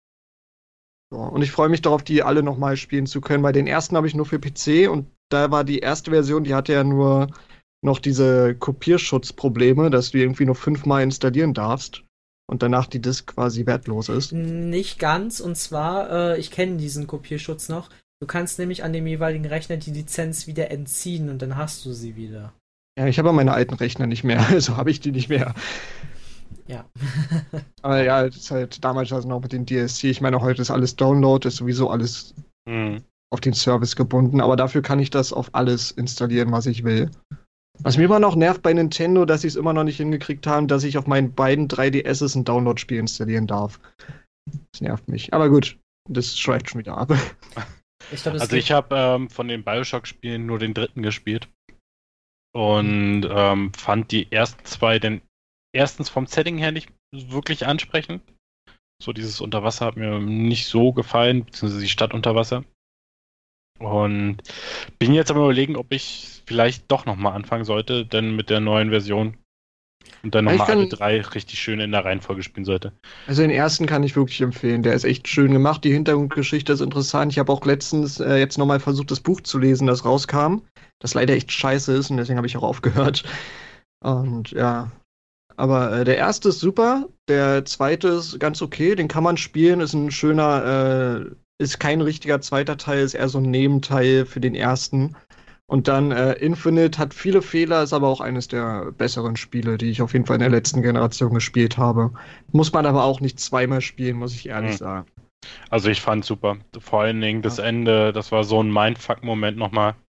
Ja, und ich freue mich darauf, die alle nochmal spielen zu können, weil den ersten habe ich nur für P C und da war die erste Version, die hatte ja nur noch diese Kopierschutzprobleme, dass du irgendwie nur fünfmal installieren darfst und danach die Disk quasi wertlos ist. Nicht ganz, und zwar, äh, ich kenne diesen Kopierschutz noch. Du kannst nämlich an dem jeweiligen Rechner die Lizenz wieder entziehen und dann hast du sie wieder. Ja, ich habe ja meine alten Rechner nicht mehr, also habe ich die nicht mehr. Ja. Aber ja, das ist halt damals also noch mit den D L C. Ich meine, heute ist alles Download, ist sowieso alles Mhm. auf den Service gebunden, aber dafür kann ich das auf alles installieren, was ich will. Was mir immer noch nervt bei Nintendo, dass sie es immer noch nicht hingekriegt haben, dass ich auf meinen beiden drei D Ss ein Download-Spiel installieren darf. Das nervt mich. Aber gut, das schweift schon wieder ab. Ich glaub, das Also ich habe ähm, von den Bioshock-Spielen nur den dritten gespielt und ähm, fand die ersten zwei denn erstens vom Setting her nicht wirklich ansprechend. So dieses Unterwasser hat mir nicht so gefallen, beziehungsweise die Stadt unter Wasser. Und bin jetzt am Überlegen, ob ich vielleicht doch nochmal anfangen sollte, denn mit der neuen Version und dann Ja, ich nochmal alle kann- drei richtig schön in der Reihenfolge spielen sollte. Also den ersten kann ich wirklich empfehlen. Der ist echt schön gemacht. Die Hintergrundgeschichte ist interessant. Ich habe auch letztens äh, jetzt nochmal versucht, das Buch zu lesen, das rauskam. Das leider echt scheiße ist und deswegen habe ich auch aufgehört. Und ja. Aber äh, der erste ist super. Der zweite ist ganz okay. Den kann man spielen. Ist ein schöner, äh, ist kein richtiger zweiter Teil, ist eher so ein Nebenteil für den ersten. Und dann äh, Infinite hat viele Fehler, ist aber auch eines der besseren Spiele, die ich auf jeden Fall in der letzten Generation gespielt habe. Muss man aber auch nicht zweimal spielen, muss ich ehrlich Mhm. sagen. Also ich fand super. Vor allen Dingen das Ende, das war so ein Mindfuck-Moment nochmal.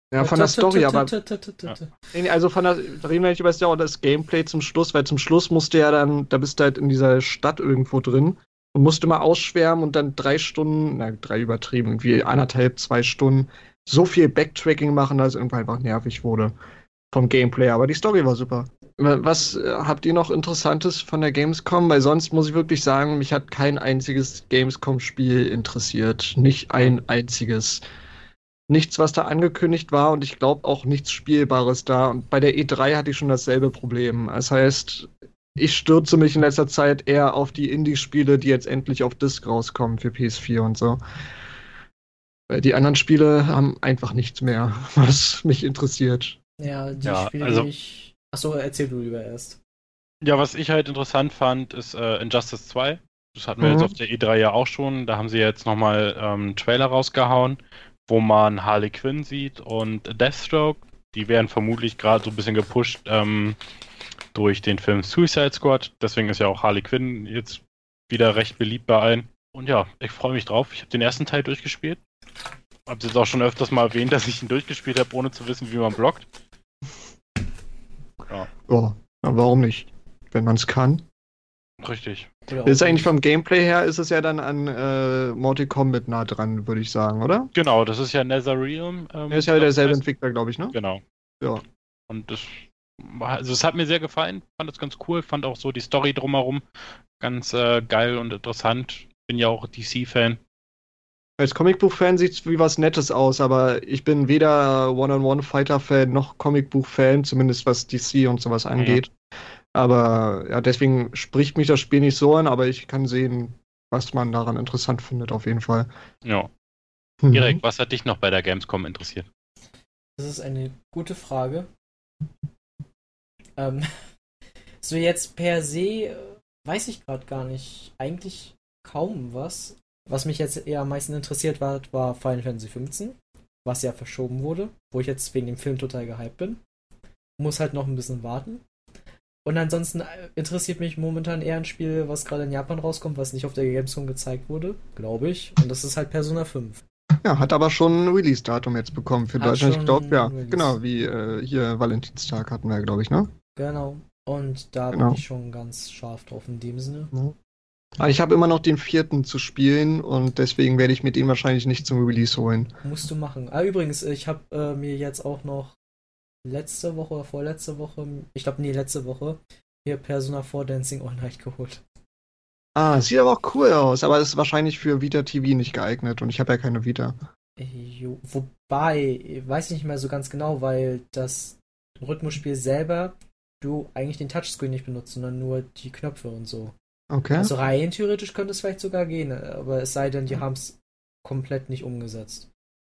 Ja, von der Story, aber. Ja. Also von der, reden wir nicht über das, ja, das Gameplay zum Schluss, weil zum Schluss musst du ja dann, da bist du halt in dieser Stadt irgendwo drin und musst immer ausschwärmen und dann drei Stunden, na, drei übertrieben, irgendwie anderthalb, zwei Stunden so viel Backtracking machen, dass es irgendwann einfach nervig wurde vom Gameplay. Aber die Story war super. Was äh, habt ihr noch Interessantes von der Gamescom? Weil sonst muss ich wirklich sagen, mich hat kein einziges Gamescom-Spiel interessiert. Nicht ein einziges. Nichts, was da angekündigt war und ich glaube auch nichts Spielbares da. Und bei der E drei hatte ich schon dasselbe Problem. Das heißt, ich stürze mich in letzter Zeit eher auf die Indie-Spiele, die jetzt endlich auf Disc rauskommen für P S vier und so. Weil die anderen Spiele haben einfach nichts mehr, was mich interessiert. Ja, die Ja, Spiele, also- die ich... Achso, erzähl du lieber erst. Ja, was ich halt interessant fand, ist äh, Injustice zwei. Das hatten wir Mhm. jetzt auf der E drei ja auch schon. Da haben sie jetzt nochmal ähm, einen Trailer rausgehauen, wo man Harley Quinn sieht und Deathstroke. Die werden vermutlich gerade so ein bisschen gepusht ähm, durch den Film Suicide Squad. Deswegen ist ja auch Harley Quinn jetzt wieder recht beliebt bei allen. Und ja, ich freue mich drauf. Ich habe den ersten Teil durchgespielt. Hab's jetzt auch schon öfters mal erwähnt, dass ich ihn durchgespielt habe, ohne zu wissen, wie man blockt. Ja, Ja, aber warum nicht? Wenn man es kann. richtig. Oder Ist auch eigentlich nicht. vom Gameplay her, ist es ja dann an äh, Mortal Kombat nah dran, würde ich sagen, oder? Genau, das ist ja Netherrealm. Ähm, Er ist ja derselbe das heißt- Entwickler, glaube ich, ne? Genau. Ja. Und das, war- also es hat mir sehr gefallen, fand das ganz cool, fand auch so die Story drumherum ganz äh, geil und interessant. Bin ja auch D C-Fan. Als Comicbuch-Fan sieht es wie was Nettes aus, aber ich bin weder One-on-One-Fighter-Fan noch Comicbuch-Fan, zumindest was D C und sowas angeht. Aber ja, deswegen spricht mich das Spiel nicht so an, aber ich kann sehen, was man daran interessant findet, auf jeden Fall. Ja. Mhm. Erik, was hat dich noch bei der Gamescom interessiert? Das ist eine gute Frage. Ähm, so jetzt per se äh, weiß ich gerade gar nicht. Eigentlich kaum was. Was mich jetzt eher am meisten interessiert war, war Final Fantasy fünfzehn, was ja verschoben wurde, wo ich jetzt wegen dem Film total gehypt bin. Muss halt noch ein bisschen warten. Und ansonsten äh, interessiert mich momentan eher ein Spiel, was gerade in Japan rauskommt, was nicht auf der Gamescom gezeigt wurde, glaube ich. Und das ist halt Persona fünf. Ja, hat aber schon ein Release-Datum jetzt bekommen für Hat Deutschland. Ich schon glaube, ja, Release. genau, wie äh, hier Valentinstag hatten wir, glaube ich, ne? Genau. Und da Genau. bin ich schon ganz scharf drauf in dem Sinne. Aber ich habe immer noch den vierten zu spielen und deswegen werde ich mir den wahrscheinlich nicht zum Release holen. Musst du machen. Ah, übrigens, ich habe äh, mir jetzt auch noch letzte Woche oder vorletzte Woche, ich glaube, nee, letzte Woche, hier Persona vier Dancing All Night geholt. Ah, sieht aber auch cool aus, aber ist wahrscheinlich für Vita T V nicht geeignet und ich habe ja keine Vita. Jo, wobei, weiß ich nicht mehr so ganz genau, weil das Rhythmusspiel selber du eigentlich den Touchscreen nicht benutzt, sondern nur die Knöpfe und so. Okay. Also rein theoretisch könnte es vielleicht sogar gehen, aber es sei denn, die haben es komplett nicht umgesetzt.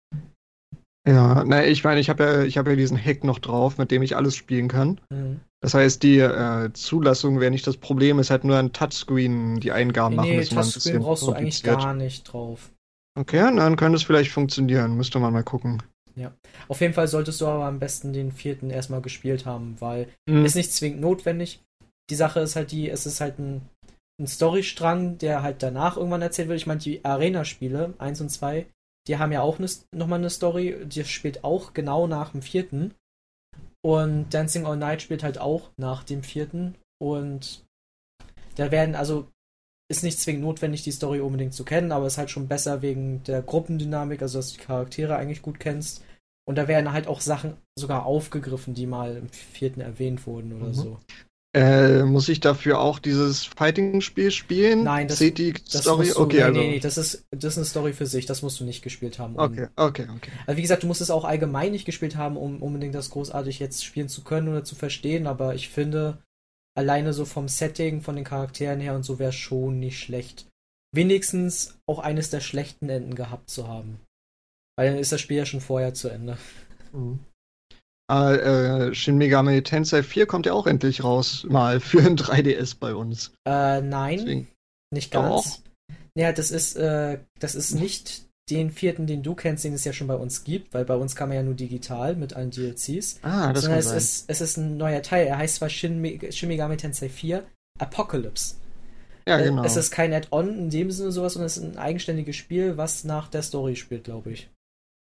Ja, na, ich meine, ich habe ja, ich habe ja diesen Hack noch drauf, mit dem ich alles spielen kann. Mhm. Das heißt, die äh, Zulassung wäre nicht das Problem, es ist halt nur ein Touchscreen, die Eingaben machen Nee, müssen. ein Touchscreen bisschen brauchst du eigentlich kompliziert. gar nicht drauf. Okay, na, dann könnte es vielleicht funktionieren. Müsste man mal gucken. Auf jeden Fall solltest du aber am besten den vierten erstmal gespielt haben, weil Mhm. ist nicht zwingend notwendig. Die Sache ist halt die, es ist halt ein, ein Storystrang, der halt danach irgendwann erzählt wird. Ich meine, die Arena-Spiele, eins und zwei, die haben ja auch ne, nochmal eine Story, die spielt auch genau nach dem vierten. Und Dancing All Night spielt halt auch nach dem vierten. Und da werden, also, ist nicht zwingend notwendig, die Story unbedingt zu kennen, aber ist halt schon besser wegen der Gruppendynamik, also dass du die Charaktere eigentlich gut kennst. Und da werden halt auch Sachen sogar aufgegriffen, die mal im vierten erwähnt wurden oder Mhm. so. Äh, muss ich dafür auch dieses Fighting-Spiel spielen? Nein, das- Seht die Das Story? musst du, Okay, nee, also. nee, nee, das ist, das ist eine Story für sich, das musst du nicht gespielt haben. Um, Okay, okay, okay. Also wie gesagt, du musst es auch allgemein nicht gespielt haben, um unbedingt das großartig jetzt spielen zu können oder zu verstehen, aber ich finde, alleine so vom Setting, von den Charakteren her und so wäre schon nicht schlecht. Wenigstens auch eines der schlechten Enden gehabt zu haben. Weil dann ist das Spiel ja schon vorher zu Ende. Mhm. Ah, äh, Shin Megami Tensei vier kommt ja auch endlich raus, mal für ein drei D S bei uns. Äh, nein, Deswegen. nicht Doch. ganz. Ja, das ist, äh, das ist nicht den vierten, den du kennst, den es ja schon bei uns gibt, weil bei uns kam er ja nur digital mit allen D L Cs. Ah, das Sondern kann es sein. ist, es ist ein neuer Teil. Er heißt zwar Shin, Me Shin Megami Tensei vier Apocalypse. Ja, Äh, genau. Es ist kein Add-on in dem Sinne sowas, sondern es ist ein eigenständiges Spiel, was nach der Story spielt, glaube ich.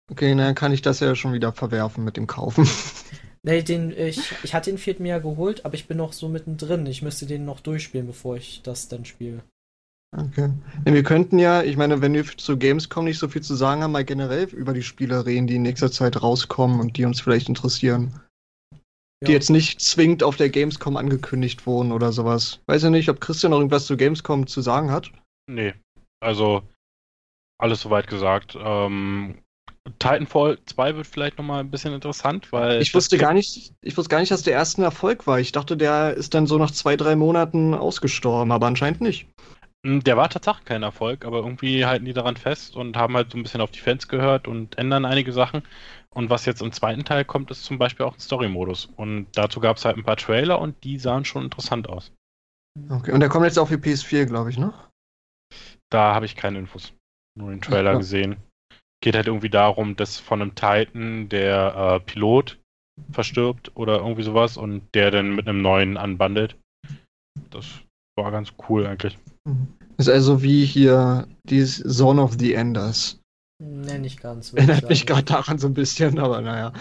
Okay, dann kann ich das ja schon wieder verwerfen mit dem Kaufen. Nee, den, ich, ich hatte den vierten Jahr geholt, aber ich bin noch so mittendrin. Ich müsste den noch durchspielen, bevor ich das dann spiele. Okay. Ja, wir könnten ja, ich meine, wenn wir zu Gamescom nicht so viel zu sagen haben, mal generell über die Spiele reden, die in nächster Zeit rauskommen und die uns vielleicht interessieren. Die Ja. jetzt nicht zwingend auf der Gamescom angekündigt wurden oder sowas. Weiß ja nicht, ob Christian noch irgendwas zu Gamescom zu sagen hat. Nee, also alles soweit gesagt. Ähm, Titanfall zwei wird vielleicht nochmal ein bisschen interessant, weil Ich das wusste geht- gar nicht, ich wusste gar nicht, dass der erste ein Erfolg war. Ich dachte, der ist dann so nach zwei, drei Monaten ausgestorben, aber anscheinend nicht. Hm, der war tatsächlich kein Erfolg, aber irgendwie halten die daran fest und haben halt so ein bisschen auf die Fans gehört und ändern einige Sachen. Und was jetzt im zweiten Teil kommt, ist zum Beispiel auch ein Story-Modus. Und dazu gab es halt ein paar Trailer und die sahen schon interessant aus. Okay, und der kommt jetzt auch für P S vier, glaube ich, ne? Da habe ich keine Infos. Nur den Trailer Ja. gesehen. Geht halt irgendwie darum, dass von einem Titan der äh, Pilot verstirbt oder irgendwie sowas und der dann mit einem neuen anbandelt. Das war ganz cool eigentlich. Ist also wie hier die Zone of the Enders. Nee, nicht ganz. würde ich Erinnert mich sagen. gerade daran so ein bisschen, aber naja.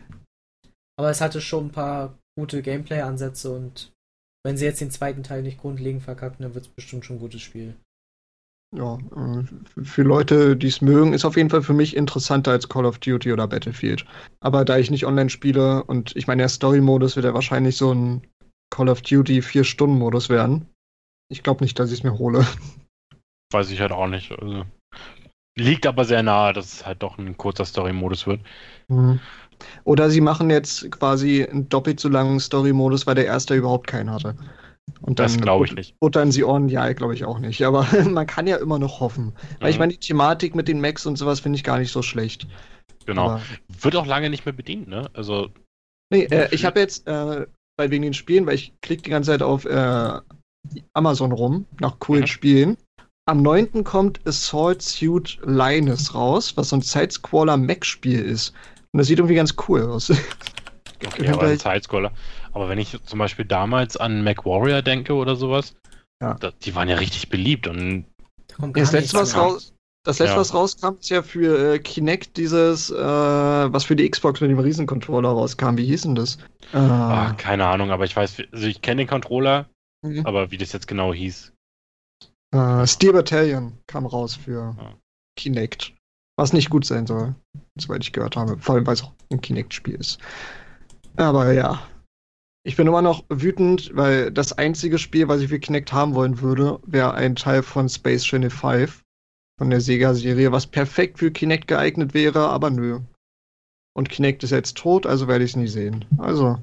Aber es hatte schon ein paar gute Gameplay-Ansätze und wenn sie jetzt den zweiten Teil nicht grundlegend verkacken, dann wird es bestimmt schon ein gutes Spiel. Ja, äh, für Leute, die es mögen, ist auf jeden Fall für mich interessanter als Call of Duty oder Battlefield. Aber da ich nicht online spiele und ich meine, der Story-Modus wird ja wahrscheinlich so ein Call of Duty vier-Stunden-Modus werden. Ich glaube nicht, dass ich es mir hole. Weiß ich halt auch nicht. Also, liegt aber sehr nahe, dass es halt doch ein kurzer Story-Modus wird. Mhm. Oder sie machen jetzt quasi einen doppelt so langen Story-Modus, weil der erste überhaupt keinen hatte. Und dann Das glaube ich nicht. buttern sie on, ja, glaube ich auch nicht. Aber man kann ja immer noch hoffen. Weil ich Mhm. meine, die Thematik mit den Macs und sowas finde ich gar nicht so schlecht. Genau. Aber, Wird auch lange nicht mehr bedient, ne? Also, nee, äh, ich habe jetzt, äh, weil wegen den Spielen, weil ich klicke die ganze Zeit auf äh, Amazon rum, nach coolen Mhm. Spielen. Am neunten kommt Assault Suit Linus raus, was so ein Sidescroller-Mac-Spiel ist. Und das sieht irgendwie ganz cool aus. okay, aber ein Sidescroller. Aber wenn ich zum Beispiel damals an MacWarrior denke oder sowas, Ja. da, die waren ja richtig beliebt und Da kommt Ja, gar das nichts letzte, was mehr. raus, das letzte, Ja. was rauskam, ist ja für äh, Kinect dieses, äh, was für die Xbox mit dem Riesencontroller rauskam. Wie hieß denn das? Äh, ah, keine Ahnung, aber ich weiß, also ich kenne den Controller, mhm. aber wie das jetzt genau hieß. äh, Steel Battalion kam raus für Ja. Kinect. Was nicht gut sein soll, soweit ich gehört habe. Vor allem, weil es auch ein Kinect-Spiel ist. Aber ja. Ich bin immer noch wütend, weil das einzige Spiel, was ich für Kinect haben wollen würde, wäre ein Teil von Space Channel fünf, von der Sega-Serie, was perfekt für Kinect geeignet wäre, aber nö. Und Kinect ist jetzt tot, also werde ich es nie sehen. Also.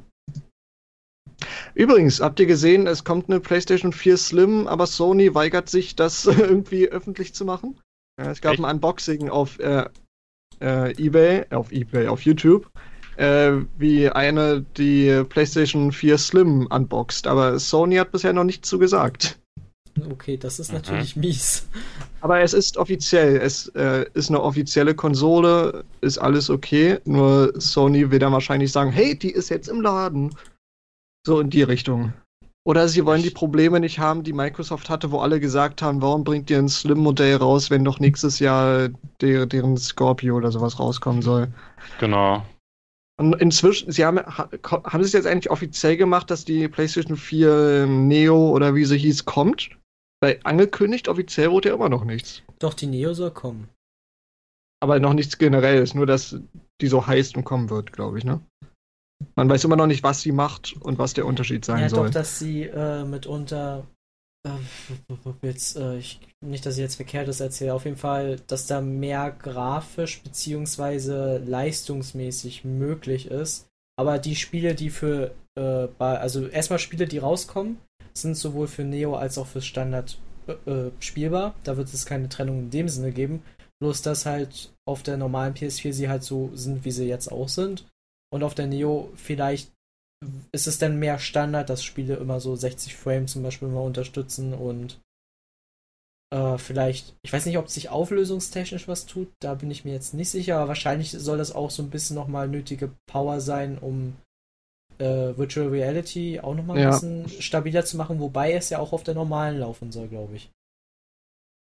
Übrigens, habt ihr gesehen, es kommt eine PlayStation vier Slim, aber Sony weigert sich, das irgendwie öffentlich zu machen? Ja, es gab Echt? ein Unboxing auf äh, äh, eBay, auf eBay, auf YouTube, äh, wie eine die PlayStation vier Slim unboxt, aber Sony hat bisher noch nichts zu gesagt. Okay, das ist Mhm. natürlich mies. Aber es ist offiziell, es äh, ist eine offizielle Konsole, ist alles okay, nur Sony will dann wahrscheinlich sagen, hey, die ist jetzt im Laden. So in die Richtung. Oder sie wollen die Ich- Probleme nicht haben, die Microsoft hatte, wo alle gesagt haben, warum bringt ihr ein Slim-Modell raus, wenn doch nächstes Jahr der, deren Scorpio oder sowas rauskommen soll. Genau. Und inzwischen, sie haben, ha, haben sie es jetzt eigentlich offiziell gemacht, dass die PlayStation vier Neo oder wie sie hieß, kommt? Weil angekündigt, offiziell wurde ja immer noch nichts. Doch, die Neo soll kommen. Aber noch nichts Generelles, nur dass die so heißt und kommen wird, glaube ich, ne? Man weiß immer noch nicht, was sie macht und was der Unterschied sein Ja, soll. doch, dass sie äh, mitunter äh, jetzt, äh, ich, nicht, dass ich jetzt Verkehrtes erzähle, auf jeden Fall, dass da mehr grafisch beziehungsweise leistungsmäßig möglich ist. Aber die Spiele, die für, äh, bei, also erstmal Spiele, die rauskommen, sind sowohl für Neo als auch für Standard äh, äh, spielbar. Da wird es keine Trennung in dem Sinne geben. Bloß, dass halt auf der normalen P S vier sie halt so sind, wie sie jetzt auch sind. Und auf der Neo vielleicht ist es dann mehr Standard, dass Spiele immer so sechzig Frames zum Beispiel mal unterstützen und äh, vielleicht, ich weiß nicht, ob sich auflösungstechnisch was tut, da bin ich mir jetzt nicht sicher, aber wahrscheinlich soll das auch so ein bisschen nochmal nötige Power sein, um äh, Virtual Reality auch nochmal ein Ja. bisschen stabiler zu machen, wobei es ja auch auf der normalen laufen soll, glaube ich.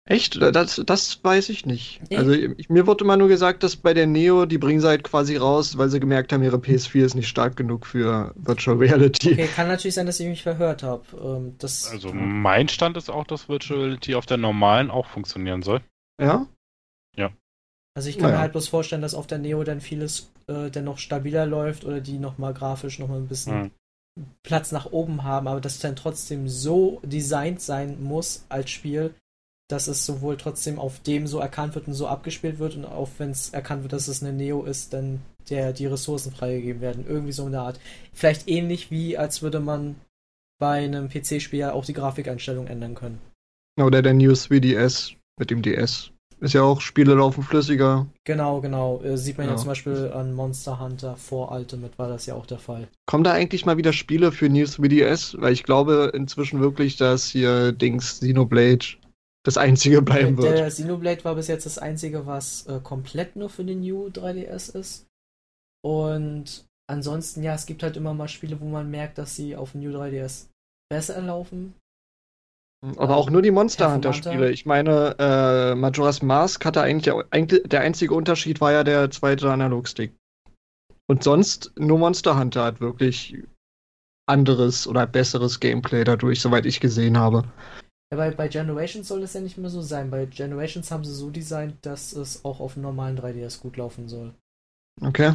Echt? Das, das weiß ich nicht. Nee. Also ich, mir wurde immer nur gesagt, dass bei der Neo, die bringen sie halt quasi raus, weil sie gemerkt haben, ihre P S vier ist nicht stark genug für Virtual Reality. Okay, kann natürlich sein, dass ich mich verhört habe. Ähm, das, Also mein Stand ist auch, dass Virtual Reality auf der normalen auch funktionieren soll. Ja? also ich kann mir Naja. halt bloß vorstellen, dass auf der Neo dann vieles äh, dennoch stabiler läuft oder die nochmal grafisch nochmal ein bisschen Hm. Platz nach oben haben, aber dass es dann trotzdem so designt sein muss als Spiel, dass es sowohl trotzdem auf dem so erkannt wird und so abgespielt wird und auch wenn es erkannt wird, dass es eine Neo ist, dann der die Ressourcen freigegeben werden. Irgendwie so in der Art. Vielleicht ähnlich wie, als würde man bei einem P C-Spiel ja auch die Grafikeinstellung ändern können. Oder der New drei D S mit dem D S. Ist ja auch, Spiele laufen flüssiger. Genau, genau. Äh, sieht man ja. Ja. zum Beispiel an Monster Hunter vor Ultimate war das ja auch der Fall. Kommen da eigentlich mal wieder Spiele für New drei D S? Weil ich glaube inzwischen wirklich, dass hier Dings Xenoblade das einzige bleiben Der, wird. der Xenoblade war bis jetzt das einzige, was äh, komplett nur für den New drei D S ist. Und ansonsten, ja, es gibt halt immer mal Spiele, wo man merkt, dass sie auf dem New drei D S besser laufen. Aber auch nur die Monster Hunter Performanta. Spiele. Ich meine, äh, Majora's Mask hatte eigentlich der, eigentlich der einzige Unterschied war ja der zweite Analogstick. Und sonst nur Monster Hunter hat wirklich anderes oder besseres Gameplay dadurch, soweit ich gesehen habe. Ja, bei, bei Generations soll das ja nicht mehr so sein. Bei Generations haben sie so designt, dass es auch auf dem normalen drei D S gut laufen soll. Okay.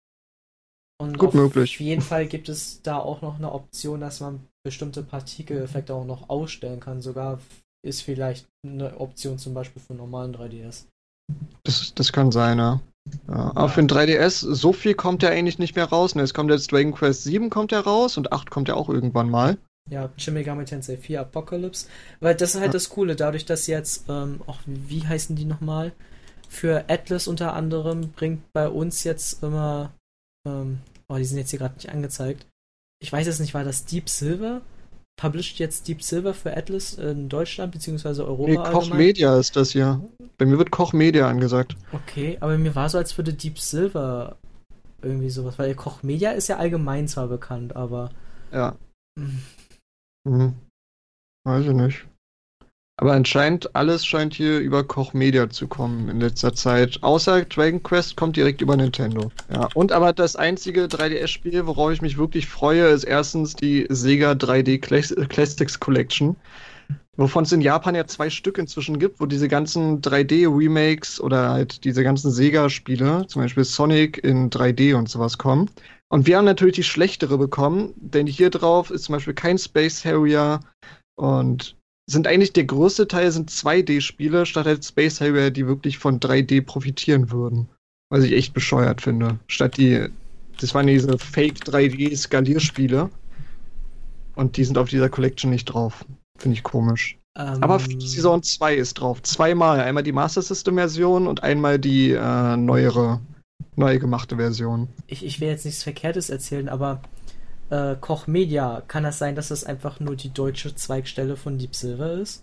Und Gut auf möglich. jeden Fall gibt es da auch noch eine Option, dass man bestimmte Partikeleffekte auch noch ausstellen kann. Sogar ist vielleicht eine Option zum Beispiel für einen normalen drei D S. Das, das kann sein, ja. Ja, aber für den drei D S, so viel kommt ja eigentlich nicht mehr raus. Ne? Es kommt jetzt Dragon Quest sieben kommt ja raus und acht kommt ja auch irgendwann mal. Ja, Shin Megami Tensei vier Apocalypse. Weil das ist halt das Coole, dadurch, dass jetzt, ähm, auch wie heißen die nochmal? Für Atlas unter anderem bringt bei uns jetzt immer, ähm, oh, die sind jetzt hier gerade nicht angezeigt. Ich weiß es nicht, war das Deep Silver? Published jetzt Deep Silver für Atlas in Deutschland beziehungsweise Europa Nee, Koch allgemein? Media ist das hier. Bei mir wird Koch Media angesagt. Okay, aber mir war so, als würde Deep Silver irgendwie sowas, weil Koch Media ist ja allgemein zwar bekannt, aber Ja. mh, Hm. Weiß ich nicht. Aber anscheinend alles scheint hier über Koch Media zu kommen in letzter Zeit. Außer Dragon Quest kommt direkt über Nintendo. Ja. Und aber das einzige drei D S-Spiel, worauf ich mich wirklich freue, ist erstens die Sega drei D Class- Classics Collection. Wovon es in Japan ja zwei Stück inzwischen gibt, wo diese ganzen drei D-Remakes oder halt diese ganzen Sega-Spiele, zum Beispiel Sonic in drei D und sowas kommen. Und wir haben natürlich die schlechtere bekommen, denn hier drauf ist zum Beispiel kein Space Harrier und sind eigentlich der größte Teil sind zwei D-Spiele statt halt Space Harrier, die wirklich von drei D profitieren würden. Was ich echt bescheuert finde. Statt die, das waren diese Fake drei D-Skalierspiele und die sind auf dieser Collection nicht drauf. Finde ich komisch. ähm, Aber Season zwei ist drauf. Zweimal. Einmal die Master System-Version und einmal die äh, neuere, neu gemachte Version. ich, ich will jetzt nichts Verkehrtes erzählen, aber äh, Koch Media, kann das sein, dass das einfach nur die deutsche Zweigstelle von Deep Silver ist?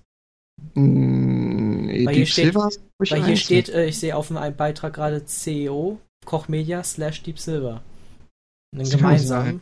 Mm, nee, Weil hier Deep steht- Silver ist, glaub ich, Weil hier eins. steht, äh, ich sehe auf dem einen Beitrag gerade C E O, Koch Media slash Deep Silver. Und dann Das kann gemeinsam.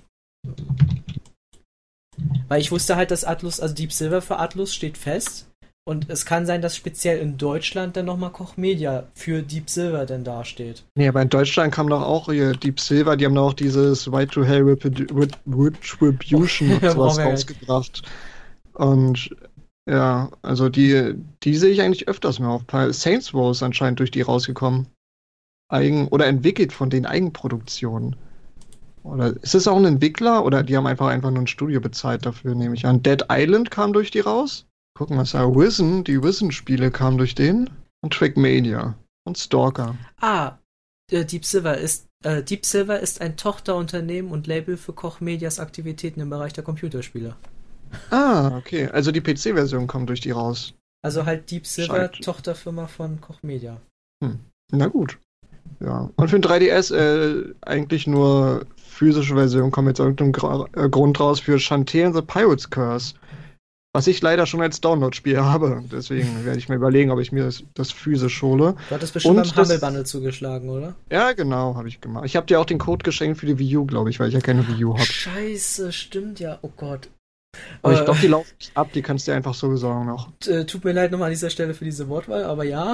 Weil ich wusste halt, dass Atlus, also Deep Silver für Atlus steht fest. Und es kann sein, dass speziell in Deutschland dann nochmal Koch Media für Deep Silver denn dasteht. Nee, aber in Deutschland kam doch auch hier Deep Silver, die haben doch auch dieses Right to Hell Repu- Re- Retribution und Ja, sowas brauchen wir rausgebracht. Und ja, also die, die sehe ich eigentlich öfters mal auf. Saints Row ist anscheinend durch die rausgekommen. Eigen, oder entwickelt von den Eigenproduktionen. Oder ist es auch ein Entwickler oder die haben einfach einfach nur ein Studio bezahlt dafür, nehme ich an. Dead Island kam durch die raus. Gucken, was da Risen, die Risen-Spiele kamen durch den. Und Trackmania. Und Stalker. Ah, äh, Deep Silver ist äh, Deep Silver ist ein Tochterunternehmen und Label für Koch Medias Aktivitäten im Bereich der Computerspiele. Ah, okay. Also die P C-Version kommt durch die raus. Also halt Deep Silver, Scheint. Tochterfirma von Koch Media. Na gut. Ja. Und für den drei D S äh, eigentlich nur physische Version kommt jetzt aus irgendeinem Gra äh, Grund raus für Shantae and the Pirate's Curse. Was ich leider schon als Download-Spiel habe. Deswegen werde ich mir überlegen, ob ich mir das, das physisch hole. Du hattest bestimmt Und beim das- Humble Bundle zugeschlagen, oder? Ja, genau, habe ich gemacht. Ich habe dir auch den Code geschenkt für die Wii U, glaube ich, weil ich ja keine Wii U habe. Scheiße, stimmt ja. Oh Gott. Aber ich Äh, glaube, die laufen nicht ab, die kannst du dir einfach so besorgen noch. t- äh, Tut mir leid nochmal an dieser Stelle für diese Wortwahl, aber ja,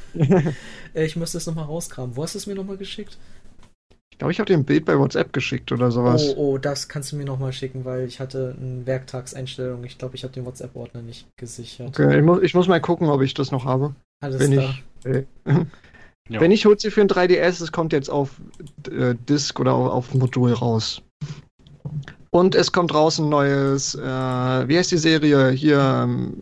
äh, ich müsste es nochmal rauskramen. Wo hast du es mir nochmal geschickt? Ich glaube, ich habe dir ein Bild bei WhatsApp geschickt oder sowas. Oh, oh, das kannst du mir nochmal schicken, weil ich hatte eine Werktagseinstellung. Ich glaube, ich habe den WhatsApp-Ordner nicht gesichert. Okay, ich muss, ich muss mal gucken, ob ich das noch habe. Alles Wenn klar. ich, äh, Ja. wenn ich hole sie für ein drei D S, es kommt jetzt auf äh, Disk oder auf, auf Modul raus. Und es kommt raus ein neues, äh, wie heißt die Serie? Hier, ähm,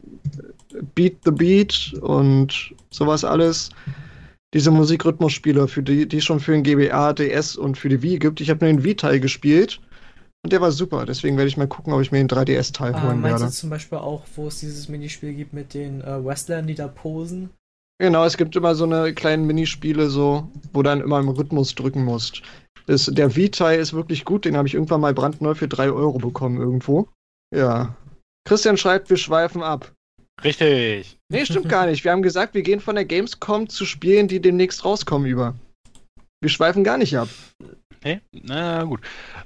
Beat the Beat und sowas alles. Diese Musikrhythmusspiele, für die, die es schon für den G B A, D S und für die Wii gibt. Ich habe nur den Wii-Teil gespielt und der war super. Deswegen werde ich mal gucken, ob ich mir den drei D S-Teil Ah, holen meinst werde. du zum Beispiel auch, wo es dieses Minispiel gibt mit den äh, Wrestlern, die da posen? Genau, es gibt immer so eine kleinen Minispiele, so, wo du dann immer im Rhythmus drücken musst. Das, der Vita ist wirklich gut, den habe ich irgendwann mal brandneu für drei Euro bekommen irgendwo. Ja. Christian schreibt, wir schweifen ab. Richtig. Nee, stimmt gar nicht. Wir haben gesagt, wir gehen von der Gamescom zu Spielen, die demnächst rauskommen, über. Wir schweifen gar nicht ab. Okay, na gut.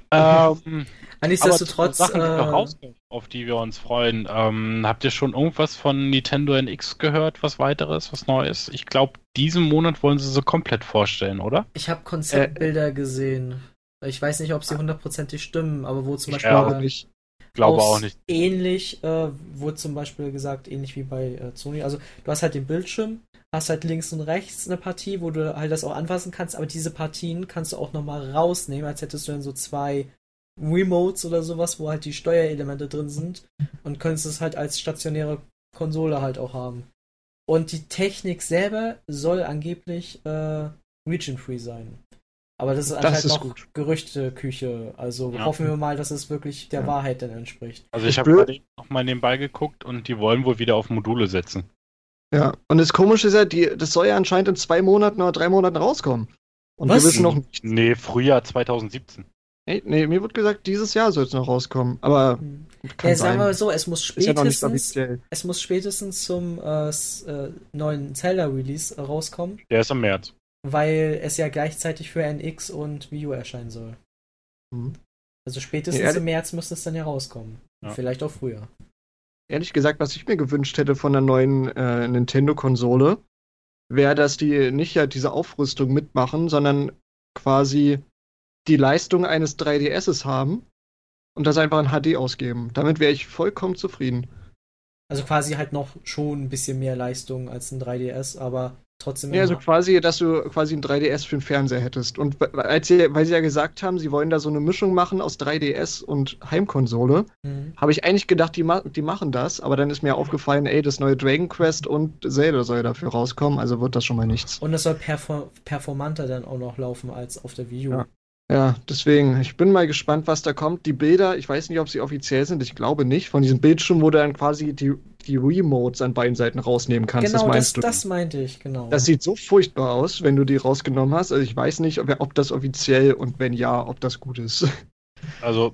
ähm, Ah, nichtsdestotrotz, aber Sachen, die noch äh, rauskommen, auf die wir uns freuen. Ähm, habt ihr schon irgendwas von Nintendo N X gehört, was weiteres, was Neues? Ich glaube, diesen Monat wollen sie so komplett vorstellen, oder? ich habe Konzeptbilder gesehen. Ich weiß nicht, ob sie hundertprozentig stimmen, aber wo zum Ich Beispiel glaube äh, nicht. Glaube auch nicht. ähnlich, äh, wurde zum Beispiel gesagt, ähnlich wie bei äh, Sony. Also du hast halt den Bildschirm, hast halt links und rechts eine Partie, wo du halt das auch anfassen kannst, aber diese Partien kannst du auch nochmal rausnehmen, als hättest du dann so zwei Remotes oder sowas, wo halt die Steuerelemente drin sind und könntest es halt als stationäre Konsole halt auch haben. Und die Technik selber soll angeblich äh, region-free sein. Aber das ist Das anscheinend ist noch gut. Gerüchteküche. Also Ja. hoffen wir mal, dass es wirklich der Ja. Wahrheit dann entspricht. Also ich Ich habe will- gerade noch mal nebenbei geguckt und die wollen wohl wieder auf Module setzen. Ja, und das Komische ist ja, die, das soll ja anscheinend in zwei Monaten oder drei Monaten rauskommen. Und Was? wir wissen noch nicht. Nee, Frühjahr zwanzig siebzehn. Nee, nee, mir wird gesagt, dieses Jahr soll es noch rauskommen. Aber Hm. kann Ja, sagen sein. wir mal so, es muss Ist ja noch nicht spätestens, offiziell. es muss spätestens zum äh, s- äh, neuen Zelda-Release äh, rauskommen, Der ist im März. weil es ja gleichzeitig für N X und Wii U erscheinen soll. Mhm. Also spätestens Ja, ehrlich- im März müsste es dann ja rauskommen. Ja. Vielleicht auch früher. Ehrlich gesagt, was ich mir gewünscht hätte von der neuen äh, Nintendo-Konsole, wäre, dass die nicht ja diese Aufrüstung mitmachen, sondern quasi die Leistung eines drei D S's haben und das einfach in H D ausgeben. Damit wäre ich vollkommen zufrieden. Also quasi halt noch schon ein bisschen mehr Leistung als ein drei D S, aber trotzdem. Ja, also immer- quasi, dass du quasi ein drei D S für den Fernseher hättest. Und we- als sie, weil sie ja gesagt haben, sie wollen da so eine Mischung machen aus drei D S und Heimkonsole, Mhm. habe ich eigentlich gedacht, die, ma die machen das, aber dann ist mir aufgefallen, ey, das neue Dragon Quest und Zelda soll dafür rauskommen, also wird das schon mal nichts. Und es soll perfor performanter dann auch noch laufen als auf der Wii U. Ja. Ja, deswegen, ich bin mal gespannt, was da kommt. Die Bilder, ich weiß nicht, ob sie offiziell sind, ich glaube nicht, von diesem Bildschirm, wo du dann quasi die, die Remotes an beiden Seiten rausnehmen kannst, Genau, das das, meinst du. das meinte ich, genau. Das sieht so furchtbar aus, wenn du die rausgenommen hast. Also ich weiß nicht, ob, ob das offiziell und wenn ja, ob das gut ist. Also,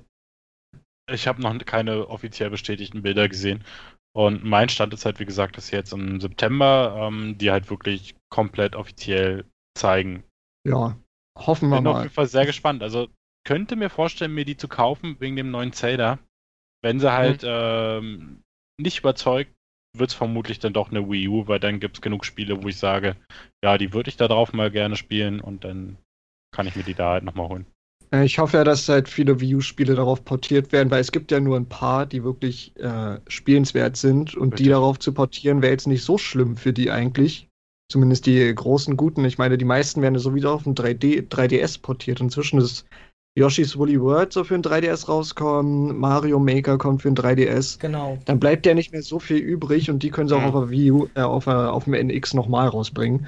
ich habe noch keine offiziell bestätigten Bilder gesehen. Und mein Stand ist halt, wie gesagt, dass jetzt im September ähm, die halt wirklich komplett offiziell zeigen. Ja, hoffen wir Bin auf mal. jeden Fall sehr gespannt. Also, könnte mir vorstellen, mir die zu kaufen wegen dem neuen Zelda. Wenn sie halt ähm, nicht überzeugt, wird es vermutlich dann doch eine Wii U, weil dann gibt es genug Spiele, wo ich sage, ja, die würde ich da drauf mal gerne spielen und dann kann ich mir die da halt nochmal holen. Äh, Ich hoffe ja, dass halt viele Wii U-Spiele darauf portiert werden, weil es gibt ja nur ein paar, die wirklich äh, spielenswert sind und die Richtig. darauf zu portieren, wäre jetzt nicht so schlimm für die eigentlich. Zumindest die großen Guten. Ich meine, die meisten werden ja sowieso auf ein drei D, drei D S portiert. Inzwischen ist Yoshi's Woolly World so für ein drei D S rauskommen, Mario Maker kommt für ein drei D S. Genau. Dann bleibt ja nicht mehr so viel übrig und die können sie auch Mhm. auf der Wii U, äh, auf, der- auf dem N X nochmal rausbringen.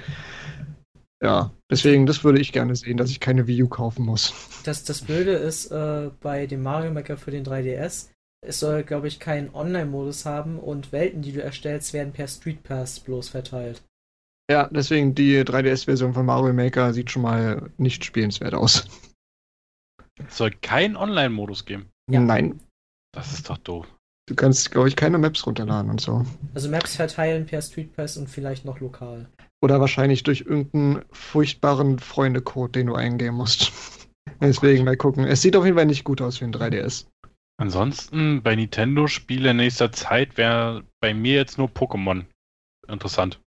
Ja, deswegen, das würde ich gerne sehen, dass ich keine Wii U kaufen muss. Das, das Blöde ist, äh, bei dem Mario Maker für den drei D S, es soll, glaube ich, keinen Online-Modus haben und Welten, die du erstellst, werden per Street Pass bloß verteilt. Ja, deswegen die drei D S-Version von Mario Maker sieht schon mal nicht spielenswert aus. Es soll keinen Online-Modus geben. Ja. Nein, Das ist doch doof. du kannst, glaube ich, keine Maps runterladen und so. Also Maps verteilen per Street Pass und vielleicht noch lokal. Oder wahrscheinlich durch irgendeinen furchtbaren Freundecode, den du eingeben musst. Deswegen mal gucken. Es sieht auf jeden Fall nicht gut aus für ein drei D S. Ansonsten bei Nintendo-Spiele in nächster Zeit wäre bei mir jetzt nur Pokémon interessant.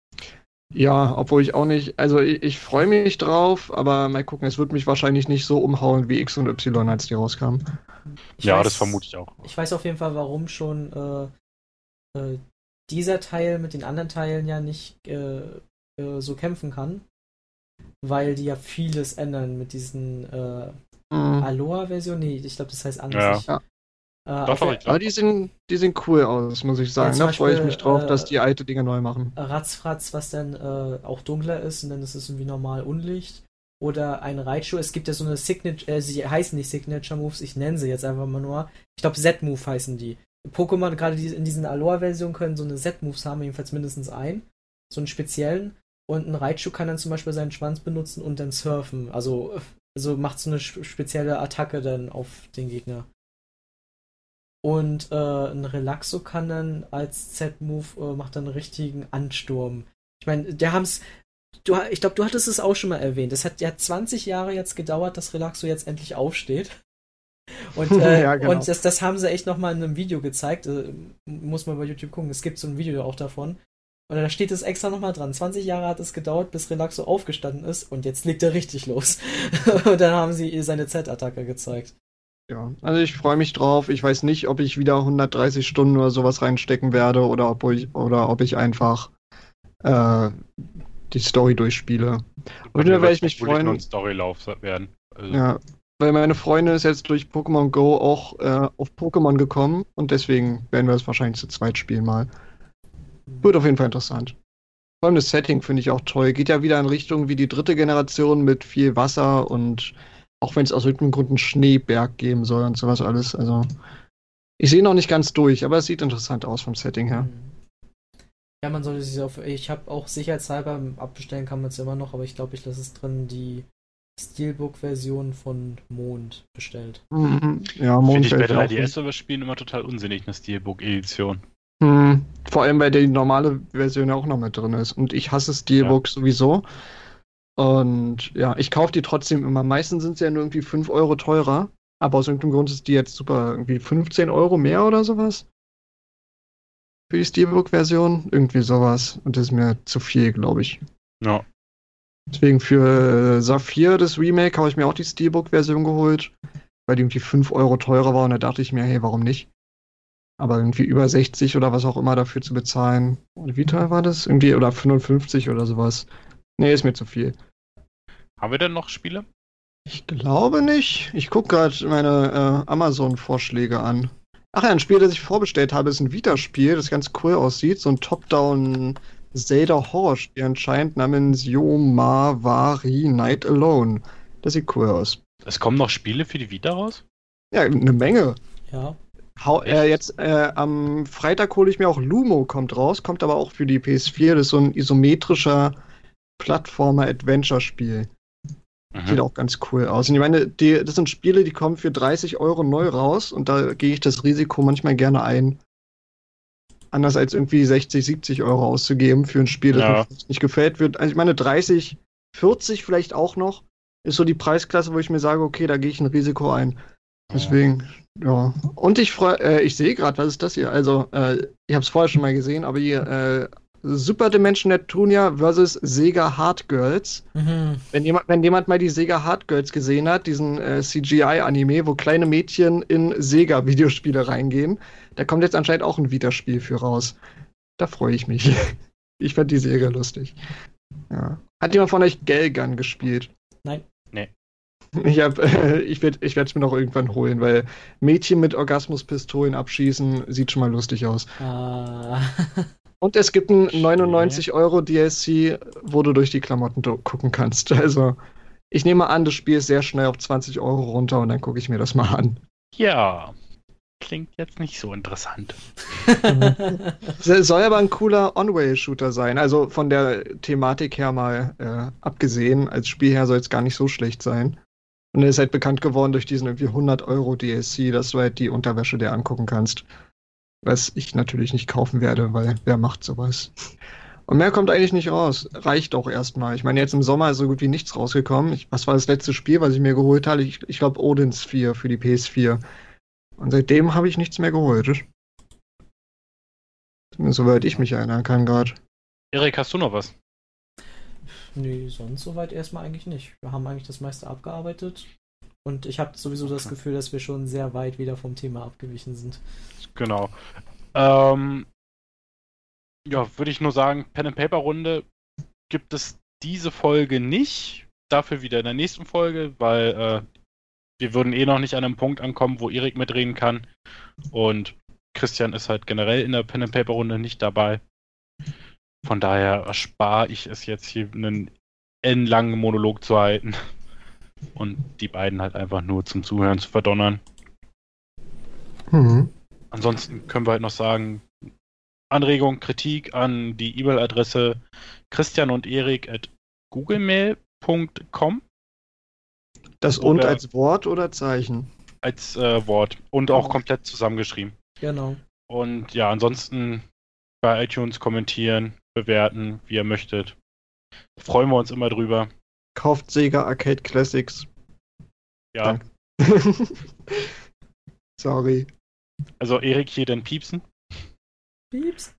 Ja, obwohl ich auch nicht, also ich, ich freue mich drauf, aber mal gucken, es wird mich wahrscheinlich nicht so umhauen wie X und Y, als die rauskamen. Ich ja, weiß, das vermute ich auch. Ich weiß auf jeden Fall, warum schon äh, äh, dieser Teil mit den anderen Teilen ja nicht äh, äh, so kämpfen kann. Weil die ja vieles ändern mit diesen äh, Mhm. Aloha-Version. Nee, ich glaube, das heißt anders. Ja. Ich, Ja. Äh, Doch, auf doch, der- ich glaub- Aber die sehen, die sehen cool aus, muss ich sagen. zum Da freue ich Beispiel, mich drauf, äh, dass die alte Dinge neu machen. Ratzfratz, was dann äh, auch dunkler ist und dann ist es irgendwie normal Unlicht. Oder ein Raichu. Es gibt ja so eine Signature, äh, sie heißen nicht Signature Moves, ich nenne sie jetzt einfach mal nur. Ich glaube, Z-Move heißen die. Pokémon, gerade die, in diesen Aloha-Versionen, können so eine Z-Moves haben, jedenfalls mindestens einen. So einen speziellen. Und ein Raichu kann dann zum Beispiel seinen Schwanz benutzen und dann surfen. Also, also macht so eine spezielle Attacke dann auf den Gegner. Und äh, ein Relaxo kann dann als Z-Move äh, macht dann einen richtigen Ansturm. Ich meine, der haben's. Du, ich glaube, du hattest es auch schon mal erwähnt. Es hat ja zwanzig Jahre jetzt gedauert, dass Relaxo jetzt endlich aufsteht. Und, äh, Ja, genau. und das, das haben sie echt nochmal in einem Video gezeigt. Äh, muss man bei YouTube gucken. Es gibt so ein Video auch davon. Und da steht es extra nochmal dran. zwanzig Jahre hat es gedauert, bis Relaxo aufgestanden ist. Und jetzt legt er richtig los. Und dann haben sie seine Z-Attacke gezeigt. Ja, also ich freue mich drauf. Ich weiß nicht, ob ich wieder hundertdreißig Stunden oder sowas reinstecken werde oder ob ich, oder ob ich einfach äh, die Story durchspiele. Bei Und mir da werde ich wird's mich vermutlich freuen. nur ein Storylauf werden. Also, Ja, weil meine Freundin ist jetzt durch Pokémon Go auch äh, auf Pokémon gekommen und deswegen werden wir es wahrscheinlich zu zweit spielen mal. Wird auf jeden Fall interessant. Vor allem das Setting finde ich auch toll. Geht ja wieder in Richtung wie die dritte Generation mit viel Wasser und auch wenn es aus irgendeinem Grund einen Schneeberg geben soll und sowas alles. Also ich sehe noch nicht ganz durch, aber es sieht interessant aus vom Setting her. Mhm. Ja, man sollte sich auf. Ich habe auch sicherheitshalber, abbestellen kann man es immer noch, aber ich glaube, ich lasse es drin, die Steelbook-Version von Mond bestellt. Mhm. Ja, finde Mond ich bei fällt drei auch D S sowas spielen immer total unsinnig, eine Steelbook-Edition. Hm, vor allem, weil die normale Version ja auch noch mit drin ist. Und ich hasse Steelbook sowieso. Und ja, ich kaufe die trotzdem immer. Meistens sind sie ja nur irgendwie fünf Euro teurer. Aber aus irgendeinem Grund ist die jetzt super, irgendwie fünfzehn Euro mehr oder sowas. Für die Steelbook-Version. Irgendwie sowas. Und das ist mir zu viel, glaube ich. Ja. Deswegen für äh, Saphir, das Remake, habe ich mir auch die Steelbook-Version geholt. Weil die irgendwie fünf Euro teurer war. Und da dachte ich mir, hey, warum nicht? Aber irgendwie über sechzig oder was auch immer dafür zu bezahlen. Und wie teuer war das? Irgendwie, oder fünfundfünfzig oder sowas. Nee, ist mir zu viel. Haben wir denn noch Spiele? Ich glaube nicht. Ich gucke gerade meine äh, Amazon-Vorschläge an. Ach ja, ein Spiel, das ich vorbestellt habe, ist ein Vita-Spiel, das ganz cool aussieht. So ein Top-Down Zelda-Horror-Spiel anscheinend namens Yomavari Night Alone. Das sieht cool aus. Es kommen noch Spiele für die Vita raus? Ja, eine Menge. Ja. Hau, äh, jetzt äh, am Freitag hole ich mir auch Lumo, kommt raus, kommt aber auch für die P S vier. Das ist so ein isometrischer Plattformer-Adventure-Spiel. Mhm. Sieht auch ganz cool aus. Und ich meine, die, das sind Spiele, die kommen für dreißig Euro neu raus und da gehe ich das Risiko manchmal gerne ein. Anders als irgendwie sechzig, siebzig Euro auszugeben für ein Spiel, das Ja. mir vielleicht nicht gefällt wird. Also ich meine, dreißig, vierzig vielleicht auch noch, ist so die Preisklasse, wo ich mir sage, okay, da gehe ich ein Risiko ein. Deswegen, ja. Und ich freue, äh, ich sehe gerade, was ist das hier? Also, äh, ich habe es vorher schon mal gesehen, aber hier, äh, Super Dimension Neptunia versus Sega Hard Girls. Mhm. Wenn jemand, wenn jemand mal die Sega Hard Girls gesehen hat, diesen äh, C G I-Anime, wo kleine Mädchen in Sega-Videospiele reingehen, da kommt jetzt anscheinend auch ein Vita-Spiel für raus. Da freue ich mich. Ich fand die Serie lustig. Ja. Hat jemand von euch Gelgun gespielt? Nein. Nee. Ich, hab, äh, ich werde ich es mir noch irgendwann holen, weil Mädchen mit Orgasmuspistolen abschießen sieht schon mal lustig aus. Ah. Und es gibt ein neunundneunzig Euro D L C, wo du durch die Klamotten do- gucken kannst. Also, ich nehme an, das Spiel ist sehr schnell auf zwanzig Euro runter und dann gucke ich mir das mal an. Ja. Klingt jetzt nicht so interessant. Es soll aber ein cooler On-Rail-Shooter sein. Also von der Thematik her mal äh, abgesehen. Als Spiel her soll es gar nicht so schlecht sein. Und er ist halt bekannt geworden durch diesen irgendwie hundert Euro D L C, dass du halt die Unterwäsche dir angucken kannst. Was ich natürlich nicht kaufen werde, weil wer macht sowas? Und mehr kommt eigentlich nicht raus. Reicht auch erstmal. Ich meine, jetzt im Sommer ist so gut wie nichts rausgekommen. Ich, was war das letzte Spiel, was ich mir geholt habe? Ich, ich glaube, Odin Sphere für die P S vier. Und seitdem habe ich nichts mehr geholt. Zumindest soweit ich mich erinnern kann gerade. Erik, hast du noch was? Nee, sonst soweit erstmal eigentlich nicht. Wir haben eigentlich das meiste abgearbeitet. Und ich habe sowieso das Gefühl, dass wir schon sehr weit wieder vom Thema abgewichen sind. Genau. Ähm, ja, würde ich nur sagen, Pen-and-Paper-Runde gibt es diese Folge nicht. Dafür wieder in der nächsten Folge, weil äh, wir würden eh noch nicht an einem Punkt ankommen, wo Erik mitreden kann. Und Christian ist halt generell in der Pen-and-Paper-Runde nicht dabei. Von daher erspare ich es jetzt hier einen endlangen Monolog zu halten. Und die beiden halt einfach nur zum Zuhören zu verdonnern. Mhm. Ansonsten können wir halt noch sagen, Anregung, Kritik an die E-Mail-Adresse christian und erik at googlemail punkt com. Das Oder und als Wort oder Zeichen? Als äh, Wort. Und auch komplett zusammengeschrieben. Genau. Und ja, ansonsten bei iTunes kommentieren, bewerten, wie ihr möchtet. Freuen wir uns immer drüber. Kauft Sega Arcade Classics. Ja. Sorry. Also Erik hier dann piepsen. Pieps.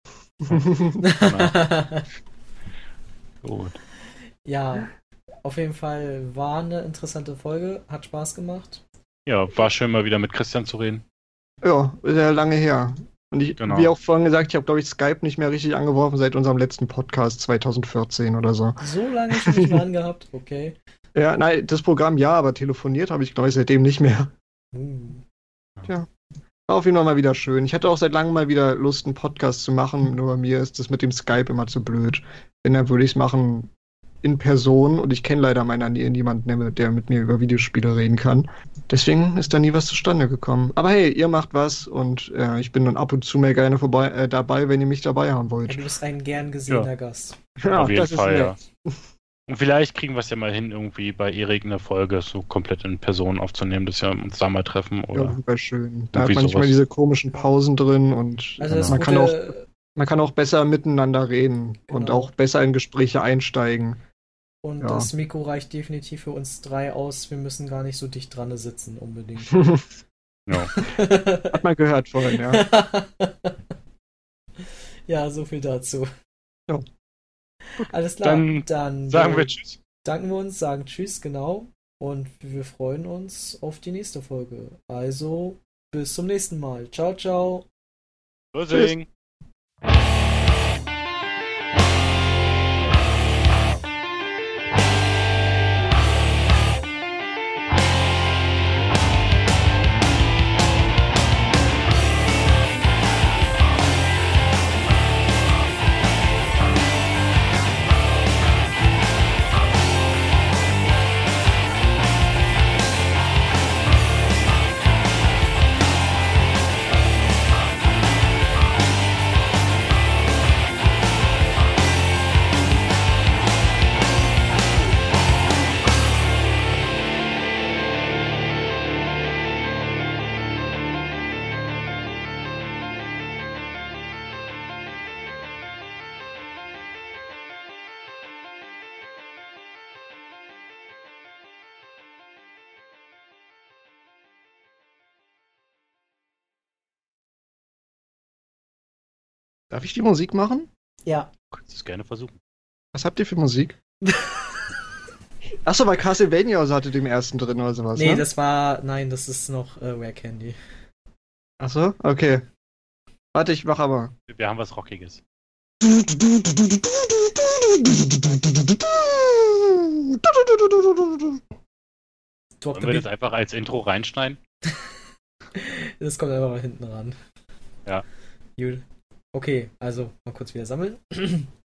Gut. Ja, auf jeden Fall war eine interessante Folge. Hat Spaß gemacht. Ja, war schön mal wieder mit Christian zu reden. Ja, ist ja lange her. Und ich, Genau. wie auch vorhin gesagt, ich habe, glaube ich, Skype nicht mehr richtig angeworfen seit unserem letzten Podcast zwanzig vierzehn oder so. So lange schon nicht mehr angehabt. Okay. Ja, nein, das Programm ja, aber telefoniert habe ich, glaube ich, seitdem nicht mehr. Uh. Tja. War auf jeden Fall mal wieder schön. Ich hatte auch seit langem mal wieder Lust, einen Podcast zu machen, nur bei mir ist das mit dem Skype immer zu blöd. Wenn, dann würde ich es machen in Person und ich kenne leider in meiner Nähe niemanden, der mit mir über Videospiele reden kann. Deswegen ist da nie was zustande gekommen. Aber hey, ihr macht was und äh, ich bin dann ab und zu mehr gerne vorbei, äh, dabei, wenn ihr mich dabei haben wollt. Ja, du bist ein gern gesehener Ja. Gast. Ja, Auf jeden das ist Fall, ja. nett. Und vielleicht kriegen wir es ja mal hin, irgendwie bei Erik eine Folge so komplett in Person aufzunehmen, dass wir uns da mal treffen. Ja, Oder wäre schön. Da hat irgendwie man nicht sowas. mehr diese komischen Pausen drin und Also das man, kann auch, Gute, man kann auch besser miteinander reden und Genau. auch besser in Gespräche einsteigen. und ja. das Mikro reicht definitiv für uns drei aus. Wir müssen gar nicht so dicht dran sitzen unbedingt. ja. Hat man gehört vorhin, ja. Ja, so viel dazu. Ja. Alles klar. Dann Dann sagen äh, wir Tschüss. danken wir uns, sagen Tschüss, genau. Und wir freuen uns auf die nächste Folge. Also, bis zum nächsten Mal. Ciao, ciao. Tschüss. Darf ich die Musik machen? Ja. Du kannst es gerne versuchen. Was habt ihr für Musik? Achso, bei Castlevania also hatte dem ersten drin oder sowas, Nee, ne? das war. Nein, das ist noch äh, Rare Candy. Achso, okay. Warte, ich mach aber. Wir haben was Rockiges. Drop Wollen the wir das beat. einfach als Intro reinschneiden? Das kommt einfach mal hinten ran. Ja. Gut. Okay, also mal kurz wieder sammeln.